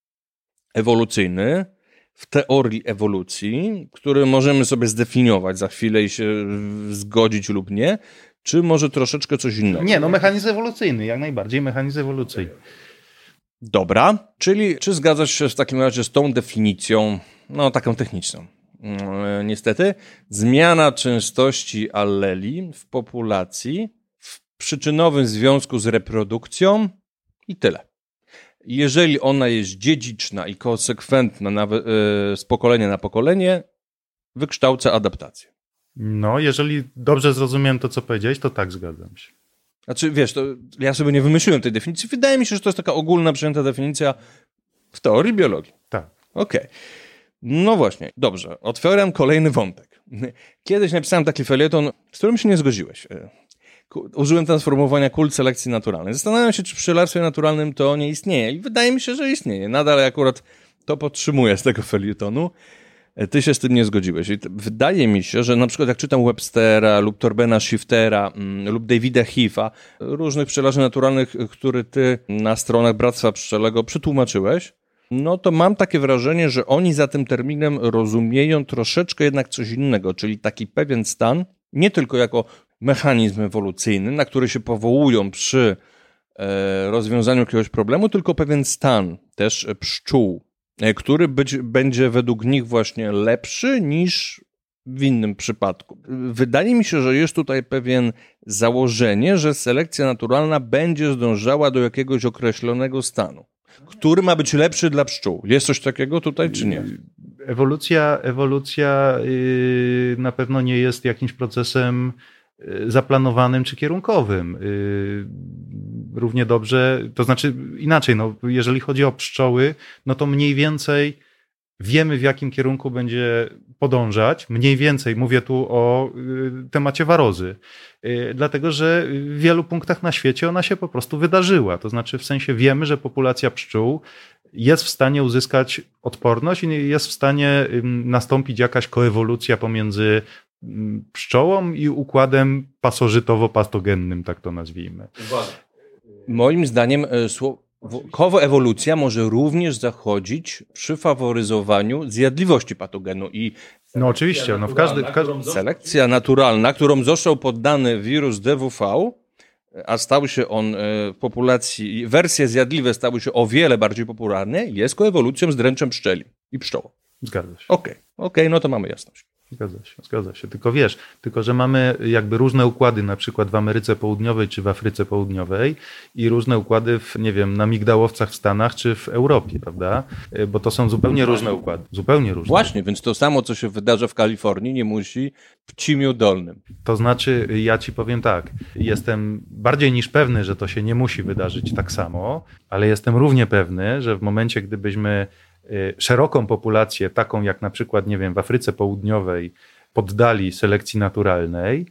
ewolucyjny w teorii ewolucji, który możemy sobie zdefiniować za chwilę i się zgodzić lub nie, czy może troszeczkę coś innego? Nie, no mechanizm ewolucyjny, jak najbardziej mechanizm ewolucyjny. Dobra, czyli czy zgadzasz się w takim razie z tą definicją, no taką techniczną? Niestety, zmiana częstości alleli w populacji w przyczynowym związku z reprodukcją i tyle. Jeżeli ona jest dziedziczna i konsekwentna nawet, z pokolenia na pokolenie, wykształca adaptację. No, jeżeli dobrze zrozumiałem to, co powiedziałeś, to tak, zgadzam się. Znaczy, wiesz, to ja sobie nie wymyśliłem tej definicji. Wydaje mi się, że to jest taka ogólna przyjęta definicja w teorii biologii. Tak. Okej. No właśnie, dobrze. Otwieram kolejny wątek. Kiedyś napisałem taki felieton, z którym się nie zgodziłeś. Użyłem transformowania kult selekcji naturalnej. Zastanawiam się, czy w pszczelarstwie naturalnym to nie istnieje. I wydaje mi się, że istnieje. Nadal akurat to podtrzymuję z tego felietonu. Ty się z tym nie zgodziłeś. I wydaje mi się, że na przykład jak czytam Webstera lub Torbena Shiftera lub Davida Heath'a, różnych pszczelarzy naturalnych, który ty na stronach Bractwa Pszczelego przetłumaczyłeś, no to mam takie wrażenie, że oni za tym terminem rozumieją troszeczkę jednak coś innego, czyli taki pewien stan, nie tylko jako mechanizm ewolucyjny, na który się powołują przy rozwiązaniu jakiegoś problemu, tylko pewien stan też pszczół, który będzie według nich właśnie lepszy niż w innym przypadku. Wydaje mi się, że jest tutaj pewien założenie, że selekcja naturalna będzie zdążała do jakiegoś określonego stanu, który ma być lepszy dla pszczół. Jest coś takiego tutaj, czy nie? Ewolucja na pewno nie jest jakimś procesem zaplanowanym czy kierunkowym. Równie dobrze, to znaczy inaczej, no, jeżeli chodzi o pszczoły, no to mniej więcej wiemy, w jakim kierunku będzie podążać. Mniej więcej mówię tu o temacie warozy. Dlatego, że w wielu punktach na świecie ona się po prostu wydarzyła. To znaczy w sensie wiemy, że populacja pszczół jest w stanie uzyskać odporność i jest w stanie nastąpić jakaś koewolucja pomiędzy pszczołą i układem pasożytowo-patogennym, tak to nazwijmy. Moim zdaniem koewolucja może również zachodzić przy faworyzowaniu zjadliwości patogenu i no oczywiście, no selekcja naturalna, którą został poddany wirus DWV, a stał się on w populacji, wersje zjadliwe stały się o wiele bardziej popularne, jest koewolucją z dręczem pszczeli i pszczołą. Zgadza się. Okej, no to mamy jasność. Zgadza się. Tylko że mamy jakby różne układy, na przykład w Ameryce Południowej czy w Afryce Południowej i różne układy na migdałowcach w Stanach czy w Europie, prawda? Bo to są zupełnie różne układy. Zupełnie różne. Właśnie, więc to samo, co się wydarza w Kalifornii, nie musi w Cimiu Dolnym. To znaczy, ja ci powiem tak, jestem bardziej niż pewny, że to się nie musi wydarzyć tak samo, ale jestem równie pewny, że w momencie, gdybyśmy szeroką populację, taką jak na przykład, w Afryce Południowej, poddali selekcji naturalnej,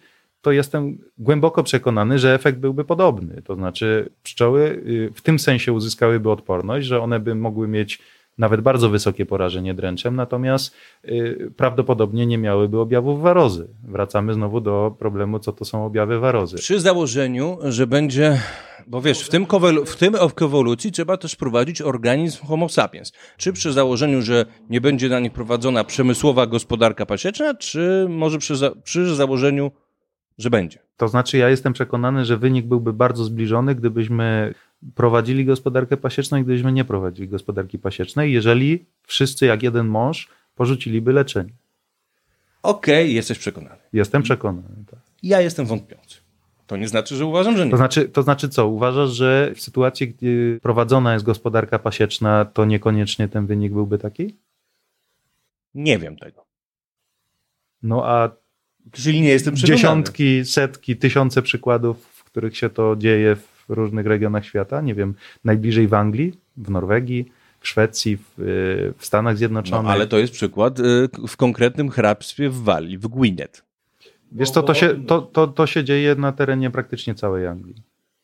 to jestem głęboko przekonany, że efekt byłby podobny. To znaczy pszczoły w tym sensie uzyskałyby odporność, że one by mogły mieć nawet bardzo wysokie porażenie dręczem, natomiast prawdopodobnie nie miałyby objawów warozy. Wracamy znowu do problemu, co to są objawy warozy. Przy założeniu, że będzie, bo wiesz, w tym ewolucji trzeba też prowadzić organizm Homo sapiens. Czy przy założeniu, że nie będzie na nich prowadzona przemysłowa gospodarka pasieczna, czy może przy założeniu, że będzie? To znaczy ja jestem przekonany, że wynik byłby bardzo zbliżony, gdybyśmy prowadzili gospodarkę pasieczną i gdybyśmy nie prowadzili gospodarki pasiecznej, jeżeli wszyscy jak jeden mąż porzuciliby leczenie. Okej, jesteś przekonany. Jestem przekonany. Tak. Ja jestem wątpiący. To nie znaczy, że uważam, że nie. To znaczy co? Uważasz, że w sytuacji, gdy prowadzona jest gospodarka pasieczna, to niekoniecznie ten wynik byłby taki? Nie wiem tego. No a Czyli nie jestem przekonany. dziesiątki, setki, tysiące przykładów, w których się to dzieje w różnych regionach świata. Nie wiem, najbliżej w Anglii, w Norwegii, w Szwecji, w Stanach Zjednoczonych. No, ale to jest przykład w konkretnym hrabstwie w Walii, w Gwynedd. Wiesz co, to się dzieje na terenie praktycznie całej Anglii.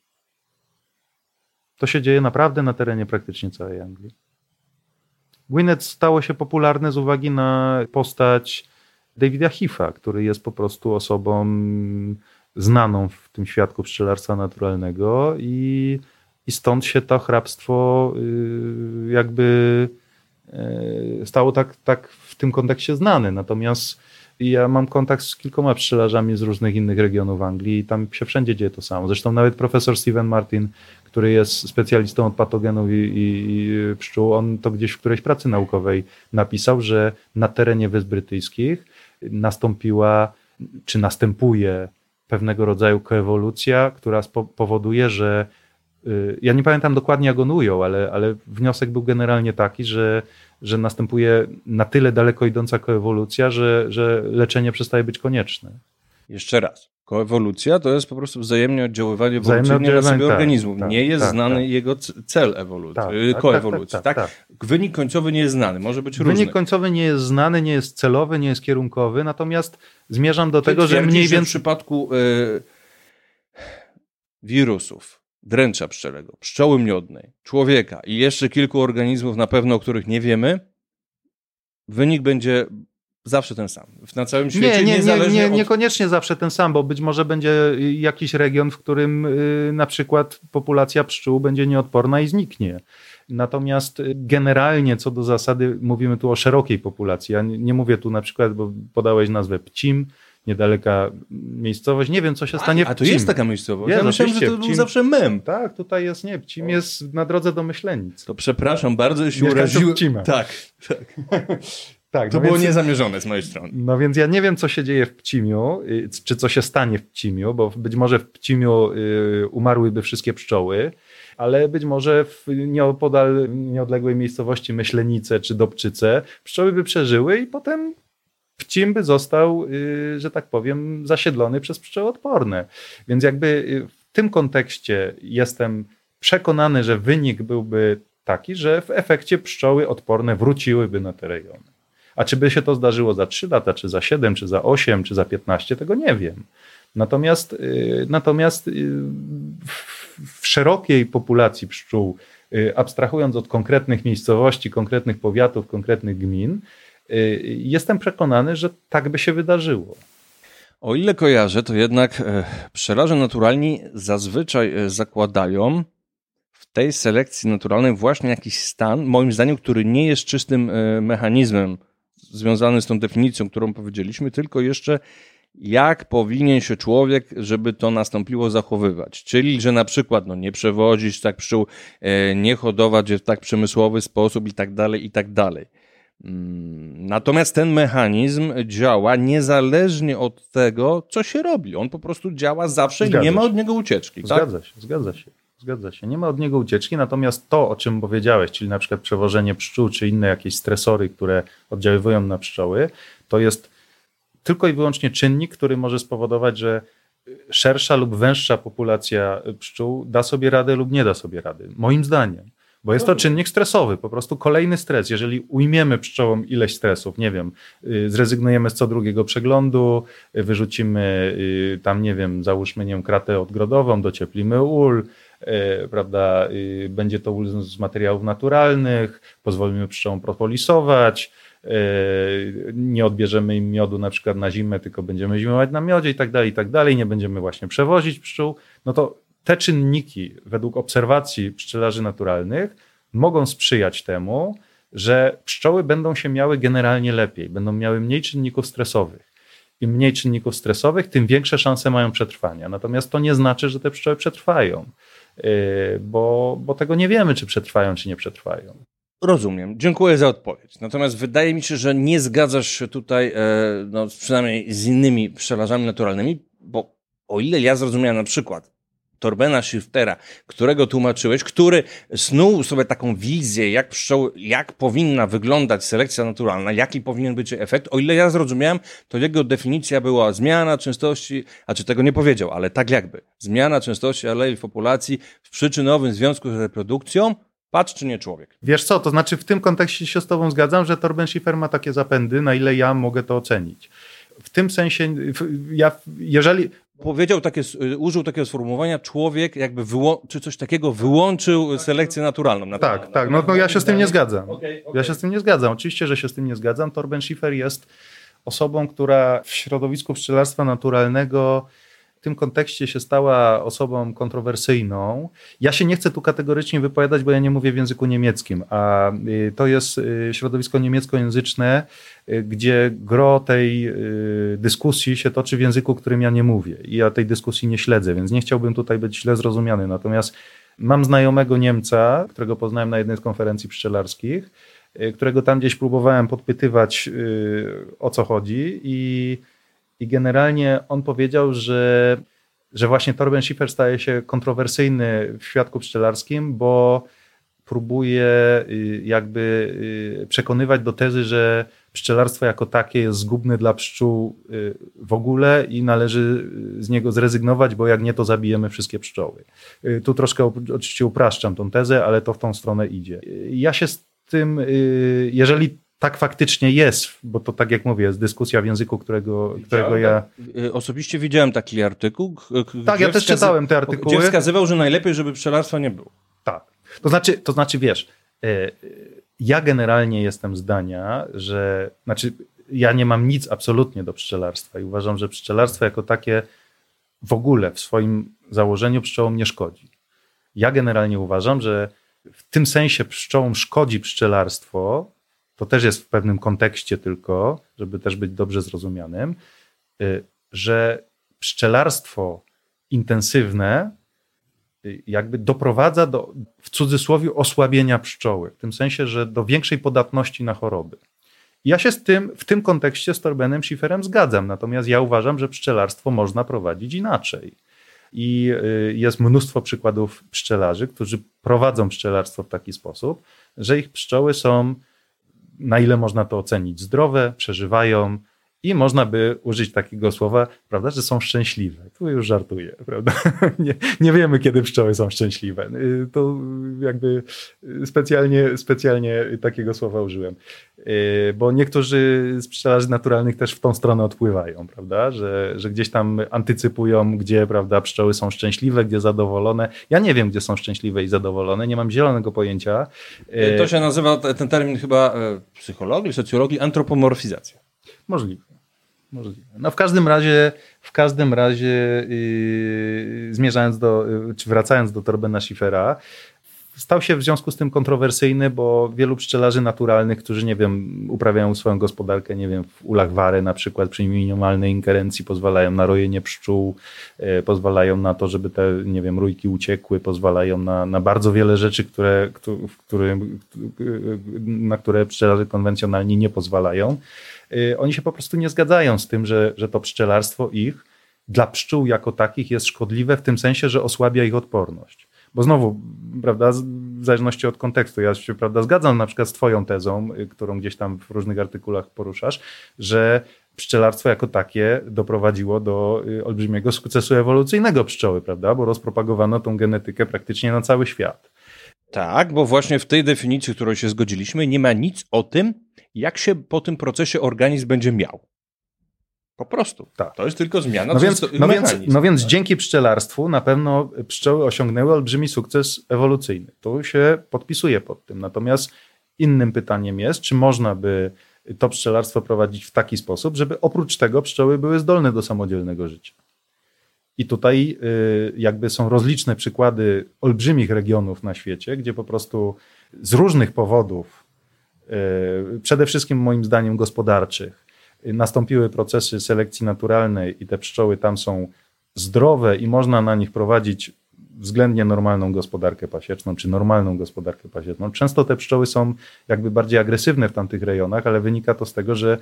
To się dzieje naprawdę na terenie praktycznie całej Anglii. Gwynedd stało się popularne z uwagi na postać Davida Heath'a, który jest po prostu osobą znaną w tym świadku pszczelarstwa naturalnego i stąd się to hrabstwo jakby stało tak w tym kontekście znane. Natomiast ja mam kontakt z kilkoma pszczelarzami z różnych innych regionów Anglii i tam się wszędzie dzieje to samo. Zresztą nawet profesor Stephen Martin, który jest specjalistą od patogenów i pszczół, on to gdzieś w którejś pracy naukowej napisał, że na terenie Wysp Brytyjskich nastąpiła, czy następuje pewnego rodzaju koewolucja, która powoduje, że ja nie pamiętam dokładnie jak on ujął, ale wniosek był generalnie taki, że następuje na tyle daleko idąca koewolucja, że leczenie przestaje być konieczne. Jeszcze raz. Koewolucja to jest po prostu wzajemne oddziaływanie ewolucyjne na sobie organizmów. Nie jest znany jego cel ewolucji, koewolucji. Tak? Wynik końcowy nie jest znany, może być różny. Wynik końcowy nie jest znany, nie jest celowy, nie jest kierunkowy, natomiast zmierzam do tego, że mniej więcej... w przypadku wirusów, dręcza pszczelego, pszczoły miodnej, człowieka i jeszcze kilku organizmów na pewno, o których nie wiemy, wynik będzie zawsze ten sam. Na całym świecie niekoniecznie zawsze ten sam, bo być może będzie jakiś region, w którym na przykład populacja pszczół będzie nieodporna i zniknie. Natomiast generalnie co do zasady mówimy tu o szerokiej populacji. Ja nie mówię tu na przykład, bo podałeś nazwę Pcim, niedaleka miejscowość. Nie wiem, co się stanie w Pcim. A to jest taka miejscowość? Ja myślałem, że to był zawsze mem. Tak, tutaj jest nie. Pcim jest na drodze do Myślenic. To przepraszam bardzo, jeśli uraziłem. Tak. Tak, to było niezamierzone z mojej strony. No więc ja nie wiem, co się dzieje w Pcimiu, czy co się stanie w Pcimiu, bo być może w Pcimiu umarłyby wszystkie pszczoły, ale być może w nieopodal nieodległej miejscowości Myślenice czy Dobczyce pszczoły by przeżyły i potem Pcim by został, że tak powiem, zasiedlony przez pszczoły odporne. Więc jakby w tym kontekście jestem przekonany, że wynik byłby taki, że w efekcie pszczoły odporne wróciłyby na te rejony. A czy by się to zdarzyło za 3 lata, czy za 7, czy za 8, czy za 15, tego nie wiem. Natomiast w szerokiej populacji pszczół, abstrahując od konkretnych miejscowości, konkretnych powiatów, konkretnych gmin, jestem przekonany, że tak by się wydarzyło. O ile kojarzę, to jednak pszczelarze naturalni zazwyczaj zakładają w tej selekcji naturalnej właśnie jakiś stan, moim zdaniem, który nie jest czystym mechanizmem związany z tą definicją, którą powiedzieliśmy, tylko jeszcze jak powinien się człowiek, żeby to nastąpiło, zachowywać. Czyli, że na przykład nie przewozić tak pszczół, nie hodować w tak przemysłowy sposób i tak dalej, i tak dalej. Natomiast ten mechanizm działa niezależnie od tego, co się robi. On po prostu działa zawsze i nie ma od niego ucieczki. Zgadza się. Nie ma od niego ucieczki, natomiast to, o czym powiedziałeś, czyli na przykład przewożenie pszczół, czy inne jakieś stresory, które oddziaływują na pszczoły, to jest tylko i wyłącznie czynnik, który może spowodować, że szersza lub węższa populacja pszczół da sobie radę lub nie da sobie rady. Moim zdaniem. Bo jest to czynnik stresowy, po prostu kolejny stres. Jeżeli ujmiemy pszczołom ileś stresów, nie wiem, zrezygnujemy z co drugiego przeglądu, wyrzucimy tam, nie wiem, załóżmy, nie wiem, kratę odgrodową, docieplimy ul, prawda, będzie to ul z materiałów naturalnych, pozwolimy pszczołom propolisować, nie odbierzemy im miodu na przykład na zimę, tylko będziemy zimować na miodzie i tak dalej, nie będziemy właśnie przewozić pszczół, no to te czynniki według obserwacji pszczelarzy naturalnych mogą sprzyjać temu, że pszczoły będą się miały generalnie lepiej, będą miały mniej czynników stresowych. Im mniej czynników stresowych, tym większe szanse mają przetrwania. Natomiast to nie znaczy, że te pszczoły przetrwają, bo tego nie wiemy, czy przetrwają, czy nie przetrwają. Rozumiem. Dziękuję za odpowiedź. Natomiast wydaje mi się, że nie zgadzasz się tutaj, no, przynajmniej z innymi pszczelarzami naturalnymi, bo o ile ja zrozumiałem na przykład Torbena Shiftera, którego tłumaczyłeś, który snuł sobie taką wizję, jak pszczoły, jak powinna wyglądać selekcja naturalna, jaki powinien być jej efekt. O ile ja zrozumiałem, to jego definicja była zmiana częstości, a czy tego nie powiedział, ale tak jakby. Zmiana częstości aleli w populacji w przyczynowym związku z reprodukcją, patrz czy nie człowiek. Wiesz co, to znaczy w tym kontekście się z tobą zgadzam, że Torben Schiffer ma takie zapędy, na ile ja mogę to ocenić. W tym sensie, jeżeli... Użył takiego sformułowania, człowiek jakby czy coś takiego wyłączył selekcję naturalną. Tak, no ja się z tym nie zgadzam. Ja się z tym nie zgadzam. Oczywiście, że się z tym nie zgadzam. Torben Schiffer jest osobą, która w środowisku pszczelarstwa naturalnego w tym kontekście się stała osobą kontrowersyjną. Ja się nie chcę tu kategorycznie wypowiadać, bo ja nie mówię w języku niemieckim, a to jest środowisko niemieckojęzyczne, gdzie gro tej dyskusji się toczy w języku, którym ja nie mówię. I ja tej dyskusji nie śledzę, więc nie chciałbym tutaj być źle zrozumiany. Natomiast mam znajomego Niemca, którego poznałem na jednej z konferencji pszczelarskich, którego tam gdzieś próbowałem podpytywać, o co chodzi, i generalnie on powiedział, że właśnie Torben Schiffer staje się kontrowersyjny w świadku pszczelarskim, bo próbuje jakby przekonywać do tezy, że pszczelarstwo jako takie jest zgubne dla pszczół w ogóle i należy z niego zrezygnować, bo jak nie, to zabijemy wszystkie pszczoły. Tu troszkę oczywiście upraszczam tą tezę, ale to w tą stronę idzie. Ja się z tym, jeżeli tak faktycznie jest, bo to tak jak mówię, jest dyskusja w języku, którego ja... Osobiście widziałem taki artykuł. Tak, ja też czytałem te artykuły. Gdzie wskazywał, że najlepiej, żeby pszczelarstwa nie było. Tak. To znaczy wiesz, ja generalnie jestem zdania, że... ja nie mam nic absolutnie do pszczelarstwa i uważam, że pszczelarstwo jako takie w ogóle w swoim założeniu pszczołom nie szkodzi. Ja generalnie uważam, że w tym sensie pszczołom szkodzi pszczelarstwo. To też jest w pewnym kontekście tylko, żeby też być dobrze zrozumianym, że pszczelarstwo intensywne jakby doprowadza do, w cudzysłowie, osłabienia pszczoły. W tym sensie, że do większej podatności na choroby. Ja się w tym kontekście z Torbenem Schifferem zgadzam, natomiast ja uważam, że pszczelarstwo można prowadzić inaczej. I jest mnóstwo przykładów pszczelarzy, którzy prowadzą pszczelarstwo w taki sposób, że ich pszczoły są, na ile można to ocenić, zdrowe, przeżywają i można by użyć takiego słowa, prawda, że są szczęśliwe. Tu już żartuję, prawda? Nie wiemy, kiedy pszczoły są szczęśliwe. To jakby specjalnie takiego słowa użyłem. Bo niektórzy z pszczelarzy naturalnych też w tą stronę odpływają, prawda? Że gdzieś tam antycypują, gdzie, prawda, pszczoły są szczęśliwe, gdzie zadowolone. Ja nie wiem, gdzie są szczęśliwe i zadowolone, nie mam zielonego pojęcia. To się nazywa, ten termin chyba psychologii, socjologii, antropomorfizacja. Możliwe. No w każdym razie zmierzając czy wracając do Torbena Schiffera, stał się w związku z tym kontrowersyjny, bo wielu pszczelarzy naturalnych, którzy, nie wiem, uprawiają swoją gospodarkę, nie wiem, w ulach wary na przykład przy minimalnej ingerencji, pozwalają na rojenie pszczół, pozwalają na to, żeby te, nie wiem, rójki uciekły, pozwalają na bardzo wiele rzeczy, na które pszczelarze konwencjonalni nie pozwalają. Oni się po prostu nie zgadzają z tym, że to pszczelarstwo ich dla pszczół jako takich jest szkodliwe w tym sensie, że osłabia ich odporność. Bo znowu, prawda, w zależności od kontekstu, ja się, prawda, zgadzam na przykład z twoją tezą, którą gdzieś tam w różnych artykułach poruszasz, że pszczelarstwo jako takie doprowadziło do olbrzymiego sukcesu ewolucyjnego pszczoły, prawda, bo rozpropagowano tą genetykę praktycznie na cały świat. Tak, bo właśnie w tej definicji, którą się zgodziliśmy, nie ma nic o tym, jak się po tym procesie organizm będzie miał. Po prostu. Tak. To jest tylko zmiana. No więc dzięki pszczelarstwu na pewno pszczoły osiągnęły olbrzymi sukces ewolucyjny. To się podpisuje pod tym. Natomiast innym pytaniem jest, czy można by to pszczelarstwo prowadzić w taki sposób, żeby oprócz tego pszczoły były zdolne do samodzielnego życia. I tutaj jakby są rozliczne przykłady olbrzymich regionów na świecie, gdzie po prostu z różnych powodów, przede wszystkim moim zdaniem gospodarczych, nastąpiły procesy selekcji naturalnej i te pszczoły tam są zdrowe i można na nich prowadzić względnie normalną gospodarkę pasieczną, czy normalną gospodarkę pasieczną. Często te pszczoły są jakby bardziej agresywne w tamtych rejonach, ale wynika to z tego, że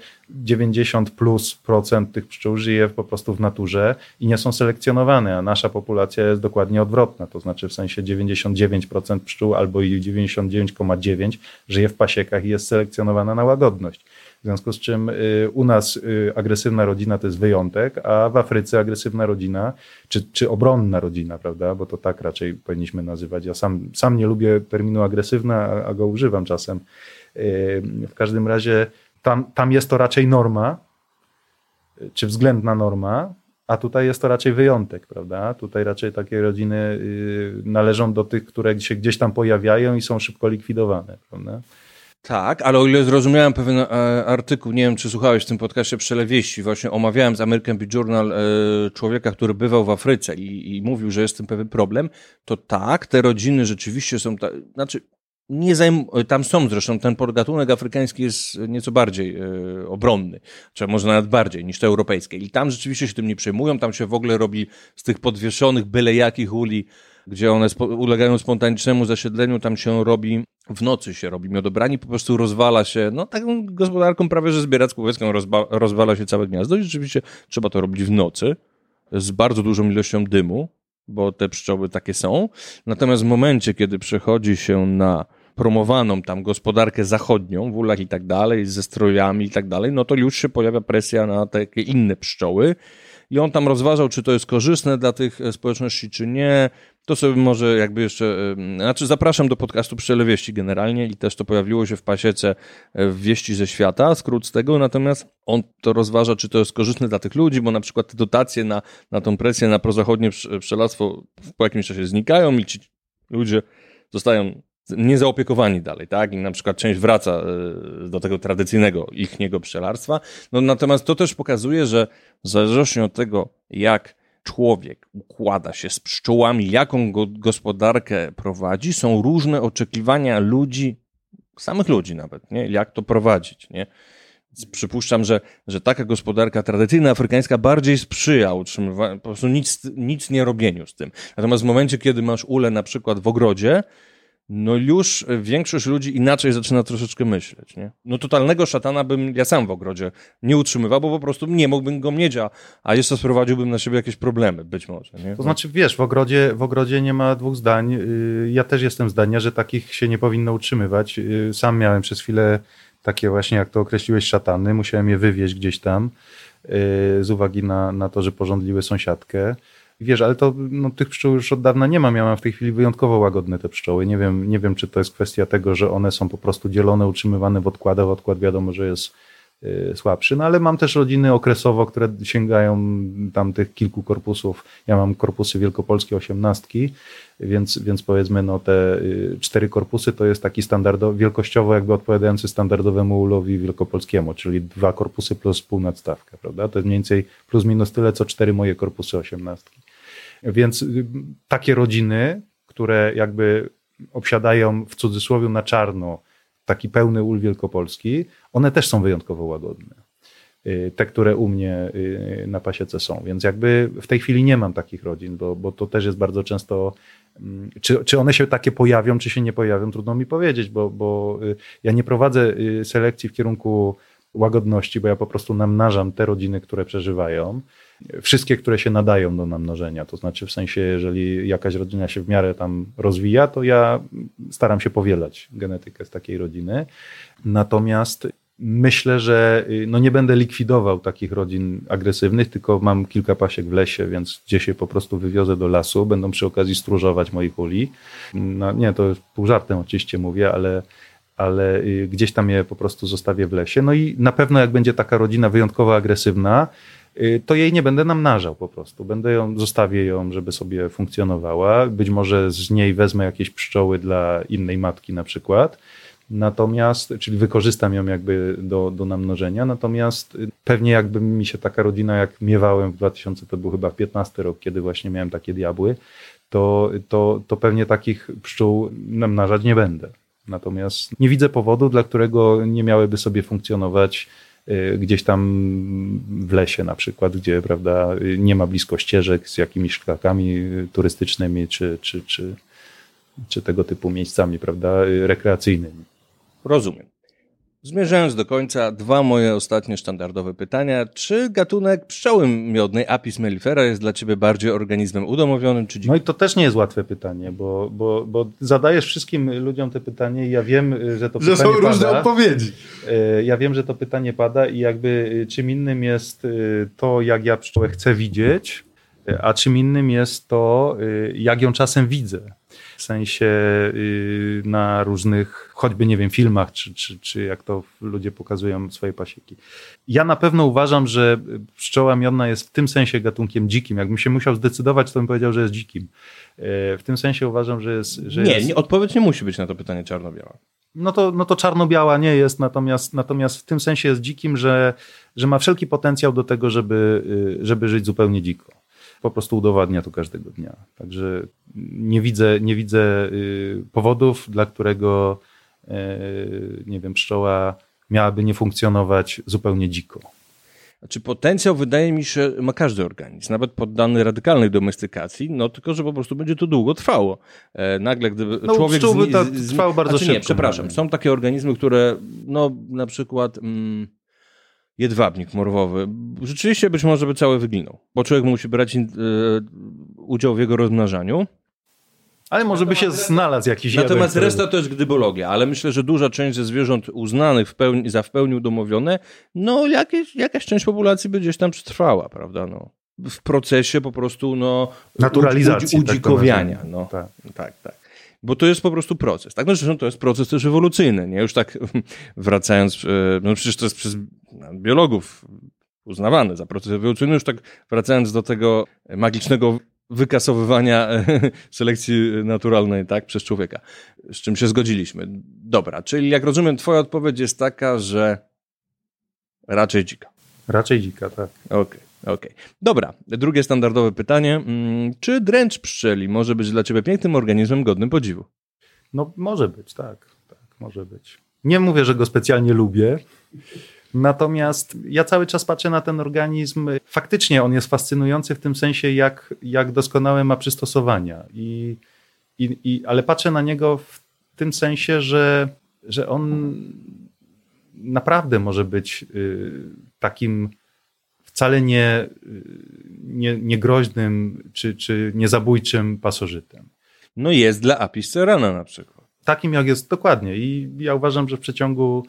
90% tych pszczół żyje po prostu w naturze i nie są selekcjonowane, a nasza populacja jest dokładnie odwrotna, to znaczy w sensie 99% pszczół albo i 99,9% żyje w pasiekach i jest selekcjonowana na łagodność. W związku z czym u nas agresywna rodzina to jest wyjątek, a w Afryce agresywna rodzina, czy obronna rodzina, prawda, bo to tak raczej powinniśmy nazywać. Ja sam nie lubię terminu agresywna, a go używam czasem. W każdym razie tam jest to raczej norma, czy względna norma, a tutaj jest to raczej wyjątek, prawda? Tutaj raczej takie rodziny należą do tych, które się gdzieś tam pojawiają i są szybko likwidowane, prawda? Tak, ale o ile zrozumiałem pewien artykuł, nie wiem, czy słuchałeś w tym podcaście Pszczele Wieści, właśnie omawiałem z American Bee Journal człowieka, który bywał w Afryce i mówił, że jest z tym pewien problem, to tak, te rodziny rzeczywiście są, znaczy tam są zresztą, ten podgatunek afrykański jest nieco bardziej obronny, czy może nawet bardziej niż te europejskie i tam rzeczywiście się tym nie przejmują, tam się w ogóle robi z tych podwieszonych byle jakich uli, gdzie one ulegają spontanicznemu zasiedleniu, tam się robi, w nocy się robi miodobrani, po prostu rozwala się, no taką gospodarką prawie że zbieracko-łowiecką rozwala się całe gniazdo i rzeczywiście trzeba to robić w nocy z bardzo dużą ilością dymu, bo te pszczoły takie są. Natomiast w momencie, kiedy przechodzi się na promowaną tam gospodarkę zachodnią, w ulach i tak dalej, ze strojami i tak dalej, no to już się pojawia presja na takie inne pszczoły i on tam rozważał, czy to jest korzystne dla tych społeczności, czy nie. To sobie może jakby jeszcze, znaczy zapraszam do podcastu Pszczele Wieści generalnie i też to pojawiło się w pasiece w Wieści ze świata, skrót z tego, natomiast on to rozważa, czy to jest korzystne dla tych ludzi, bo na przykład te dotacje na tą presję na prozachodnie pszczelarstwo po jakimś czasie znikają i ci ludzie zostają niezaopiekowani dalej, tak? I na przykład część wraca do tego tradycyjnego ichniego pszczelarstwa. No natomiast to też pokazuje, że w zależności od tego, jak człowiek układa się z pszczołami, jaką gospodarkę prowadzi, są różne oczekiwania ludzi, samych ludzi nawet, nie? Jak to prowadzić, nie? Więc przypuszczam, że taka gospodarka tradycyjna afrykańska bardziej sprzyja utrzymywaniu, po prostu nic nie robieniu z tym. Natomiast w momencie, kiedy masz ulę na przykład w ogrodzie, no już większość ludzi inaczej zaczyna troszeczkę myśleć, nie? No totalnego szatana bym ja sam w ogrodzie nie utrzymywał, bo po prostu nie mógłbym go mieć, a jeszcze sprowadziłbym na siebie jakieś problemy, być może, nie? To znaczy, wiesz, w ogrodzie nie ma dwóch zdań. Ja też jestem zdania, że takich się nie powinno utrzymywać. Sam miałem przez chwilę takie właśnie, jak to określiłeś, szatany. Musiałem je wywieźć gdzieś tam z uwagi na to, że porządliły sąsiadkę. Wiesz, ale to tych pszczół już od dawna nie mam. Ja mam w tej chwili wyjątkowo łagodne te pszczoły. Nie wiem, czy to jest kwestia tego, że one są po prostu dzielone, utrzymywane w odkładach. Odkład wiadomo, że jest słabszy. No ale mam też rodziny okresowo, które sięgają tam tych kilku korpusów. Ja mam korpusy wielkopolskie 18, więc powiedzmy te 4 korpusy to jest taki standardowy, wielkościowo jakby odpowiadający standardowemu ulowi wielkopolskiemu, czyli 2 korpusy plus półnadstawka, prawda? To jest mniej więcej plus minus tyle, co 4 moje korpusy 18. Więc takie rodziny, które jakby obsiadają w cudzysłowie na czarno taki pełny ul wielkopolski, one też są wyjątkowo łagodne. Te, które u mnie na pasiece są. Więc jakby w tej chwili nie mam takich rodzin, bo to też jest bardzo często... Czy one się takie pojawią, czy się nie pojawią, trudno mi powiedzieć, bo ja nie prowadzę selekcji w kierunku łagodności, bo ja po prostu namnażam te rodziny, które przeżywają. Wszystkie, które się nadają do namnożenia. To znaczy w sensie, jeżeli jakaś rodzina się w miarę tam rozwija, to ja staram się powielać genetykę z takiej rodziny. Natomiast myślę, że no nie będę likwidował takich rodzin agresywnych, tylko mam kilka pasiek w lesie, więc gdzieś je po prostu wywiozę do lasu, będą przy okazji stróżować moich uli. No, nie, to pół żartem oczywiście mówię, ale gdzieś tam je po prostu zostawię w lesie. No i na pewno jak będzie taka rodzina wyjątkowo agresywna, to jej nie będę namnażał po prostu. Zostawię ją, żeby sobie funkcjonowała. Być może z niej wezmę jakieś pszczoły dla innej matki na przykład. Natomiast, czyli wykorzystam ją jakby do namnożenia, natomiast pewnie jakby mi się taka rodzina, jak miewałem w 2000, to był chyba 15 rok, kiedy właśnie miałem takie diabły, to pewnie takich pszczół namnażać nie będę. Natomiast nie widzę powodu, dla którego nie miałyby sobie funkcjonować gdzieś tam w lesie na przykład, gdzie, prawda, nie ma blisko ścieżek z jakimiś szlakami turystycznymi czy tego typu miejscami, prawda, rekreacyjnymi. Rozumiem. Zmierzając do końca, 2 moje ostatnie standardowe pytania. Czy gatunek pszczoły miodnej Apis mellifera jest dla ciebie bardziej organizmem udomowionym czy dzikim? No i to też nie jest łatwe pytanie, bo zadajesz wszystkim ludziom te pytanie i ja wiem, że to pytanie pada. Że są różne odpowiedzi. Ja wiem, że to pytanie pada i jakby czym innym jest to, jak ja pszczołę chcę widzieć, a czym innym jest to, jak ją czasem widzę. W sensie na różnych, choćby nie wiem, filmach, czy jak to ludzie pokazują swoje pasieki. Ja na pewno uważam, że pszczoła miodna jest w tym sensie gatunkiem dzikim. Jakbym się musiał zdecydować, to bym powiedział, że jest dzikim. W tym sensie uważam, że jest... Nie, odpowiedź nie musi być na to pytanie czarno-biała. No to czarno-biała nie jest, natomiast w tym sensie jest dzikim, że ma wszelki potencjał do tego, żeby żyć zupełnie dziko. Po prostu udowadnia to każdego dnia. Także nie widzę powodów, dla którego nie wiem, pszczoła miałaby nie funkcjonować zupełnie dziko. Znaczy potencjał, wydaje mi się, ma każdy organizm, nawet poddany radykalnej domestykacji, no tylko, że po prostu będzie to długo trwało. Nagle, gdyby człowiek... to trwało bardzo szybko. Nie, przepraszam. Są takie organizmy, które, no na przykład... jedwabnik morwowy. Rzeczywiście być może by cały wyginął, bo człowiek musi brać udział w jego rozmnażaniu. Ale może by się znalazł jakiś jeden. Natomiast reszta to jest gdybologia, ale myślę, że duża część ze zwierząt uznanych w pełni udomowione, no jakaś część populacji by gdzieś tam przetrwała, prawda? No. W procesie po prostu naturalizacji, udzikowiania. No. Tak. Bo to jest po prostu proces. Tak? No zresztą to jest proces też ewolucyjny, nie? Już tak wracając, no przecież to jest przez biologów uznawane za proces ewolucyjny, już tak wracając do tego magicznego wykasowywania selekcji naturalnej, tak, przez człowieka, z czym się zgodziliśmy. Dobra, czyli jak rozumiem, twoja odpowiedź jest taka, że raczej dzika. Raczej dzika, tak. Okej. Dobra, drugie standardowe pytanie. Czy dręcz pszczeli może być dla ciebie pięknym organizmem godnym podziwu? No może być, tak, może być. Nie mówię, że go specjalnie lubię, natomiast ja cały czas patrzę na ten organizm. Faktycznie on jest fascynujący w tym sensie, jak doskonałe ma przystosowania. Ale patrzę na niego w tym sensie, że on naprawdę może być takim wcale nie groźnym czy niezabójczym pasożytem. No jest dla Apis cerana na przykład. Takim jak jest, dokładnie. I ja uważam, że w przeciągu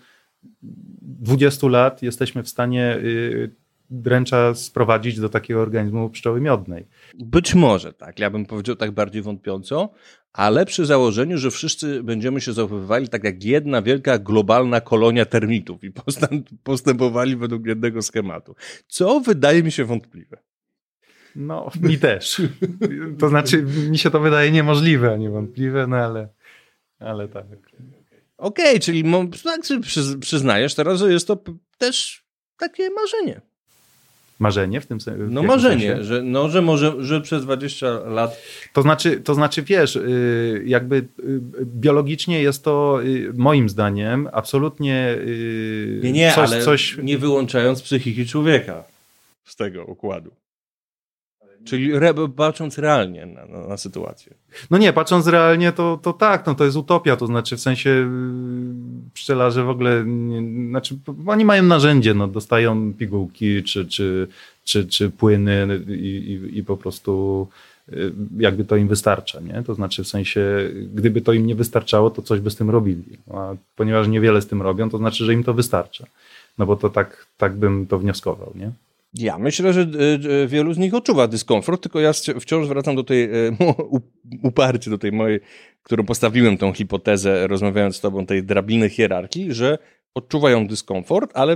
20 lat jesteśmy w stanie dręcza sprowadzić do takiego organizmu pszczoły miodnej. Być może tak, ja bym powiedział tak bardziej wątpiąco, ale przy założeniu, że wszyscy będziemy się zachowywali tak jak jedna wielka globalna kolonia termitów i postępowali według jednego schematu, co wydaje mi się wątpliwe. No, mi też. To znaczy, mi się to wydaje niemożliwe, a nie wątpliwe, no ale tak. Okej, czyli przyznajesz teraz, że jest to też takie marzenie. Marzenie w tym sensie? No marzenie, że przez 20 lat... To znaczy wiesz, jakby biologicznie jest to moim zdaniem absolutnie coś... nie wyłączając psychiki człowieka z tego układu. Czyli patrząc realnie na sytuację. No nie, patrząc realnie to tak, no to jest utopia, to znaczy w sensie pszczelarze w ogóle, znaczy oni mają narzędzie, no dostają pigułki czy płyny i po prostu jakby to im wystarcza, nie? To znaczy w sensie, gdyby to im nie wystarczało, to coś by z tym robili. A ponieważ niewiele z tym robią, to znaczy, że im to wystarcza. No bo to tak bym to wnioskował, nie? Ja myślę, że wielu z nich odczuwa dyskomfort, tylko ja wciąż wracam do tej, uparcie do tej mojej, którą postawiłem tą hipotezę, rozmawiając z tobą, tej drabiny hierarchii, że odczuwają dyskomfort, ale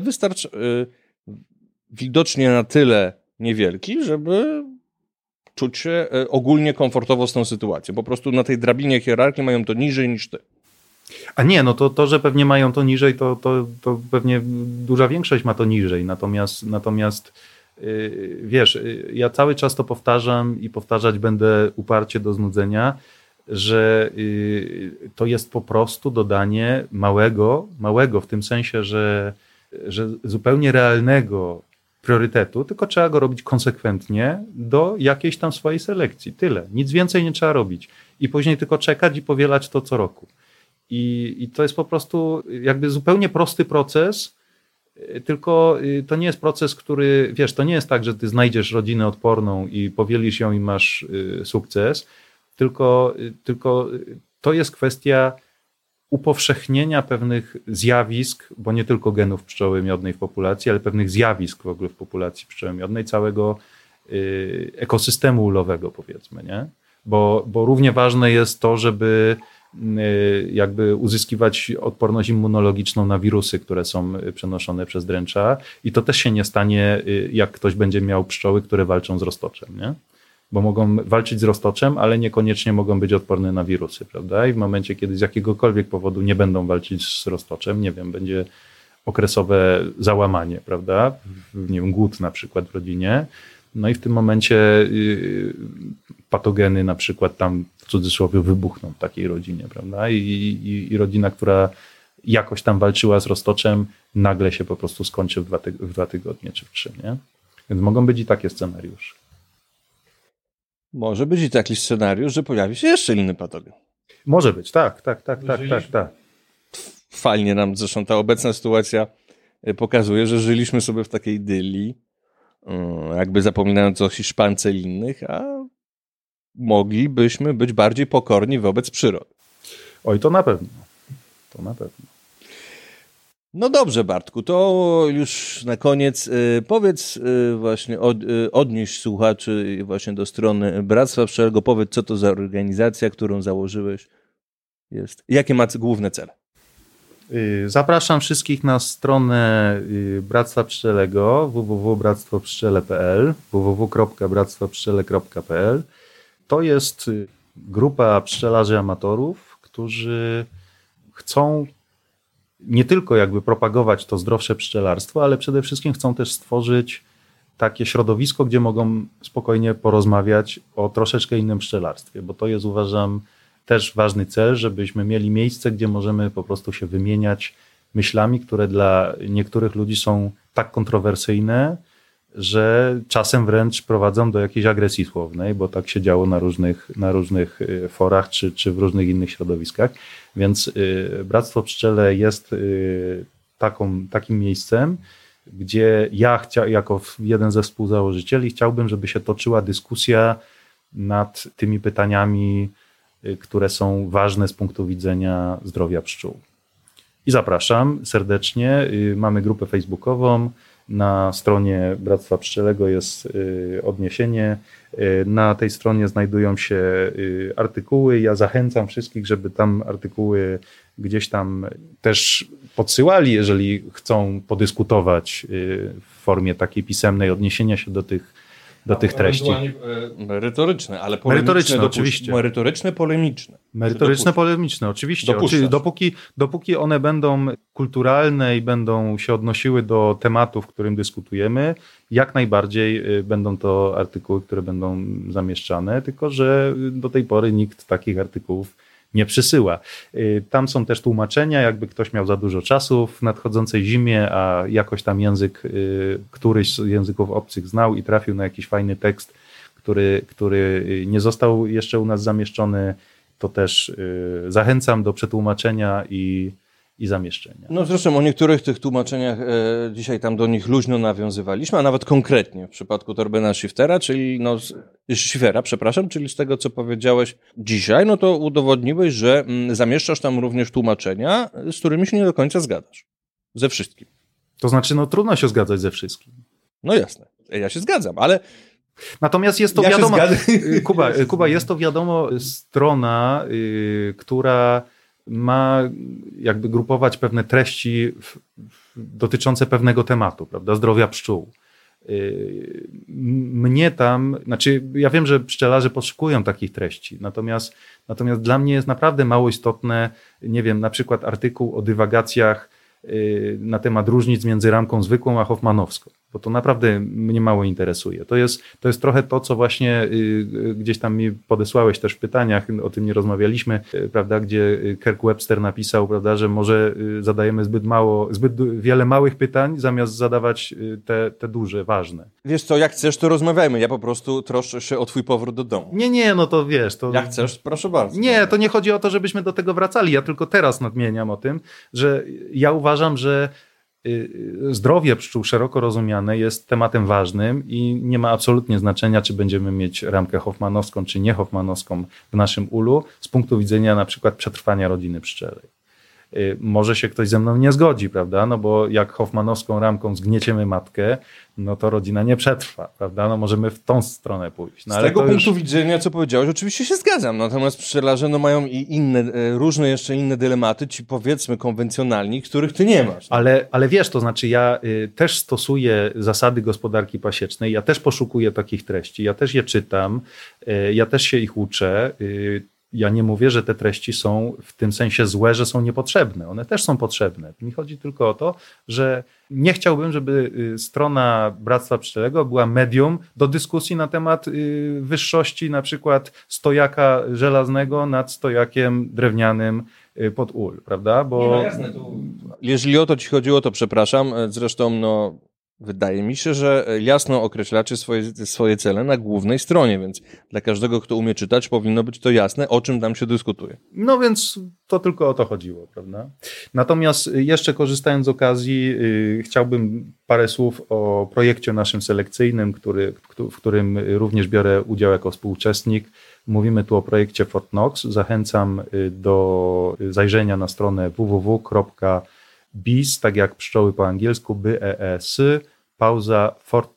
widocznie na tyle niewielki, żeby czuć się ogólnie komfortowo z tą sytuacją. Po prostu na tej drabinie hierarchii mają to niżej niż ty. A nie, no to że pewnie mają to niżej, to pewnie duża większość ma to niżej. Natomiast wiesz, ja cały czas to powtarzam i powtarzać będę uparcie do znudzenia, że to jest po prostu dodanie małego w tym sensie, że zupełnie realnego priorytetu, tylko trzeba go robić konsekwentnie do jakiejś tam swojej selekcji. Tyle. Nic więcej nie trzeba robić. I później tylko czekać i powielać to co roku. I to jest po prostu jakby zupełnie prosty proces, tylko to nie jest proces, który, wiesz, to nie jest tak, że ty znajdziesz rodzinę odporną i powielisz ją i masz sukces, tylko to jest kwestia upowszechnienia pewnych zjawisk, bo nie tylko genów pszczoły miodnej w populacji, ale pewnych zjawisk w ogóle w populacji pszczoły miodnej, całego ekosystemu ulowego, powiedzmy, nie? Bo równie ważne jest to, żeby jakby uzyskiwać odporność immunologiczną na wirusy, które są przenoszone przez dręcza, i to też się nie stanie, jak ktoś będzie miał pszczoły, które walczą z roztoczem, nie? Bo mogą walczyć z roztoczem, ale niekoniecznie mogą być odporne na wirusy, prawda? I w momencie, kiedy z jakiegokolwiek powodu nie będą walczyć z roztoczem, nie wiem, będzie okresowe załamanie, prawda? Nie wiem, głód na przykład w rodzinie, no i w tym momencie patogeny na przykład tam w cudzysłowie wybuchną w takiej rodzinie, prawda? I rodzina, która jakoś tam walczyła z roztoczem, nagle się po prostu skończy w 2 tygodnie czy w 3, nie? Więc mogą być i takie scenariusze. Może być i taki scenariusz, że pojawi się jeszcze inny patogen. Może być, tak. Fajnie nam zresztą ta obecna sytuacja pokazuje, że żyliśmy sobie w takiej idylii, jakby zapominając o Hiszpance i innych, a moglibyśmy być bardziej pokorni wobec przyrody. Oj, to na pewno. No dobrze, Bartku, to już na koniec powiedz właśnie, odnieś słuchaczy właśnie do strony Bractwa Pszczelego, powiedz, co to za organizacja, którą założyłeś jest. Jakie ma główne cele? Zapraszam wszystkich na stronę Bractwa Pszczelego www.bractwopszczele.pl www.bractwopszczele.pl. To jest grupa pszczelarzy amatorów, którzy chcą nie tylko jakby propagować to zdrowsze pszczelarstwo, ale przede wszystkim chcą też stworzyć takie środowisko, gdzie mogą spokojnie porozmawiać o troszeczkę innym pszczelarstwie, bo to jest, uważam, też ważny cel, żebyśmy mieli miejsce, gdzie możemy po prostu się wymieniać myślami, które dla niektórych ludzi są tak kontrowersyjne, że czasem wręcz prowadzą do jakiejś agresji słownej, bo tak się działo na różnych forach czy w różnych innych środowiskach. Więc Bractwo Pszczele jest takim miejscem, gdzie ja jako jeden ze współzałożycieli chciałbym, żeby się toczyła dyskusja nad tymi pytaniami, które są ważne z punktu widzenia zdrowia pszczół. I zapraszam serdecznie. Mamy grupę facebookową. Na stronie Bractwa Pszczelego jest odniesienie. Na tej stronie znajdują się artykuły. Ja zachęcam wszystkich, żeby tam artykuły gdzieś tam też podsyłali, jeżeli chcą podyskutować w formie takiej pisemnej, odniesienia się do tych treści. Merytoryczne, ale merytoryczne, oczywiście. Merytoryczne, polemiczne, oczywiście. Dopuszczasz. Dopóki one będą kulturalne i będą się odnosiły do tematu, w którym dyskutujemy, jak najbardziej będą to artykuły, które będą zamieszczane, tylko że do tej pory nikt takich artykułów nie przysyła. Tam są też tłumaczenia, jakby ktoś miał za dużo czasu w nadchodzącej zimie, a jakoś tam któryś z języków obcych znał i trafił na jakiś fajny tekst, który nie został jeszcze u nas zamieszczony, to też zachęcam do przetłumaczenia i zamieszczenia. No zresztą o niektórych tych tłumaczeniach dzisiaj tam do nich luźno nawiązywaliśmy, a nawet konkretnie w przypadku Torbena Shiftera, czyli Schiffera, przepraszam, czyli z tego, co powiedziałeś dzisiaj, no to udowodniłeś, że zamieszczasz tam również tłumaczenia, z którymi się nie do końca zgadzasz. Ze wszystkim. To znaczy, trudno się zgadzać ze wszystkim. No jasne, ja się zgadzam, ale... Natomiast jest to wiadomo, Kuba, jest to wiadomo strona, która ma jakby grupować pewne treści dotyczące pewnego tematu, prawda, zdrowia pszczół. Mnie tam, ja wiem, że pszczelarze poszukują takich treści, natomiast dla mnie jest naprawdę mało istotne, nie wiem, na przykład artykuł o dywagacjach na temat różnic między ramką zwykłą a hoffmanowską, bo to naprawdę mnie mało interesuje. To jest trochę to, co właśnie gdzieś tam mi podesłałeś też w pytaniach, o tym nie rozmawialiśmy, prawda, gdzie Kirk Webster napisał, prawda, że może zadajemy zbyt wiele małych pytań, zamiast zadawać te duże, ważne. Wiesz co, jak chcesz, to rozmawiajmy. Ja po prostu troszczę się o twój powrót do domu. Nie, to wiesz. To... Jak chcesz, proszę bardzo. Nie, to nie chodzi o to, żebyśmy do tego wracali. Ja tylko teraz nadmieniam o tym, że ja uważam, że zdrowie pszczół szeroko rozumiane jest tematem ważnym i nie ma absolutnie znaczenia, czy będziemy mieć ramkę hoffmanowską, czy nie hoffmanowską w naszym ulu z punktu widzenia na przykład przetrwania rodziny pszczelej. Może się ktoś ze mną nie zgodzi, prawda? No bo jak hoffmanowską ramką zgnieciemy matkę, no to rodzina nie przetrwa, prawda? No możemy w tą stronę pójść. No, z tego punktu widzenia, co powiedziałeś, oczywiście się zgadzam. Natomiast pszczelarze mają i inne, różne jeszcze inne dylematy, ci powiedzmy konwencjonalni, których ty nie masz. Ale wiesz, to znaczy ja też stosuję zasady gospodarki pasiecznej, ja też poszukuję takich treści, ja też je czytam, ja też się ich uczę. Ja nie mówię, że te treści są w tym sensie złe, że są niepotrzebne. One też są potrzebne. Mi chodzi tylko o to, że nie chciałbym, żeby strona Bractwa Pszczelego była medium do dyskusji na temat wyższości na przykład stojaka żelaznego nad stojakiem drewnianym pod ul, prawda? Bo... jasne, jeżeli o to ci chodziło, to przepraszam. Zresztą wydaje mi się, że jasno określacie swoje cele na głównej stronie, więc dla każdego, kto umie czytać, powinno być to jasne, o czym tam się dyskutuje. No więc to tylko o to chodziło, prawda? Natomiast jeszcze korzystając z okazji, chciałbym parę słów o projekcie naszym selekcyjnym, w którym również biorę udział jako współuczestnik. Mówimy tu o projekcie Fort Knox. Zachęcam do zajrzenia na stronę www.bees, tak jak pszczoły po angielsku, BEES, pauza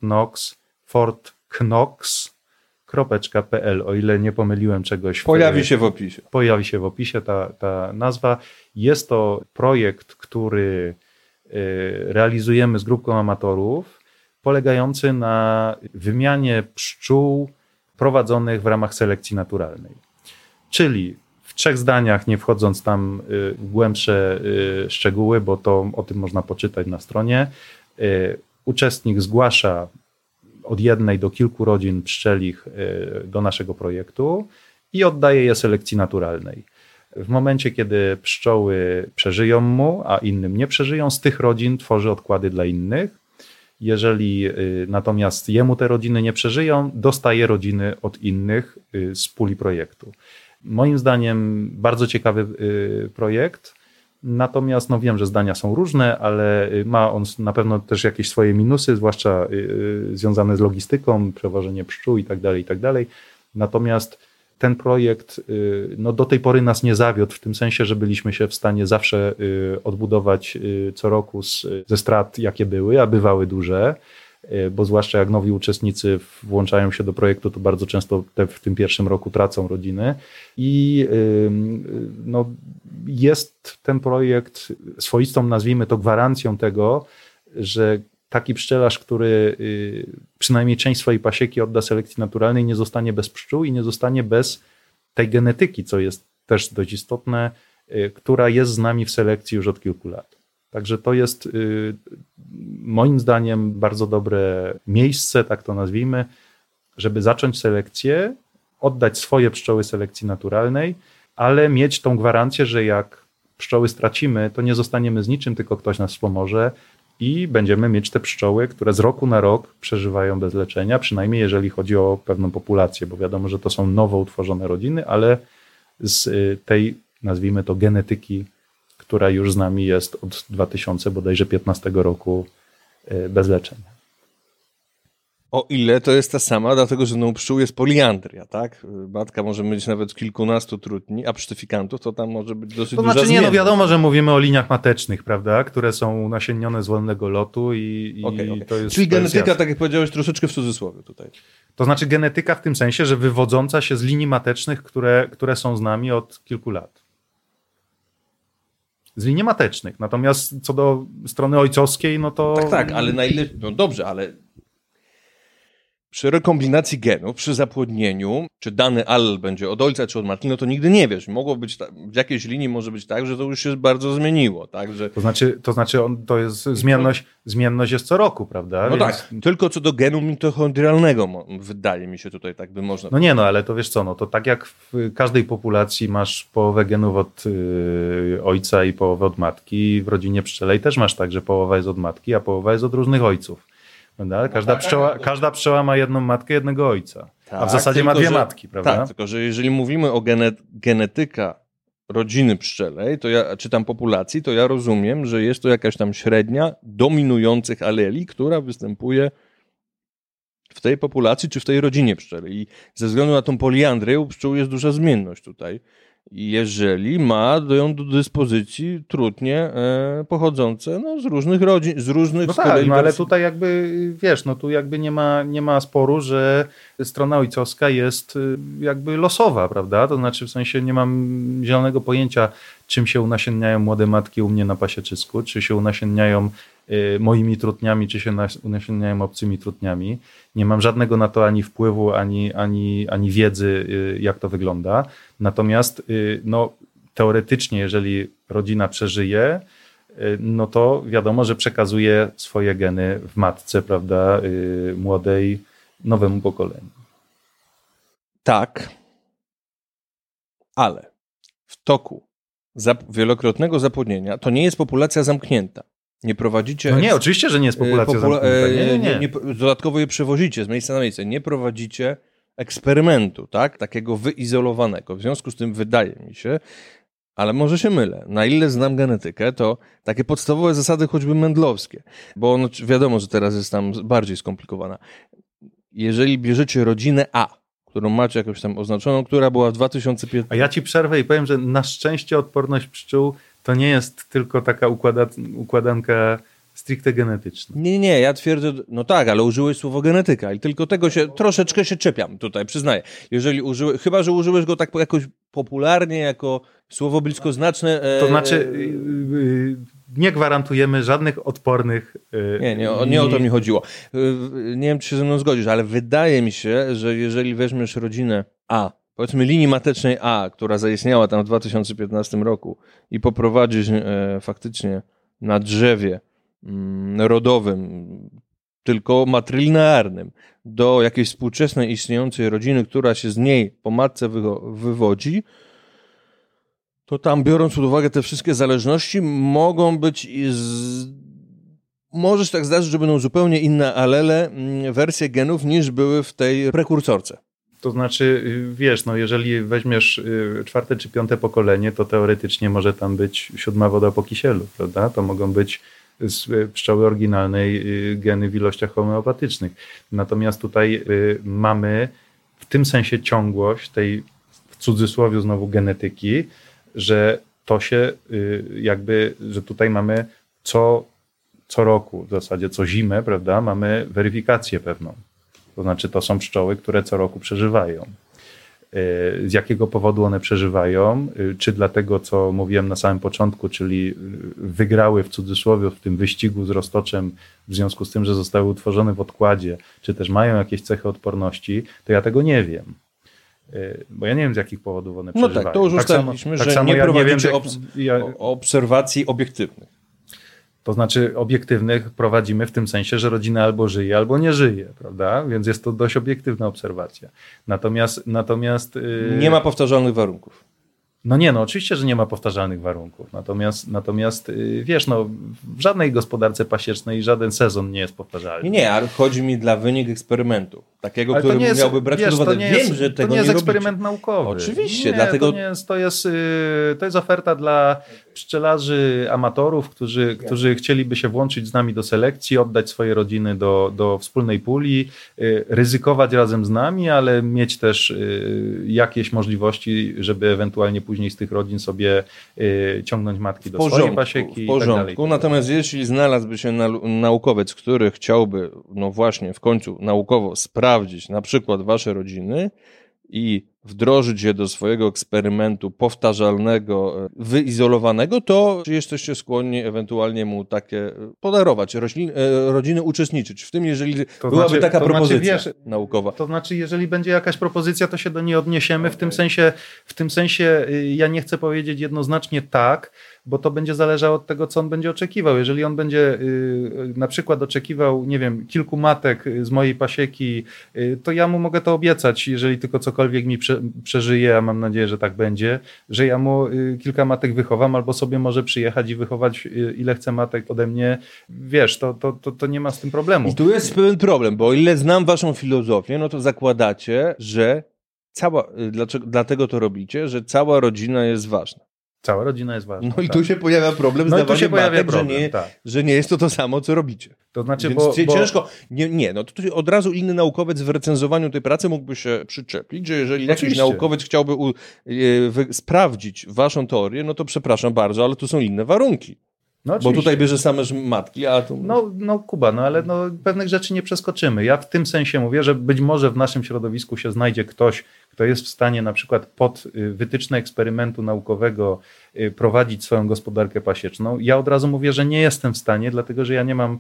fortknox.pl, o ile nie pomyliłem czegoś. Pojawi się w opisie. Pojawi się w opisie ta nazwa. Jest to projekt, który realizujemy z grupką amatorów, polegający na wymianie pszczół prowadzonych w ramach selekcji naturalnej. Czyli w 3 zdaniach, nie wchodząc tam w głębsze szczegóły, bo to o tym można poczytać na stronie, uczestnik zgłasza od 1 do kilku rodzin pszczelich do naszego projektu i oddaje je selekcji naturalnej. W momencie, kiedy pszczoły przeżyją mu, a innym nie przeżyją, z tych rodzin tworzy odkłady dla innych. Jeżeli natomiast jemu te rodziny nie przeżyją, dostaje rodziny od innych z puli projektu. Moim zdaniem bardzo ciekawy projekt, natomiast wiem, że zdania są różne, ale ma on na pewno też jakieś swoje minusy, zwłaszcza związane z logistyką, przewożenie pszczół i tak dalej. Natomiast ten projekt do tej pory nas nie zawiódł, w tym sensie, że byliśmy się w stanie zawsze odbudować co roku ze strat, jakie były, a bywały duże, bo zwłaszcza jak nowi uczestnicy włączają się do projektu, to bardzo często w tym pierwszym roku tracą rodziny. I jest ten projekt swoistą, nazwijmy to, gwarancją tego, że taki pszczelarz, który przynajmniej część swojej pasieki odda selekcji naturalnej, nie zostanie bez pszczół i nie zostanie bez tej genetyki, co jest też dość istotne, która jest z nami w selekcji już od kilku lat. Także to jest moim zdaniem bardzo dobre miejsce, tak to nazwijmy, żeby zacząć selekcję, oddać swoje pszczoły selekcji naturalnej, ale mieć tą gwarancję, że jak pszczoły stracimy, to nie zostaniemy z niczym, tylko ktoś nas wspomoże i będziemy mieć te pszczoły, które z roku na rok przeżywają bez leczenia, przynajmniej jeżeli chodzi o pewną populację, bo wiadomo, że to są nowo utworzone rodziny, ale z tej, nazwijmy to, genetyki która już z nami jest od 2015 roku bez leczenia. O ile to jest ta sama, dlatego że u pszczół jest poliandria, tak? Matka może mieć nawet kilkunastu trutni, a psztyfikantów to tam może być dosyć To duża znaczy zmienność. wiadomo, że mówimy o liniach matecznych, prawda, które są nasienione z wolnego lotu i Okej. to jest... Czyli to jest genetyka, jasne. tak jak powiedziałeś, troszeczkę w cudzysłowie tutaj. To znaczy genetyka w tym sensie, że wywodząca się z linii matecznych, które są z nami od kilku lat. Z linii matecznych. Natomiast co do strony ojcowskiej, no to... Tak, ale na ile... No dobrze, ale przy rekombinacji genów, przy zapłodnieniu, czy dany allel będzie od ojca, czy od matki, no to nigdy nie wiesz. Mogło być w jakiejś linii może być tak, że to już się bardzo zmieniło, tak? Że... To znaczy to jest zmienność jest co roku, prawda? No Więc... tak, tylko co do genu mitochondrialnego wydaje mi się tutaj tak by można... No nie, no ale to wiesz co, no to tak jak w każdej populacji masz połowę genów od ojca i połowę od matki, w rodzinie pszczelej też masz tak, że połowa jest od matki, a połowa jest od różnych ojców. Prawda? Każda pszczoła ma jedną matkę, jednego ojca, a w zasadzie ma dwie matki, prawda? Tak, tylko że jeżeli mówimy o genetyka rodziny pszczelej, to ja czytam populacji, to ja rozumiem, że jest to jakaś tam średnia dominujących aleli, która występuje w tej populacji czy w tej rodzinie pszczelej. I ze względu na tą poliandrię u pszczół jest duża zmienność tutaj. Jeżeli ma ją do dyspozycji trutnie pochodzące z różnych rodzin, z różnych... No tak, ale tutaj jakby, wiesz, no tu jakby nie ma sporu, że strona ojcowska jest jakby losowa, prawda? To znaczy w sensie nie mam zielonego pojęcia, czym się unasienniają młode matki u mnie na pasieczysku, czy się unasienniają moimi trutniami, czy się unasienniają obcymi trutniami. Nie mam żadnego na to ani wpływu, ani wiedzy, jak to wygląda. Natomiast no, teoretycznie, jeżeli rodzina przeżyje, no to wiadomo, że przekazuje swoje geny w matce, prawda, młodej, nowemu pokoleniu. Tak, ale w toku wielokrotnego zapłodnienia to nie jest populacja zamknięta. Nie prowadzicie... No nie, oczywiście, że nie jest populacja zamknięta. Nie. Dodatkowo je przewozicie z miejsca na miejsce. Nie prowadzicie eksperymentu, tak? Takiego wyizolowanego. W związku z tym wydaje mi się, ale może się mylę, na ile znam genetykę, to takie podstawowe zasady choćby mendlowskie, bo wiadomo, że teraz jest tam bardziej skomplikowana. Jeżeli bierzecie rodzinę A, którą macie jakąś tam oznaczoną, która była w 2015... A ja ci przerwę i powiem, że na szczęście odporność pszczół to nie jest tylko taka układanka stricte genetyczna. Nie, ja twierdzę, no tak, ale użyłeś słowo genetyka i tylko tego troszeczkę się czepiam tutaj, przyznaję. Jeżeli chyba że użyłeś go tak jakoś popularnie, jako słowo bliskoznaczne... To znaczy nie gwarantujemy żadnych odpornych... Nie o to mi chodziło. Nie wiem, czy się ze mną zgodzisz, ale wydaje mi się, że jeżeli weźmiesz rodzinę A, powiedzmy linii matecznej A, która zaistniała tam w 2015 roku i poprowadzisz faktycznie na drzewie rodowym, tylko matrylinearnym, do jakiejś współczesnej istniejącej rodziny, która się z niej po matce wywodzi, to tam, biorąc pod uwagę te wszystkie zależności, mogą być może się tak zdarzyć, że będą zupełnie inne alele, wersje genów, niż były w tej prekursorce. To znaczy, wiesz, no jeżeli weźmiesz 4. czy 5. pokolenie, to teoretycznie może tam być 7. woda po kisielu, prawda? To mogą być z pszczoły oryginalnej geny w ilościach homeopatycznych. Natomiast tutaj mamy w tym sensie ciągłość tej, w cudzysłowie znowu, genetyki, że to się jakby, że tutaj mamy co roku, w zasadzie co zimę, prawda, mamy weryfikację pewną. To znaczy to są pszczoły, które co roku przeżywają. Z jakiego powodu one przeżywają? Czy dlatego, co mówiłem na samym początku, czyli wygrały w cudzysłowie w tym wyścigu z roztoczem w związku z tym, że zostały utworzone w odkładzie, czy też mają jakieś cechy odporności, to ja tego nie wiem. Bo ja nie wiem, z jakich powodów one przeżywają. No tak, to już ustaliliśmy, że nie prowadzicie obserwacji obiektywnych. To znaczy obiektywnych prowadzimy w tym sensie, że rodzina albo żyje, albo nie żyje, prawda? Więc jest to dość obiektywna obserwacja. Natomiast nie ma powtarzalnych warunków. No nie, no oczywiście, że nie ma powtarzalnych warunków. Natomiast wiesz, no w żadnej gospodarce pasiecznej żaden sezon nie jest powtarzalny. Nie, ale chodzi mi dla wynik eksperymentu. Takiego, Ale który miałby brać pod uwagę. Wiem, że tego to nie jest robicie. eksperyment naukowy. Oczywiście, nie, dlatego... To jest oferta dla pszczelarzy amatorów, którzy chcieliby się włączyć z nami do selekcji, oddać swoje rodziny do wspólnej puli, ryzykować razem z nami, ale mieć też jakieś możliwości, żeby ewentualnie później z tych rodzin sobie ciągnąć matki do swojej pasieki. W porządku, i tak dalej. Natomiast jeśli znalazłby się naukowiec, który chciałby, no właśnie, w końcu naukowo sprawdzić na przykład wasze rodziny i wdrożyć je do swojego eksperymentu powtarzalnego, wyizolowanego, to czy jesteście skłonni ewentualnie mu takie podarować, rodziny uczestniczyć w tym, jeżeli byłaby taka propozycja naukowa. To znaczy, jeżeli będzie jakaś propozycja, to się do niej odniesiemy. W tym sensie ja nie chcę powiedzieć jednoznacznie tak, bo to będzie zależało od tego, co on będzie oczekiwał. Jeżeli on będzie na przykład oczekiwał, nie wiem, kilku matek z mojej pasieki, to ja mu mogę to obiecać, jeżeli tylko cokolwiek mi przeżyje, a mam nadzieję, że tak będzie, że ja mu kilka matek wychowam, albo sobie może przyjechać i wychować ile chce matek ode mnie. Wiesz, to nie ma z tym problemu. I tu jest pewien problem, bo o ile znam waszą filozofię, no to zakładacie, że dlatego to robicie, że cała rodzina jest ważna. Cała rodzina jest ważna. No i tu się pojawia problem z dawaniem matek, że nie jest to samo, co robicie. To znaczy, więc ciężko. No to tu od razu inny naukowiec w recenzowaniu tej pracy mógłby się przyczepić, że jeżeli jakiś naukowiec chciałby sprawdzić waszą teorię, no to przepraszam bardzo, ale tu są inne warunki. No bo tutaj bierze same matki, a tu... No Kuba, ale pewnych rzeczy nie przeskoczymy. Ja w tym sensie mówię, że być może w naszym środowisku się znajdzie ktoś, kto jest w stanie na przykład pod wytyczne eksperymentu naukowego prowadzić swoją gospodarkę pasieczną. Ja od razu mówię, że nie jestem w stanie, dlatego że ja nie mam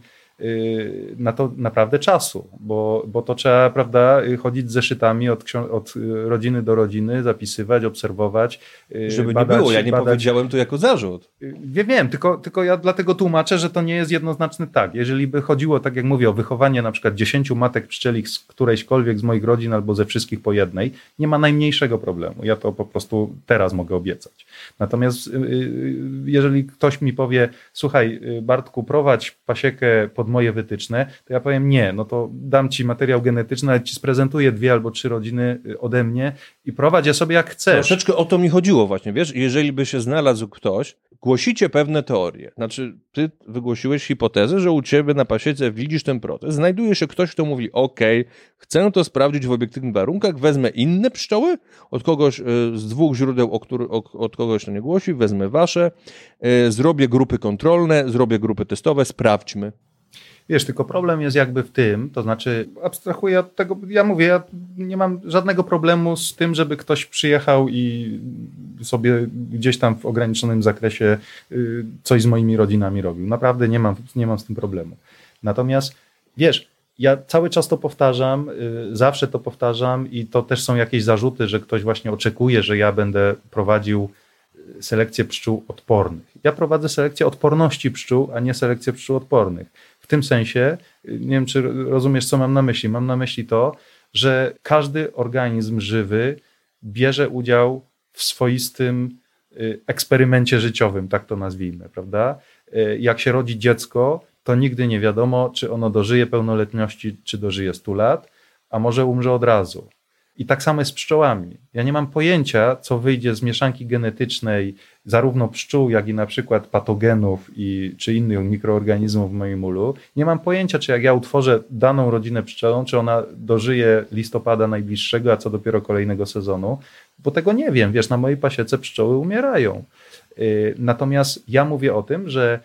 na to naprawdę czasu, bo to trzeba, prawda, chodzić z zeszytami od rodziny do rodziny, zapisywać, obserwować, żeby badać, nie było, ja nie powiedziałem to jako zarzut. Wiem, tylko ja dlatego tłumaczę, że to nie jest jednoznaczny tak. Jeżeli by chodziło, tak jak mówię, o wychowanie na przykład 10 matek pszczelich z którejśkolwiek z moich rodzin albo ze wszystkich po jednej, nie ma najmniejszego problemu. Ja to po prostu teraz mogę obiecać. Natomiast jeżeli ktoś mi powie, słuchaj Bartku, prowadź pasiekę pod moje wytyczne, to ja powiem nie, no to dam ci materiał genetyczny, ale ci sprezentuję 2 albo 3 rodziny ode mnie i prowadź je sobie jak chcesz. Troszeczkę o to mi chodziło właśnie, wiesz, jeżeli by się znalazł ktoś, głosicie pewne teorie, znaczy ty wygłosiłeś hipotezę, że u ciebie na pasiece widzisz ten proces, znajduje się ktoś, kto mówi okej, chcę to sprawdzić w obiektywnych warunkach, wezmę inne pszczoły od kogoś z 2 źródeł, od kogoś to nie głosi, wezmę wasze, zrobię grupy kontrolne, zrobię grupy testowe, sprawdźmy. Wiesz, tylko problem jest jakby w tym, to znaczy abstrahuję od tego, ja mówię, ja nie mam żadnego problemu z tym, żeby ktoś przyjechał i sobie gdzieś tam w ograniczonym zakresie coś z moimi rodzinami robił. Naprawdę nie mam z tym problemu. Natomiast wiesz, ja cały czas to powtarzam, zawsze to powtarzam i to też są jakieś zarzuty, że ktoś właśnie oczekuje, że ja będę prowadził selekcję pszczół odpornych. Ja prowadzę selekcję odporności pszczół, a nie selekcję pszczół odpornych. W tym sensie, nie wiem, czy rozumiesz, co mam na myśli. Mam na myśli to, że każdy organizm żywy bierze udział w swoistym eksperymencie życiowym, tak to nazwijmy, prawda? Jak się rodzi dziecko, to nigdy nie wiadomo, czy ono dożyje pełnoletności, czy dożyje 100 lat, a może umrze od razu. I tak samo jest z pszczołami. Ja nie mam pojęcia, co wyjdzie z mieszanki genetycznej zarówno pszczół, jak i na przykład patogenów czy innych mikroorganizmów w moim ulu. Nie mam pojęcia, czy jak ja utworzę daną rodzinę pszczelą, czy ona dożyje listopada najbliższego, a co dopiero kolejnego sezonu, bo tego nie wiem. Wiesz, na mojej pasiece pszczoły umierają. Natomiast ja mówię o tym, że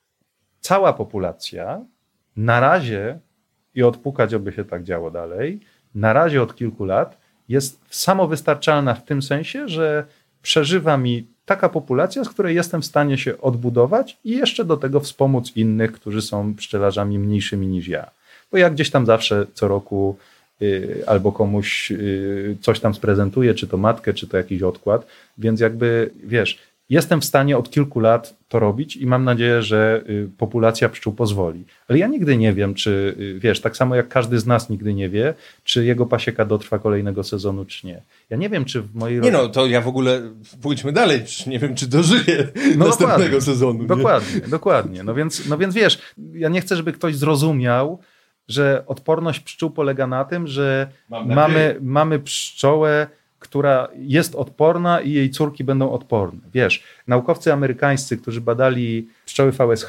cała populacja na razie, i odpukać, aby się tak działo dalej, na razie od kilku lat jest samowystarczalna w tym sensie, że przeżywa mi taka populacja, z której jestem w stanie się odbudować i jeszcze do tego wspomóc innych, którzy są pszczelarzami mniejszymi niż ja. Bo ja gdzieś tam zawsze co roku albo komuś coś tam sprezentuję, czy to matkę, czy to jakiś odkład, więc jakby wiesz, jestem w stanie od kilku lat to robić i mam nadzieję, że populacja pszczół pozwoli. Ale ja nigdy nie wiem, czy, wiesz, tak samo jak każdy z nas nigdy nie wie, czy jego pasieka dotrwa kolejnego sezonu, czy nie. Ja nie wiem, czy w mojej Nie no, to ja w ogóle, pójdźmy dalej, nie wiem, czy dożyję następnego sezonu. Dokładnie. No więc wiesz, ja nie chcę, żeby ktoś zrozumiał, że odporność pszczół polega na tym, że mamy pszczołę, która jest odporna i jej córki będą odporne. Wiesz, naukowcy amerykańscy, którzy badali pszczoły VSH,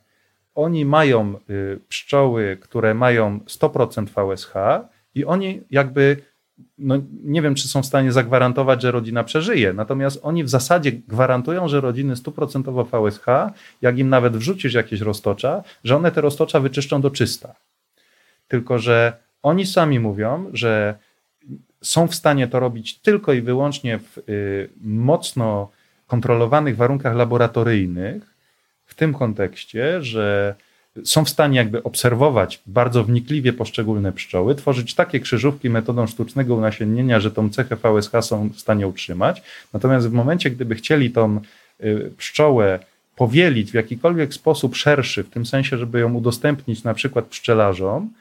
oni mają pszczoły, które mają 100% VSH i oni jakby, no nie wiem, czy są w stanie zagwarantować, że rodzina przeżyje, natomiast oni w zasadzie gwarantują, że rodziny 100% VSH, jak im nawet wrzucisz jakieś roztocza, że one te roztocza wyczyszczą do czysta. Tylko że oni sami mówią, że są w stanie to robić tylko i wyłącznie w mocno kontrolowanych warunkach laboratoryjnych, w tym kontekście, że są w stanie jakby obserwować bardzo wnikliwie poszczególne pszczoły, tworzyć takie krzyżówki metodą sztucznego unasiennienia, że tą cechę VSH są w stanie utrzymać. Natomiast w momencie, gdyby chcieli tą pszczołę powielić w jakikolwiek sposób szerszy, w tym sensie, żeby ją udostępnić na przykład pszczelarzom,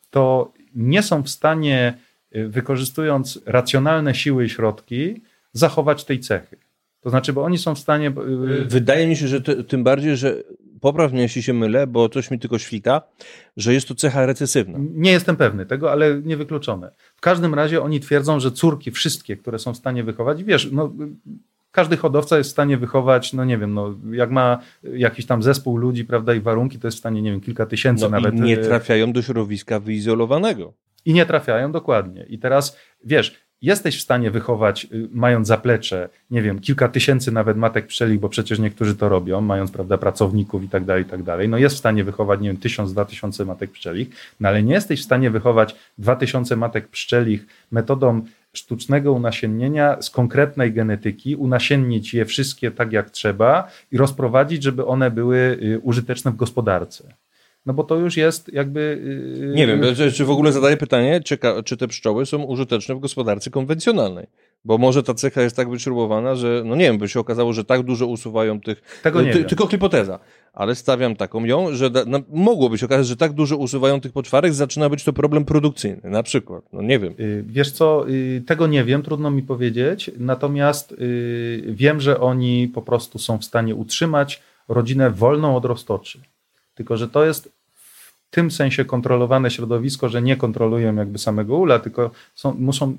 to nie są w stanie, wykorzystując racjonalne siły i środki, zachować tej cechy. To znaczy, bo oni są w stanie... Wydaje mi się, że tym bardziej, że popraw mnie, jeśli się mylę, bo coś mi tylko świta, że jest to cecha recesywna. Nie jestem pewny tego, ale niewykluczone. W każdym razie oni twierdzą, że córki wszystkie, które są w stanie wychować, wiesz, no... Każdy hodowca jest w stanie wychować, no nie wiem, no jak ma jakiś tam zespół ludzi, prawda, i warunki, to jest w stanie, nie wiem, kilka tysięcy nawet. I nie trafiają do środowiska wyizolowanego. I nie trafiają, dokładnie. I teraz, wiesz, jesteś w stanie wychować, mając zaplecze, nie wiem, kilka tysięcy nawet matek pszczelich, bo przecież niektórzy to robią, mając, prawda, pracowników i tak dalej. No jest w stanie wychować, nie wiem, 1000, 2000 matek pszczelich, no ale nie jesteś w stanie wychować 2000 matek pszczelich metodą sztucznego unasiennienia z konkretnej genetyki, unasiennić je wszystkie tak jak trzeba i rozprowadzić, żeby one były użyteczne w gospodarce. No bo to już jest jakby... Nie wiem, czy w ogóle zadaję pytanie, czy te pszczoły są użyteczne w gospodarce konwencjonalnej? Bo może ta cecha jest tak wyśrubowana, że, no nie wiem, by się okazało, że tak dużo usuwają tych... Tego nie wiem. Tylko hipoteza, ale stawiam taką ją, że mogłoby się okazać, że tak dużo usuwają tych poczwarek, zaczyna być to problem produkcyjny, na przykład. No nie wiem. Wiesz co, tego nie wiem, trudno mi powiedzieć, natomiast wiem, że oni po prostu są w stanie utrzymać rodzinę wolną od roztoczy. Tylko że to jest w tym sensie kontrolowane środowisko, że nie kontrolują jakby samego ula, tylko muszą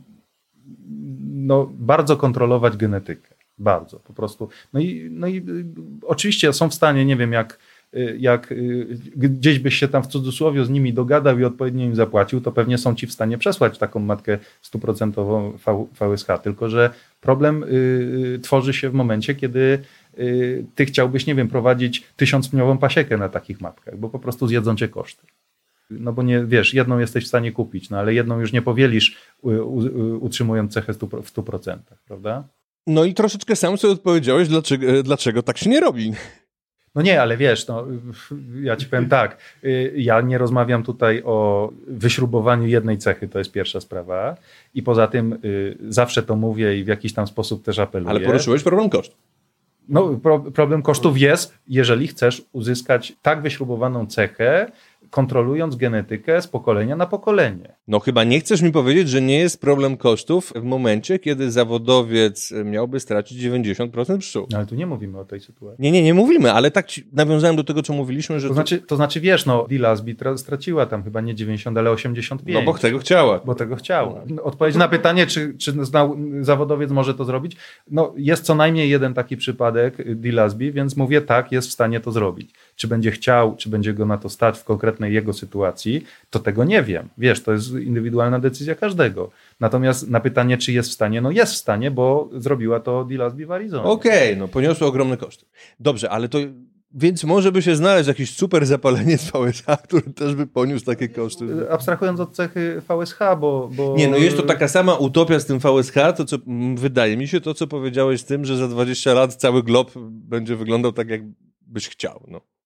bardzo kontrolować genetykę. Bardzo, po prostu. No i oczywiście są w stanie, nie wiem, jak gdzieś byś się tam w cudzysłowie z nimi dogadał i odpowiednio im zapłacił, to pewnie są ci w stanie przesłać taką matkę 100% VSH, tylko że problem tworzy się w momencie, kiedy ty chciałbyś, nie wiem, prowadzić 1000-pniową pasiekę na takich matkach, bo po prostu zjedzą cię koszty. No bo nie, wiesz, jedną jesteś w stanie kupić, no ale jedną już nie powielisz, utrzymując cechę w 100%, prawda? No i troszeczkę sam sobie odpowiedziałeś, dlaczego tak się nie robi. No nie, ale wiesz, no, ja ci powiem tak, ja nie rozmawiam tutaj o wyśrubowaniu jednej cechy, to jest pierwsza sprawa i poza tym zawsze to mówię i w jakiś tam sposób też apeluję. Ale poruszyłeś problem kosztów. No, problem kosztów jest, jeżeli chcesz uzyskać tak wyśrubowaną cechę, kontrolując genetykę z pokolenia na pokolenie. No chyba nie chcesz mi powiedzieć, że nie jest problem kosztów w momencie, kiedy zawodowiec miałby stracić 90% pszczół. No ale tu nie mówimy o tej sytuacji. Nie mówimy, ale tak nawiązałem do tego, co mówiliśmy, że... To znaczy wiesz, no Dilasby straciła tam chyba nie 90, ale 85. No bo tego chciała. Odpowiedź na pytanie, czy zawodowiec może to zrobić? No jest co najmniej jeden taki przypadek Dilasby, więc mówię tak, jest w stanie to zrobić. Czy będzie chciał, czy będzie go na to stać w konkretnej jego sytuacji, to tego nie wiem. Wiesz, to jest indywidualna decyzja każdego. Natomiast na pytanie, czy jest w stanie, no jest w stanie, bo zrobiła to Dilasby w Arizonie. Okej, no poniosło ogromne koszty. Dobrze, ale to... Więc może by się znaleźć jakiś super zapaleniec VSH, który też by poniósł takie koszty. Abstrahując od cechy VSH, bo... Nie, no jest to taka sama utopia z tym VSH, to co wydaje mi się, to co powiedziałeś z tym, że za 20 lat cały glob będzie wyglądał tak, jak byś chciał, no.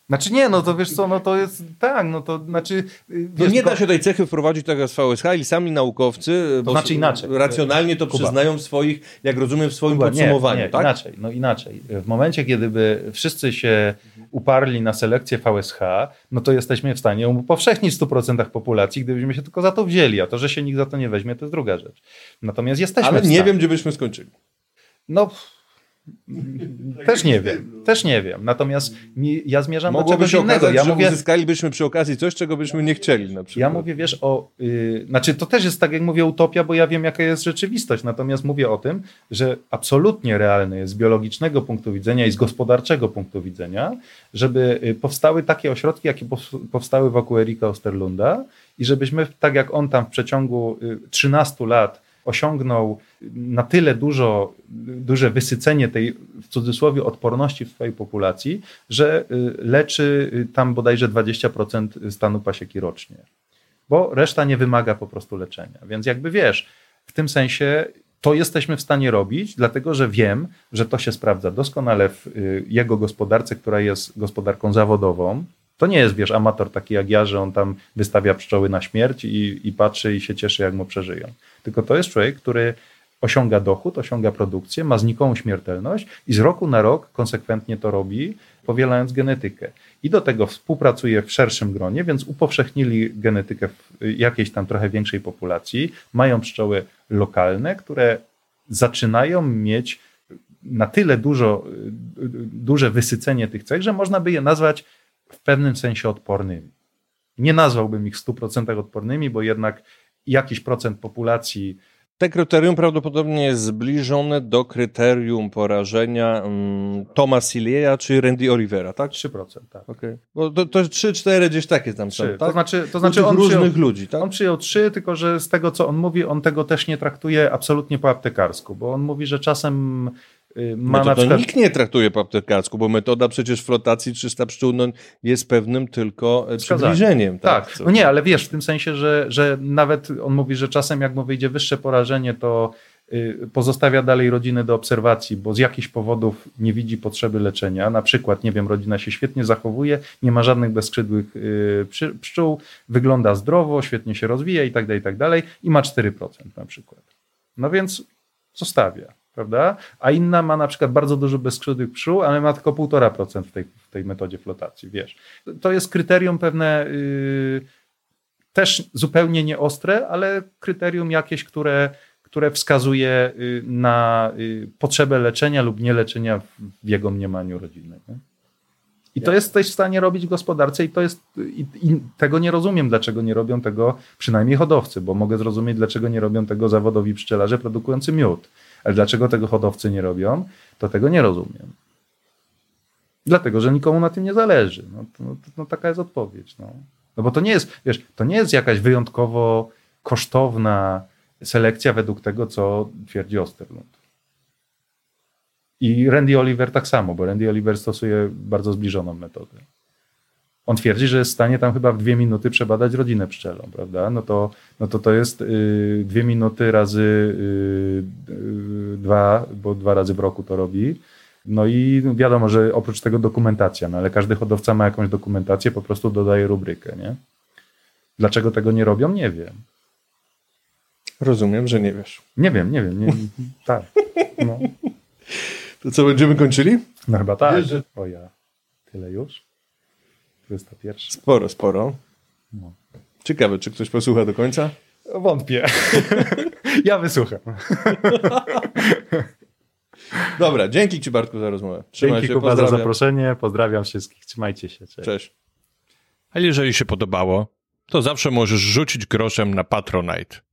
Znaczy nie, no to wiesz co, no to jest, tak, no to znaczy... Wiesz, nie da się tej cechy wprowadzić tak jak z VSH i sami naukowcy To znaczy inaczej. racjonalnie to Kuba. przyznają w swoich, jak rozumiem, w swoim Kuba, podsumowaniu, nie, tak? inaczej. W momencie, kiedy by wszyscy się uparli na selekcję VSH, no to jesteśmy w stanie upowszechnić 100% populacji, gdybyśmy się tylko za to wzięli, a to, że się nikt za to nie weźmie, to jest druga rzecz. Natomiast jesteśmy Ale w stanie. nie wiem, gdzie byśmy skończyli. No... Też nie wiem. Natomiast ja zmierzam do Mogłoby czegoś się innego. okazać, Ja że mówię, uzyskalibyśmy przy okazji coś, czego byśmy nie chcieli na przykład. ja mówię, wiesz, znaczy to też jest tak, jak mówię, utopia, bo ja wiem, jaka jest rzeczywistość. Natomiast mówię o tym, że absolutnie realne jest z biologicznego punktu widzenia i z gospodarczego punktu widzenia, żeby powstały takie ośrodki, jakie powstały wokół Erika Osterlunda i żebyśmy, tak jak on tam w przeciągu 13 lat osiągnął na tyle duże wysycenie tej, w cudzysłowie, odporności w swojej populacji, że leczy tam bodajże 20% stanu pasieki rocznie. Bo reszta nie wymaga po prostu leczenia. Więc jakby wiesz, w tym sensie to jesteśmy w stanie robić, dlatego że wiem, że to się sprawdza doskonale w jego gospodarce, która jest gospodarką zawodową. To nie jest, wiesz, amator taki jak ja, że on tam wystawia pszczoły na śmierć i patrzy i się cieszy, jak mu przeżyją. Tylko to jest człowiek, który osiąga dochód, osiąga produkcję, ma znikomą śmiertelność i z roku na rok konsekwentnie to robi, powielając genetykę. I do tego współpracuje w szerszym gronie, więc upowszechnili genetykę w jakiejś tam trochę większej populacji. Mają pszczoły lokalne, które zaczynają mieć na tyle duże wysycenie tych cech, że można by je nazwać w pewnym sensie odpornymi. Nie nazwałbym ich w 100% odpornymi, bo jednak jakiś procent populacji... Te kryterium prawdopodobnie jest zbliżone do kryterium porażenia Toma Silleya czy Randy Olivera, tak? 3%, tak. Okay. Bo to 3-4 gdzieś takie tam są, 3. tak? To znaczy on różnych ludzi, tak? On przyjął 3, tylko że z tego, co on mówi, on tego też nie traktuje absolutnie po aptekarsku, bo on mówi, że czasem ma na przykład... nikt nie traktuje po aptekarsku, bo metoda przecież flotacji 300 pszczół jest pewnym tylko przybliżeniem. Tak. No nie, ale wiesz, w tym sensie, że nawet on mówi, że czasem jak mu wyjdzie wyższe porażenie, to pozostawia dalej rodzinę do obserwacji, bo z jakichś powodów nie widzi potrzeby leczenia. Na przykład, nie wiem, rodzina się świetnie zachowuje, nie ma żadnych bezskrzydłych pszczół, wygląda zdrowo, świetnie się rozwija i tak dalej i ma 4% na przykład. No więc zostawia. Prawda? A inna ma na przykład bardzo dużo bezskrzydłych pszczół, ale ma tylko 1,5% w tej metodzie flotacji, wiesz. To jest kryterium pewne, też zupełnie nieostre, ale kryterium jakieś, które wskazuje na potrzebę leczenia lub nieleczenia w jego mniemaniu rodziny. Nie? I to jesteś w stanie robić w gospodarce i tego nie rozumiem, dlaczego nie robią tego przynajmniej hodowcy, bo mogę zrozumieć, dlaczego nie robią tego zawodowi pszczelarze produkujący miód. Ale dlaczego tego hodowcy nie robią, to tego nie rozumiem. Dlatego, że nikomu na tym nie zależy. No taka jest odpowiedź. No bo to nie jest, wiesz, to nie jest jakaś wyjątkowo kosztowna selekcja według tego, co twierdzi Osterlund. I Randy Oliver tak samo, bo Randy Oliver stosuje bardzo zbliżoną metodę. On twierdzi, że jest w stanie tam chyba w 2 minuty przebadać rodzinę pszczelą, prawda? No to jest 2 minuty razy 2, bo 2 razy w roku to robi. No i wiadomo, że oprócz tego dokumentacja, no ale każdy hodowca ma jakąś dokumentację, po prostu dodaje rubrykę, nie? Dlaczego tego nie robią? Nie wiem. Rozumiem, że nie wiesz. Nie wiem. Tak. No. To co, będziemy kończyli? No chyba tak. Wiesz, że... O ja. Tyle już? 21. Sporo. No. Ciekawe, czy ktoś posłucha do końca? Wątpię. Ja wysłucham. Dobra, dzięki Ci, Bartku, za rozmowę. Trzymaj Dzięki, się, Kuba, za pozdrawiam. zaproszenie. Pozdrawiam wszystkich. Trzymajcie się. Cześć. A jeżeli się podobało, to zawsze możesz rzucić groszem na Patronite.